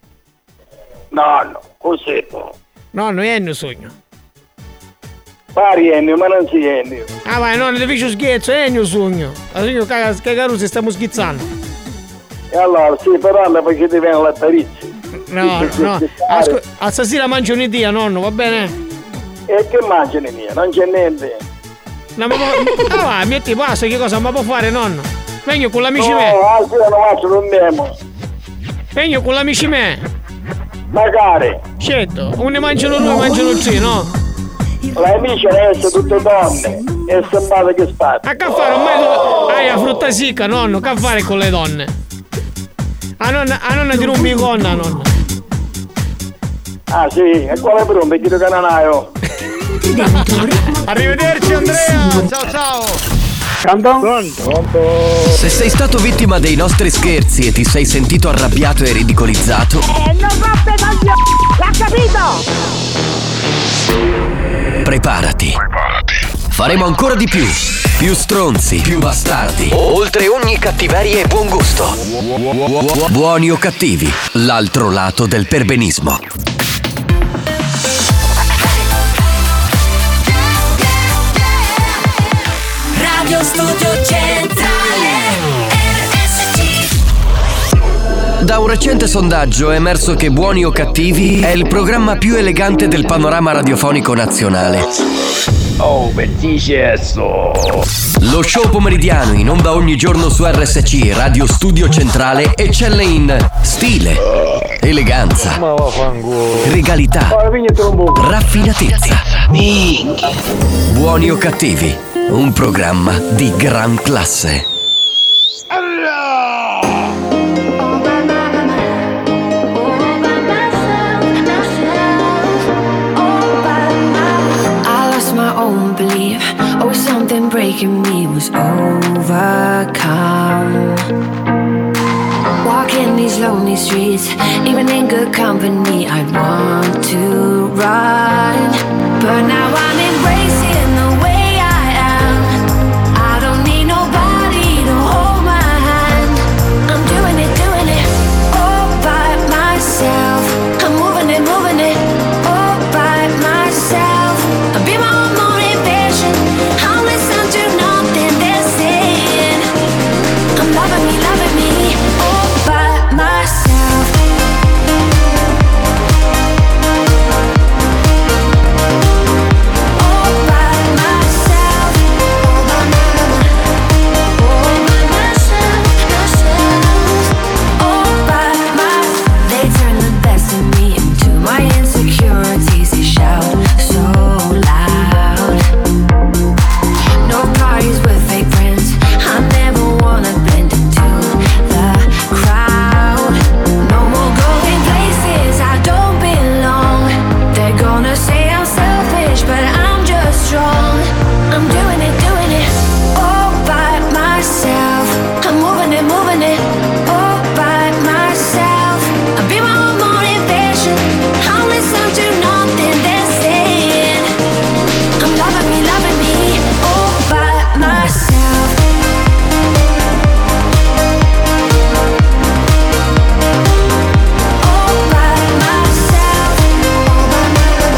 Nonno, cos'è tu? Nonno, Ennio sogno. Pari Ennio, ma non si Ennio. Ah, vai, nonno, ti faccio scherzo, Ennio sogno. Allora, cagaro, se stiamo schizzando. E allora, sì, però mi facete bene la tarizia. No, no, no. Ascol- a stasera mangio un'idea, nonno, va bene? E che mangiano mia? Non c'è niente. No, ma ah, va, metti passo, che cosa ma può fare, nonno? Vengo con l'amici no, me. No, altri non faccio, non andiamo. Vengo con l'amici me. Magari. Certo, uno mangiano due, mangiano tre, no? Le amiche adesso tutte donne. E sembrate che state. A che fare, ormai tu hai la frutta secca, nonno, che fare con le donne? A nonna, a nonna ti rompi i gonna, nonna. Ah sì, e quale per un vecchio cananaio? Arrivederci Andrea, ciao ciao. Se sei stato vittima dei nostri scherzi e ti sei sentito arrabbiato e ridicolizzato, Eh, non rompe coglio! L'ha capito! preparati. Faremo ancora di più. Più stronzi, più bastardi. Oltre ogni cattiveria e buon gusto. Buoni o cattivi, l'altro lato del perbenismo. Radio Studio Centrale R S C. Da un recente sondaggio è emerso che Buoni o Cattivi è il programma più elegante del panorama radiofonico nazionale. Oh, bellissimo! Lo show pomeridiano in onda ogni giorno su R S C Radio Studio Centrale eccelle in stile, eleganza, regalità, raffinatezza. Buoni o Cattivi, un programma di gran classe. Something breaking me was overcome. Walking these lonely streets, even in good company, I want to run. But now I'm embracing the way I am. I don't need nobody to hold my hand. I'm doing it, doing it, all by myself. I'm moving it, moving it, all by myself. I'll be my own motivation. I'll listen to nothing they're saying. I'm loving me, loving me, all by myself. All by myself. All by myself. All by myself. All by myself. They turn the best in me into my insecurities. They shout so loud. No parties with fake friends. I never wanna blend into the crowd. No more going places I don't belong. They're gonna say I'm selfish, but I'm just strong. I'm doing it, doing it, all by myself. I'm moving it, moving it, all by myself. I'll be my own motivation. I'll listen to nothing they're saying. I'm loving me, loving me, all by myself. All by myself. All by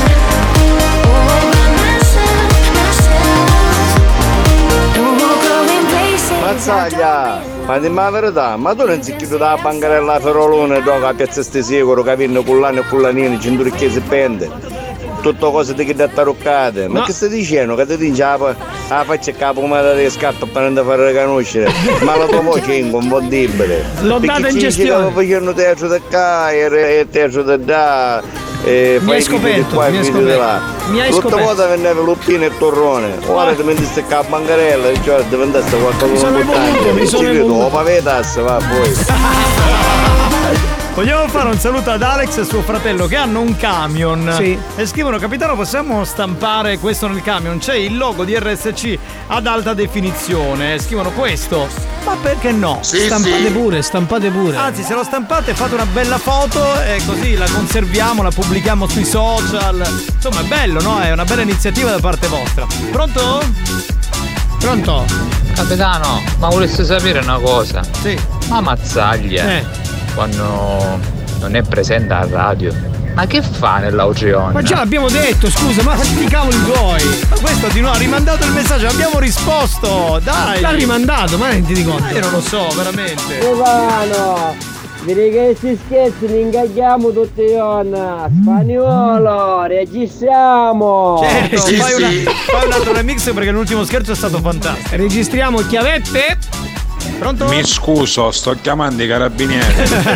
myself, myself. No more going places. Mazzaglia, ma dimmi la verità, ma tu non sei chiuso dalla bancarella a Ferolone dove a piazza sti sicuro, capirne cullano e cullanini, cinture che si pende, tutte cose di che da taroccate, ma No. che stai dicendo? Che ti dici la faccia capo come delle scarpe per non far riconoscere, ma la tua voce è inconfondibile. L'ho Perché data in ci dici che gestione. stavo facendo teatro da qua e e teatro da là, e Mi hai fai video di scoperto, qua e mi hai video di scoperto. là. Mi hai Tutta scoperto. volta veniva Luppino e Torrone, ora ti mettiste qua a bancarella, cioè diventasse qualcosa Mi di sono importante. evoluto, mi E sono ci credo, evoluto. o pavetasse, va poi. Vogliamo fare un saluto ad Alex e suo fratello che hanno un camion. Sì. E scrivono: capitano, possiamo stampare questo nel camion? C'è il logo di R S C ad alta definizione. Scrivono questo. Ma perché no? Stampate pure, stampate pure. Anzi, se lo stampate fate una bella foto e così la conserviamo, la pubblichiamo sui social. Insomma, è bello, no? È una bella iniziativa da parte vostra. Pronto? Pronto? Capitano, ma volessi sapere una cosa? Sì. Ma Mazzaglia, Eh. quando non è presente a radio, ma che fa nell'Augeon? Ma già l'abbiamo detto, scusa, ma sti cavoli tuoi. Ma questo di nuovo ha rimandato il messaggio, abbiamo risposto. Dai. L'ha rimandato, ma rendi conto. Ma io non lo so, veramente. Stefano, vedi che si scherzi, li ingaggiamo tutti on. Spagnolo, registriamo. Certo, fai, una, fai un altro remix perché l'ultimo scherzo è stato fantastico. Registriamo chiavette. Pronto? Mi scuso, sto chiamando i carabinieri.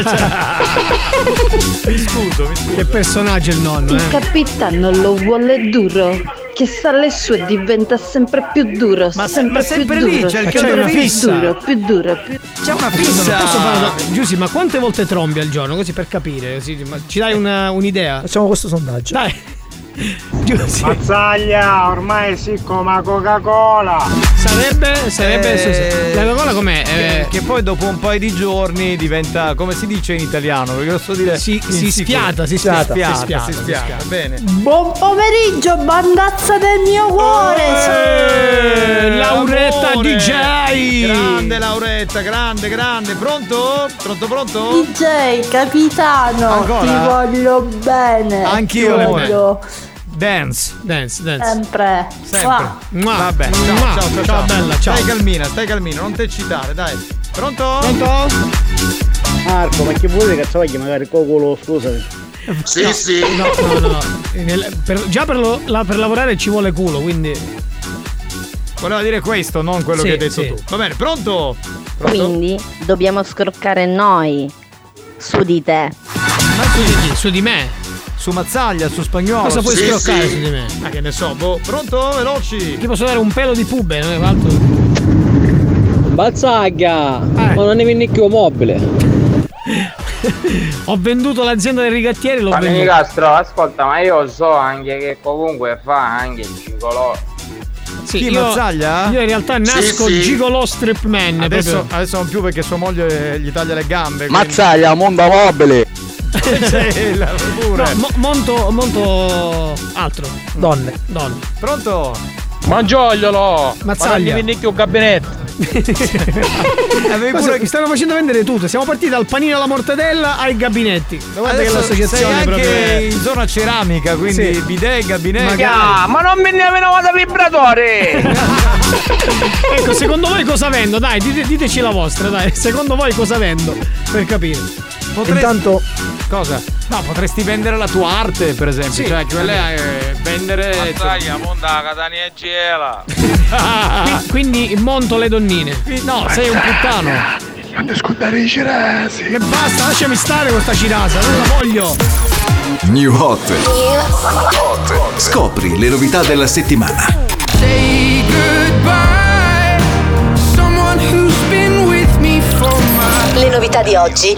Mi scuso, mi scuso. Che personaggio il nonno, Il eh? capitano lo vuole duro, che sale su e diventa sempre più duro. Ma, sempre ma sempre più lì duro, c'è il sempre una più fissa. duro, più duro, più C'è una Scusa, fissa. non posso fare- Giussi, ma quante volte trombi al giorno? Così per capire, così, ma ci dai una- un'idea? Facciamo questo sondaggio. Dai. Giussi. Mazzaglia, ormai sì come Coca-Cola. Sarebbe, sarebbe Eh, la Coca-Cola com'è? Che, Eh, che poi dopo un paio di giorni diventa, come si dice in italiano? Perché lo so dire. si, in si sicuro. sfiata, si Si sfiata, spiata, si sfiata, si si spiata. sfiata. Bene. Buon pomeriggio, bandazza del mio cuore. Eh, Lauretta amore. D J. Grande Lauretta, grande, grande. Pronto? Pronto, pronto? D J, capitano, Ancora? ti voglio bene. Anch'io ti le voglio Dance. Dance, dance. sempre. Sempre. Mua. Mua. Vabbè, ciao, Mua. ciao, ciao, Ciao, ciao. bella, ciao. Stai calmina, stai calmina, non ti eccitare, dai. Pronto? Pronto? Marco, ma che vuoi che cazzavaglia magari cocolo, scusami. Sì, No, sì. No, no, no. Nel- per- già per, lo- la- per lavorare ci vuole culo, quindi. Voleva dire questo, non quello Sì, che hai detto sì. tu. Va bene, pronto? Pronto? Quindi dobbiamo scroccare noi su di te. Ma su di chi? Su di me? Su Mazzaglia, su Spagnolo. Cosa puoi Sì, scroccare sì. su di me? Ma che ne so, boh. Pronto? Veloci. Ti posso dare un pelo di pube, no? Altro. Bazzaglia! Ma non ne vieni più mobile. Ho venduto l'azienda dei rigattieri, l'ho Fammi venduta. Castro, ascolta, ma io so anche che comunque fa anche il gigolò. Sì, Chi, io, Mazzaglia? Io in realtà nasco Sì, sì. gigolo strip man. Adesso, proprio. adesso non più perché sua moglie gli taglia le gambe. quindi- Mazzaglia, mondo mobile. Sì, la- pure. No, mo- monto, monto altro. Donne. Donne. Pronto? Mangiogliolo! Mazzaglia. Ma non un gabinetto. Ma pure- mi stanno facendo vendere tutto. Siamo partiti dal panino alla mortadella ai gabinetti. Guarda che Adesso l'associazione sei anche proprio. in zona ceramica, quindi Sì. bidet, gabinetto. Ah, ma non mi ne avevamo da vibratore! Ecco, secondo voi cosa vendo? Dai, dite- diteci la vostra, dai. Secondo voi cosa vendo? Per capire. Potresti- Intanto Cosa? No, potresti vendere la tua arte, per esempio. Sì. Cioè, quella è vendere. Mazzaglia, monda Catania e Gela. Qui- Quindi monto le donnine. No, sei un puttano. Non ascoltare i cerasi. E basta, lasciami stare con sta cirasa, non la voglio. New Hot. Scopri le novità della settimana. Say goodbye, someone who's been with me for my... Le novità di oggi.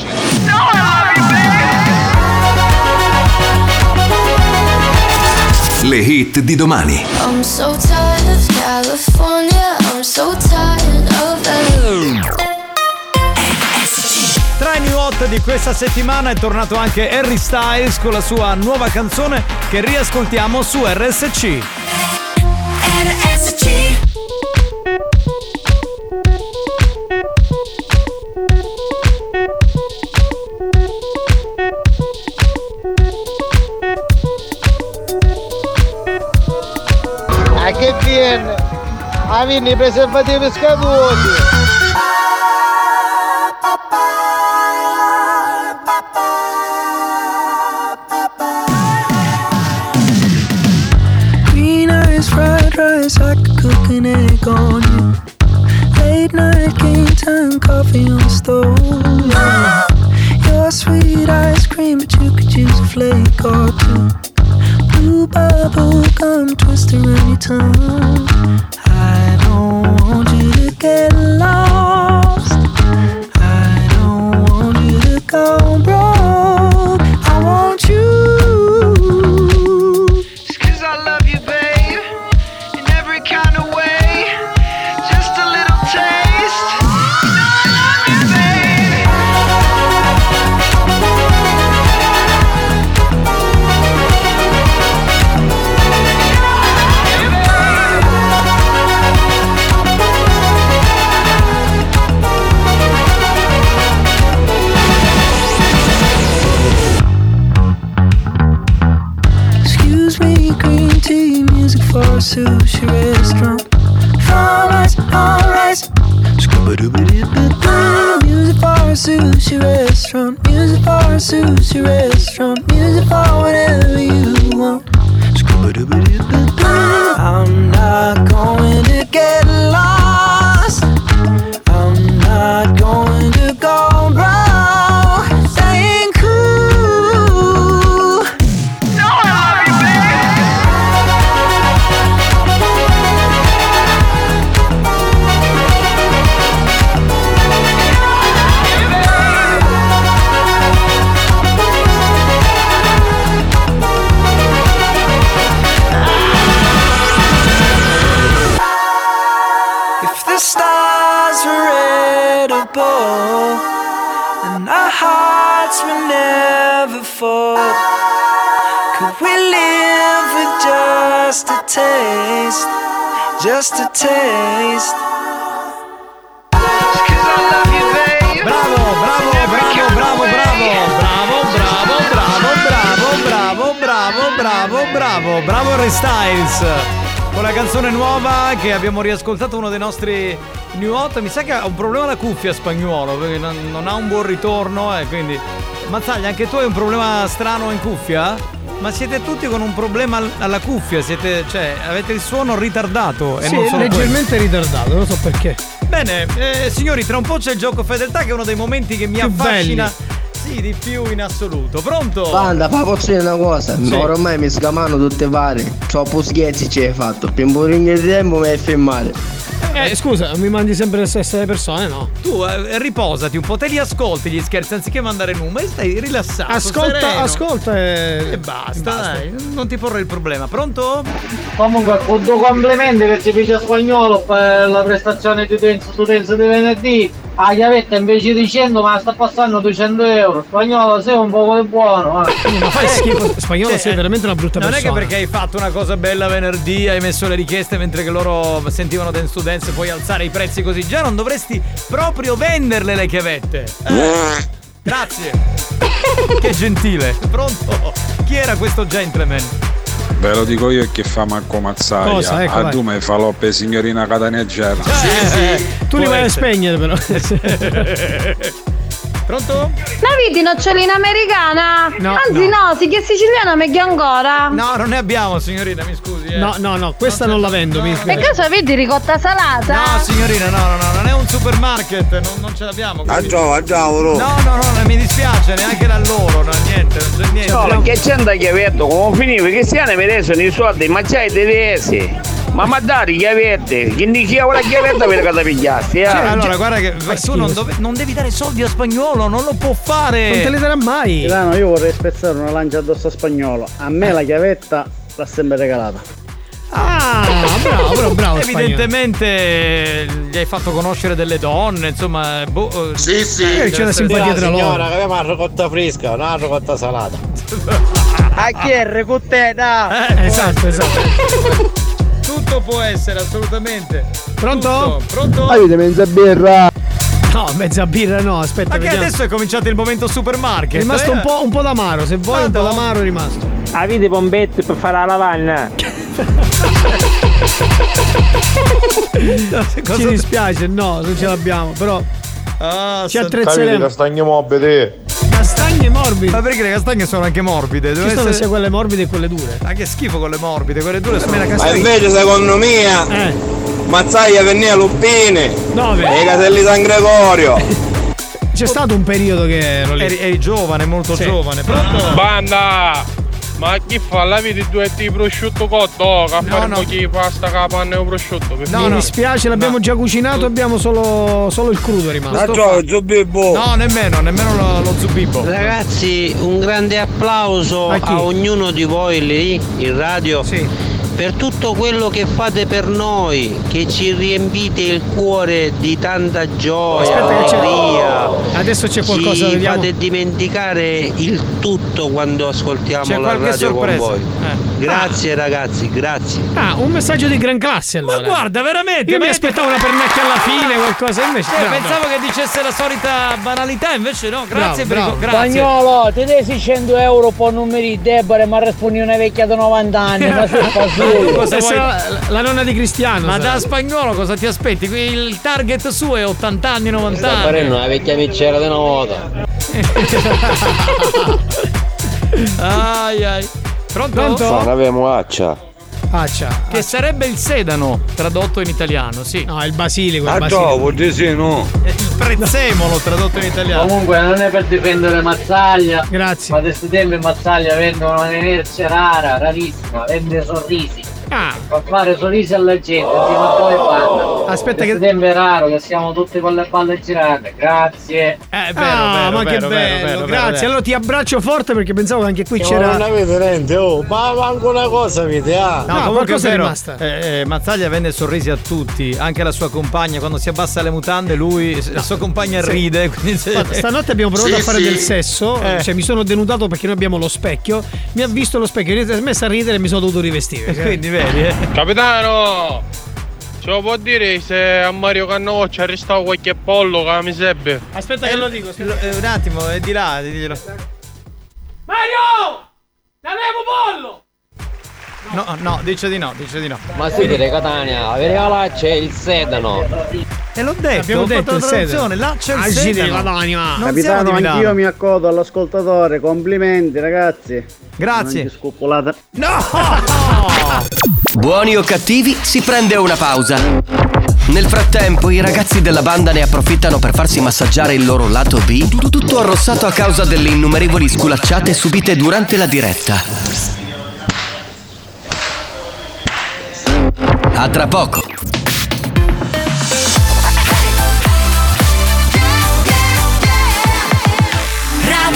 Le hit di domani. I'm so tired of California, I'm so tired of L A. Tra i new hot di questa settimana è tornato anche Harry Styles con la sua nuova canzone che riascoltiamo su R S C. R S C. A che viene? Avendo i preservativi scaduti. Green eyes, fried rice, I could cook an egg on you. Late night game time, coffee on the stove. Yeah. Your sweet ice cream, but you could use a flake or two. Blue bubble gum twist around your tongue. I don't want you to get lost. I don't want you to go broke. I want you. Just 'cause I love you, babe, in every kind of way. Just a little taste. You know I love you, babe. Excuse me, green tea, music for a sushi restaurant. Fried rice, all rice. Scooba-dooba-doo-ba-doo. Music for a sushi restaurant. Music for a sushi restaurant. Music for whatever you want. Scooba-dooba-doo-ba-doo. I'm not going to get lost. I'm not going to go broke. Staying cool. No, I love you, If the stars were edible and our hearts would never fall, could we live with just a taste, just a taste? Just 'cause I love you, babe. Bravo, bravo, bravo, bravo, bravo, bravo, bravo, bravo, bravo, bravo, bravo, bravo, bravo, bravo Harry Styles. Con la canzone nuova che abbiamo riascoltato, uno dei nostri new hot. Mi sa che ha un problema la cuffia Spagnuolo, perché non, non ha un buon ritorno, e quindi Mazzaglia, anche tu hai un problema strano in cuffia? Ma siete tutti con un problema al- alla cuffia, siete, cioè avete il suono ritardato e Sì, non solo leggermente ritardato, non so perché. Bene, eh, signori, tra un po' c'è il gioco fedeltà, che è uno dei momenti che mi Più affascina. belli. Sì, di più in assoluto. Pronto? Banda, fa posso dire una cosa? Sì. Ormai mi scamano tutte varie. Troppo scherzi ci hai fatto. Per un po' di tempo mi hai fermato. Eh, scusa, mi mandi sempre le stesse persone, no? Tu eh, riposati un po', te li ascolti gli scherzi anziché mandare numeri, stai rilassato. Ascolta, sereno. ascolta e... e basta, basta, dai, non ti porre il problema. Pronto? Comunque, con due complimenti che ci fece Spagnolo per la prestazione di utenza su utenza di venerdì. La chiavetta invece di cento ma sta passando duecento euro. Spagnolo sei un po' buono. Eh. Ma fai schifo, Spagnolo Cioè, sei veramente una brutta non persona. Non è che perché hai fatto una cosa bella venerdì, hai messo le richieste mentre che loro sentivano Dance to Dance e puoi alzare i prezzi così. Già non dovresti proprio venderle le chiavette. Eh. Grazie. Che gentile. Pronto? Chi era questo gentleman? Ve lo dico io che fa Marco Mazzaia. Cosa? Ecco, a vai. Dume falloppe signorina Cataneggiera. Eh, sì, sì. Tu li vai a spegnere però. Pronto? La vedi nocciolina americana? No, Anzi no. no, si chiede siciliana meglio ancora. No, non ne abbiamo, signorina, mi scusi. Eh. No, no, no, questa non, non la vendo. Mi E cosa vedi ricotta salata? No, signorina, no, no, no, non è un supermarket, non, non ce l'abbiamo. Ah, ciao, ciao, no, no, no, mi dispiace, neanche da loro, no, niente, non c'è niente. No, che c'è da chiavetto, come finiva, che siano messo nei soldi, ma c'hai tedeschi. Ma ma dare chiavette, che ne chiavo la chiavetta per che ti pigliasti, eh? Cioè, allora, guarda che tu non, dove, non devi dare soldi a Spagnolo, non lo può fare. Non te li darà mai. Milano, io vorrei spezzare una lancia addosso a Spagnolo. A me la chiavetta l'ha sempre regalata. Ah, bravo, bravo, bravo. Evidentemente gli hai fatto conoscere delle donne, insomma. Boh, sì, sì. Eh, c'è una simpatia tra loro. Signora, che abbiamo una ricotta fresca, una ricotta salata. A chi è ricotteta? Eh, esatto, esatto. Tutto può essere, assolutamente. Pronto? Tutto. Pronto? Avete mezza birra? No, mezza birra no, aspetta. Ma che vediamo. adesso è cominciato il momento supermarket. È rimasto eh? un po', un po' d'amaro, se vuoi un po' d'amaro è rimasto. Avete pombetti per fare la lavagna? Ci dispiace, no, non ce l'abbiamo, però ah, ci attrezzeremo. Castagne morbide. Castagne morbide. Ma perché le castagne sono anche morbide? Ci sono essere... sia quelle morbide e quelle dure. Ma che schifo con le morbide, quelle dure sono la Ma invece secondo me eh. Mazzaia veniva Lupini. Dove? E i caselli San Gregorio. C'è stato un periodo che ero lì. Eri, eri giovane, molto sì. giovane. Pronto? Banda! Ma chi fa? La vedi due di prosciutto cotto? Che a No, fare no. un po' di pasta con la panna e un prosciutto? No, Mi no. dispiace, l'abbiamo No. già cucinato, abbiamo solo, solo il crudo rimasto. Ma ciao, Zubibbo. No, nemmeno, nemmeno lo, lo zubibbo. Ragazzi, un grande applauso A a, chi? ognuno di voi lì in radio Sì. per tutto quello che fate per noi, che ci riempite il cuore di tanta gioia, Aspetta che c'è- allegria. Adesso c'è qualcosa, Ci vediamo. fate dimenticare il tutto quando ascoltiamo C'è la qualche radio sorpresa. con voi. Eh. Grazie ragazzi, grazie. Ah, un messaggio di gran classe allora. Ma guarda, veramente. Io mi ma- aspettavo una pernacchia alla fine, qualcosa invece. Eh, bravo, pensavo che dicesse la solita banalità, invece no. Grazie Bravo, per bravo. il grazie. Spagnolo, ti desi cento euro per numeri di Deborah, ma rispondi una vecchia di novanta anni, ma sei Ma tu passato. cosa vuoi? La, la nonna di Cristiano. Ma sarà. da Spagnolo cosa ti aspetti? Qui Il target suo è ottanta anni, novanta Sta anni. parendo una vecchia micciera di una volta. Ai ai. Pronto? Pronto? avevamo accia. Faccia. Che sarebbe il sedano tradotto in italiano, sì. No, il basilico, il Ah, basilico. ciao, vuol dire sì, no. Eh, Il prezzemolo tradotto in italiano. Comunque non è per difendere Mazzaglia, Grazie. ma da questi tempi Mazzaglia vende una merce rara, rarissima, vende sorrisi. Ah, Fa fare sorrisi alla gente, si fa poi banda. aspetta Questo che. tempo è raro che siamo tutti con le palle girate, grazie. Eh, vero, Ah, vero, ma vero, che vero, bello, vero, vero, grazie. vero. Allora ti abbraccio forte perché pensavo che anche qui Non c'era. avete niente, oh, ma manco una cosa avete, ah. No, No, comunque qualcosa è è vero. rimasta. Eh, eh, Mazzaglia vende sorrisi a tutti, anche alla sua compagna. Quando si abbassa le mutande, lui, la sua compagna Sì. ride. Quindi se- Guarda, stanotte abbiamo provato Sì, a fare sì. del sesso, Eh. cioè mi sono denudato perché noi abbiamo lo specchio, mi ha visto lo specchio, mi ha messo a ridere e mi sono dovuto rivestire. Cioè, Quindi vedi, eh. Capitano! Ce lo può dire se a Mario Cannò ci arrestavo qualche pollo che mi serve? Aspetta che lo dico, aspetta. Eh, un attimo, è di là, diglielo. Mario! L'avevo pollo! No, no, dice di no, dice di no. Ma siete di Catania, avere là c'è il sedano. E l'ho detto, Abbiamo ho detto fatto la il traduzione, là c'è il Ah, sì, di sedano. Catania. Non siamo Capitano, di Milano. anch'io mi accodo all'ascoltatore. Complimenti, ragazzi. Grazie. Non ci scopolate. No! Buoni o cattivi, si prende una pausa. Nel frattempo i ragazzi della banda ne approfittano per farsi massaggiare il loro lato B, tutto arrossato a causa delle innumerevoli sculacciate subite durante la diretta. A tra poco.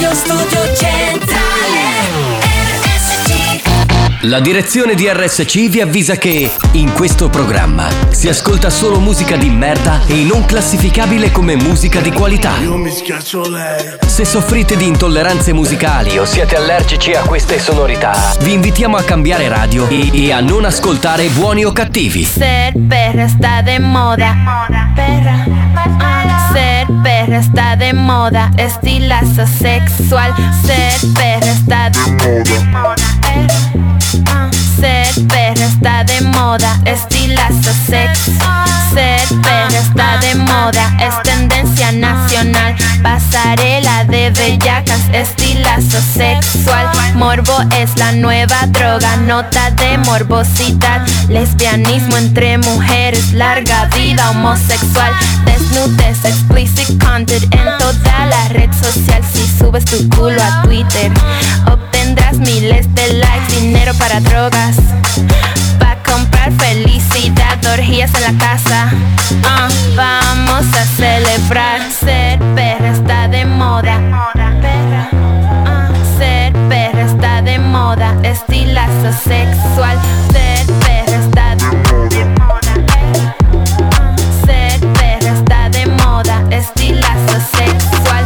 Radio Studio Centrale R S C. La direzione di R S C vi avvisa che in questo programma si ascolta solo musica di merda e non classificabile come musica di qualità. Io mi schiaccio lei. Se soffrite di intolleranze musicali o siete allergici a queste sonorità, vi invitiamo a cambiare radio e, e a non ascoltare Buoni o Cattivi. Ser perra está de moda. Perra. Ah, ser perra está de moda. Estilazo sexual. Ser perra está de moda. Ah, ser perra está de moda. Estilazo sexual. Ser perra está de moda. Es tendencia nacional. Pasarela de bellacas. Estilazo sexual. Morbo es la nueva droga. Nota de morbosidad. Lesbianismo entre mujeres. Larga vida homosexual. Desnudez, explicit content en toda la red social. Si subes tu culo a Twitter, obtendrás miles de likes. Dinero para drogas, pa' comprar felicidad. Orgías en la casa, uh, vamos a celebrar. Ser perra está de moda. Perra, uh, ser perra está de moda. Estilazo sexual. Ser perra está de moda. Uh, ser perra está de moda. Estilazo sexual.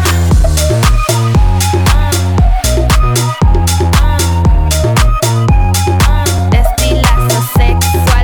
Estilazo sexual.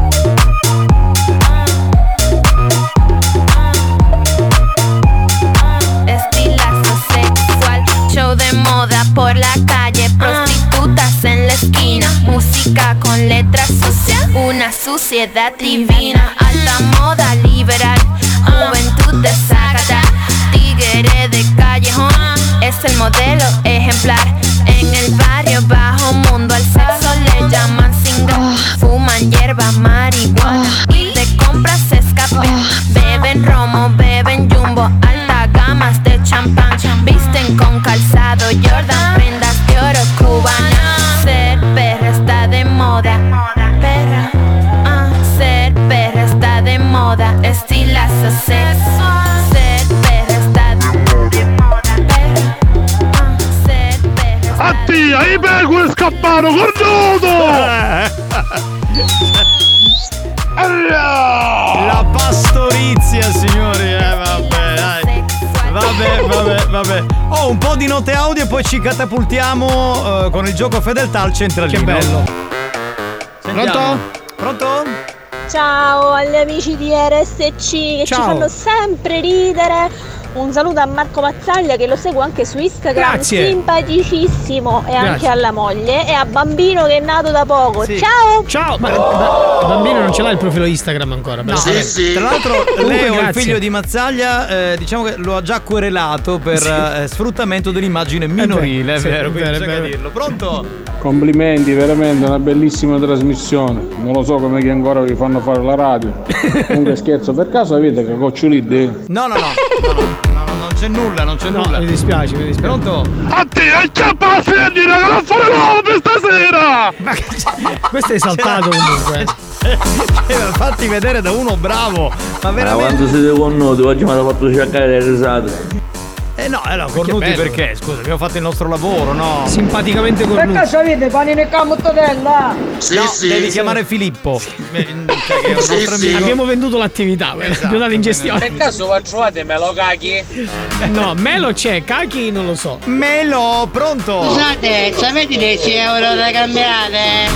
Estilazo sexual. Show de moda por la calle. Prostitutas en la esquina. Música con letras sucias. Una suciedad divina. Alta moda liberal. Juventud desagrada. Tigre de callejón. Es el modelo ejemplar. En el barrio bajo mundo al sexo le llaman singa. Fuman hierba, marihuana y de compras se escapen. Beben romo, beben jumbo, alta gamas de champán. Visten con calzado Jordan, prendas de oro cubana. Ser perra está de moda. Perra, ah, ser perra está de moda. Estilazo sexo. Ser perra está de moda. Perra, ah, ser perra está de Attia, i beco è scappato, cornuto! La pastorizia, signori, eh, vabbè, dai. Vabbè, vabbè, vabbè. Oh, un po' di note audio e poi ci catapultiamo uh, con il gioco fedeltà al centralino. Che bello. Sentiamo. Pronto? Pronto? Ciao agli amici di R S C che Ciao. ci fanno sempre ridere. Un saluto a Marco Mazzaglia che lo seguo anche su Instagram. Grazie. Simpaticissimo. E Grazie. anche alla moglie e a bambino che è nato da poco. Sì. Ciao. Ciao. Ma ma- il bambino non ce l'ha il profilo Instagram ancora. No, però- eh, tra l'altro Comunque, Leo, il grazie. figlio di Mazzaglia, eh, diciamo che lo ha già querelato per Sì. eh, sfruttamento dell'immagine minorile, è sì, vero, è quindi vero, è bisogna vero. dirlo. Pronto? Complimenti, veramente una bellissima trasmissione. Non lo so come che ancora vi fanno fare la radio. Comunque scherzo, per caso avete che cocciolidde? No, no, no, no, no, no, no, non c'è nulla, non c'è No, nulla. mi dispiace, mi dispiace. Pronto? Attia, e che passi a dire che non fare nuovo per stasera! Ma che- questo è esaltato comunque. Eh, fatti vedere da uno bravo. Ma Ma veramente. quando siete cornuti, oggi mi hanno fatto cercare le risate. Eh no, eh no, cornuti bello. perché? Scusa, abbiamo fatto il nostro lavoro, no? Simpaticamente Per cornuto. caso avete panino e camottadella? no, devi chiamare Filippo. Eh, cioè, che è un nostro amico. Abbiamo venduto l'attività, Esatto, abbiamo dato in gestione. Per caso va trovate me lo caghi? No, Melo c'è, Cachi non lo so. Melo, pronto? Scusate, ci avete dieci euro da cambiare?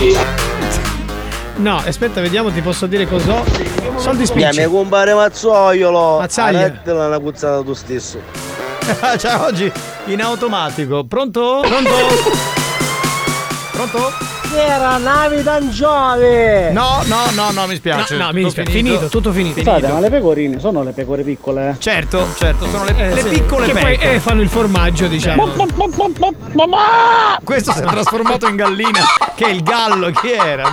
No, aspetta, vediamo, ti posso dire cos'ho. Soldi Mi spicci. compare Mazzoiolo. Mazzaglia. Arrettela una puzzata tu stesso. Cioè, oggi in automatico. Pronto? Pronto? Pronto? Era navi d'Angiove. No, no, no, no, mi spiace. No, no, mi Tutto dispiace. Finito, tutto finito. Scusate, ma le pecorine sono le pecore piccole, eh? Certo, certo, sono le, Eh, le sì. piccole che pecore. poi eh, fanno il formaggio, diciamo. Questo si è trasformato in gallina. Che è il gallo, chi era?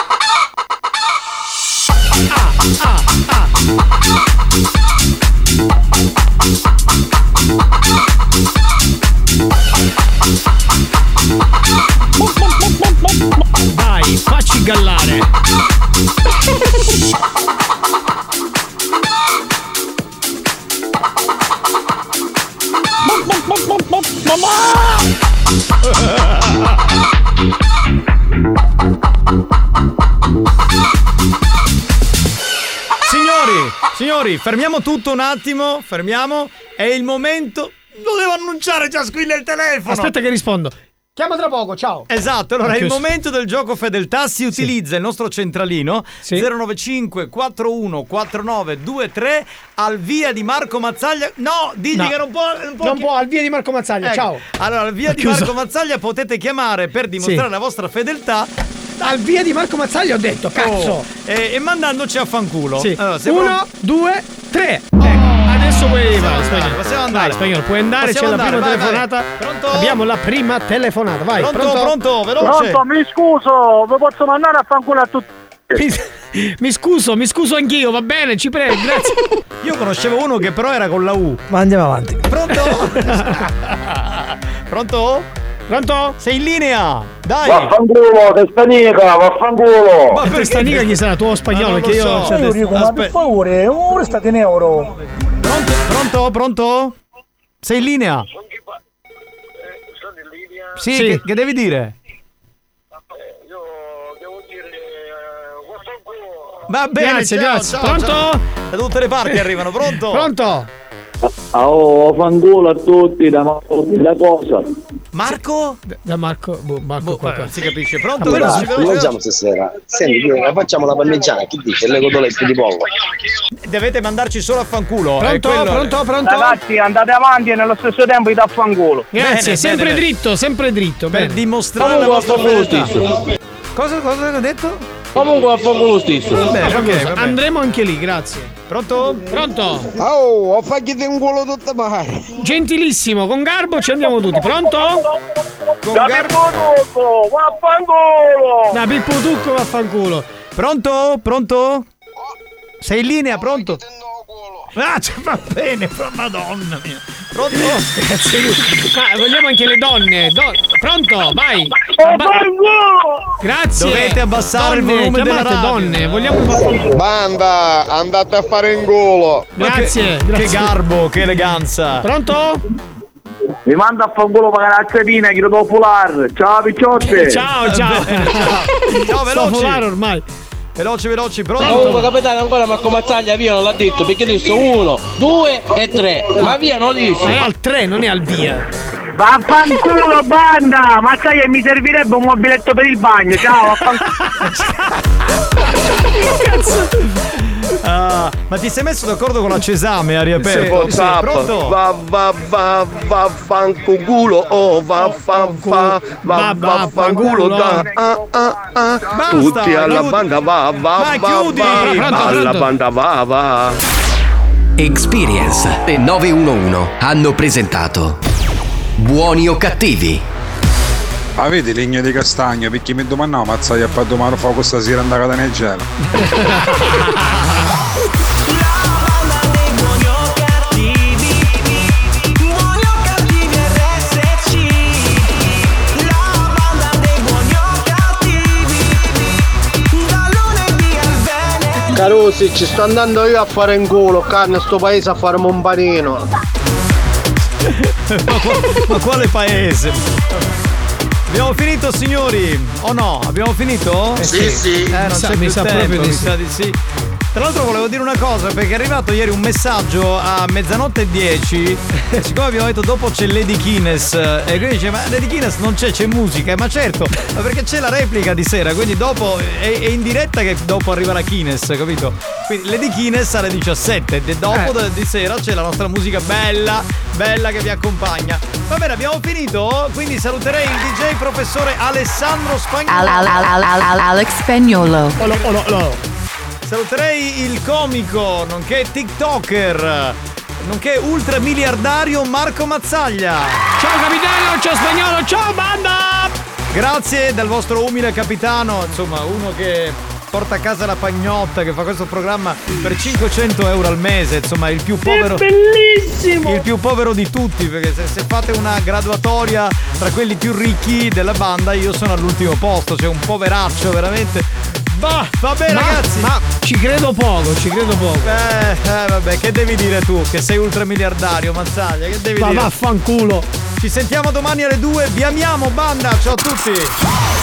Ah, ah, ah. Vai, facci gallare. Signori, signori, fermiamo tutto un attimo, fermiamo. È il momento. Lo devo annunciare, già squilla il telefono. Aspetta che rispondo. Chiama tra poco, ciao. Esatto, allora è il momento del gioco fedeltà. Si utilizza il nostro centralino Sì. zero nove cinque quattro uno quattro nove due tre al via di Marco Mazzaglia. No, digli No. che non può. Non può, Non può, al via di Marco Mazzaglia, Ecco. ciao. Allora, al via Ha di chiuso. Marco Mazzaglia potete chiamare per dimostrare Sì. la vostra fedeltà. Al via di Marco Mazzaglia ho detto, cazzo. Oh, e, e mandandoci a fanculo. Sì. Allora, se Uno, pro- due, tre. Ecco, adesso puoi Possiamo vai, andare, spagnolo. possiamo andare. Vai, spagnolo, puoi andare, Possiamo c'è andare, la prima vai, telefonata. vai. Pronto? Abbiamo la prima telefonata, vai. Pronto, Pronto, pronto, veloce. Pronto, mi scuso, vi posso mandare a fanculo a tutti. Mi, mi scuso, mi scuso anch'io, va bene, ci prego, grazie. Io conoscevo uno che però era con la U. Ma andiamo avanti. Pronto? Pronto? Pronto? Sei in linea? Dai! Vaffanculo, testanica, vaffanculo. Ma Per sta niga chi sarà tuo spagnolo Ah, non che io lo so. cioè, Io dico, ma per favore, ora state in euro. Pronto? Pronto? Pronto? Sei in linea? Sì, Sì. Che, che devi dire? Va bene, Grazie, ciao, grazie. ciao, Pronto? ciao. Da tutte le parti arrivano, pronto? Pronto? Oh, fanculo a tutti, da, da cosa? Marco? Da Marco, boh, Marco qua, qua. Non si capisce. Pronto? Ah, Veloce, però- veloce, Mangiamo stasera. Senti, la facciamo la parmigiana, chi dice? Le cotolette di pollo. Dovete mandarci solo a fanculo. è Pronto? quello- Pronto? Pronto? Ragazzi, andate avanti e nello stesso tempo vi dà fanculo. Grazie, Bene, sempre bene, dritto, sempre dritto. Per Bene. dimostrare la Comunque, vostra a fanculo fedeltà. stesso. Cosa, cosa hai detto? Comunque a fanculo stesso. Bene, ok, va bene. Andremo anche lì, grazie. Pronto? Pronto? Oh, ho fatto un culo tutta male. Gentilissimo, con garbo ci andiamo tutti. Pronto? Con Da gar- Pippo Tucco, vaffanculo. Da Pippo Tucco vaffanculo. Pronto? Pronto? Sei in linea, pronto? Ah, cioè, va bene, però madonna mia. Pronto? Ah, vogliamo anche le donne. Don- Pronto? Vai. Abba- Grazie. Dovete abbassare il Donne, volume della chiamate radio. donne. Vogliamo Banda, andate a fare in culo. Ma Grazie, che, grazie. che garbo, che eleganza. Pronto? Mi manda a fanculo per la razzatina, che lo devo fulare. Ciao picciotte. Ciao, ciao. Bene, ciao. Ciao, Sto veloci. volare ormai. Veloci, veloci, Comunque pronto? capitano ancora Marco Mazzaglia via non l'ha detto perché disse uno, due e tre. Ma via non lo Ma è disse. al tre, non è al via. Vaffanculo banda, ma sai che mi servirebbe un mobiletto per il bagno. Ciao, Ah, ma ti sei messo d'accordo con la Cesame a riaperto? Sì, Pronto? Va va va va fanculo, oh va fa fa va va fanculo da ah ah ah. Basta, Tutti alla chiudi. banda va va Vai, va chiudi. va Pronto, alla pronto. banda va va. Experience e nove uno uno hanno presentato Buoni o cattivi? Avete legno di castagno? Perché mi domandavo Mazzaglia a domani fuoco stasera andare a Cataneggiale. Carusi, ci sto andando io a fare in culo, carne sto paese a fare un panino. ma, qua- ma quale paese? Abbiamo finito signori? O no? Abbiamo finito? Eh sì. Sì, sì. Eh, non Mi sa- c'è mi più sa tempo, proprio di mi sì. sa di sì. Tra l'altro volevo dire una cosa perché è arrivato ieri un messaggio a mezzanotte e dieci. Siccome abbiamo detto dopo c'è Lady Guinness e quindi dice ma Lady Guinness non c'è, c'è musica. Ma certo, ma perché c'è la replica di sera, quindi dopo è, è in diretta che dopo arriverà Guinness, capito? Quindi Lady Guinness alle diciassette e dopo Eh. di sera c'è la nostra musica bella, bella che vi accompagna. Va bene, abbiamo finito, quindi saluterei il D J professore Alessandro Spagnolo. Al- al- al- al- al- Alex Spagnolo. Olo, olo, olo. Saluterei il comico, nonché TikToker, nonché ultramiliardario Marco Mazzaglia. Ciao capitano, ciao spagnolo, ciao banda! Grazie del vostro umile capitano, insomma, uno che porta a casa la pagnotta, che fa questo programma per cinquecento euro al mese, insomma, il più povero. È bellissimo! Il più povero di tutti, perché se, se fate una graduatoria tra quelli più ricchi della banda, io sono all'ultimo posto, cioè un poveraccio veramente. Bah, vabbè Ma- ragazzi. Ma ci credo poco, ci credo poco. Eh, eh, vabbè, che devi dire tu? Che sei ultramiliardario, Mazzaglia, che devi Ma dire? vaffanculo. Ci sentiamo domani alle due. Vi amiamo, banda. Ciao a tutti.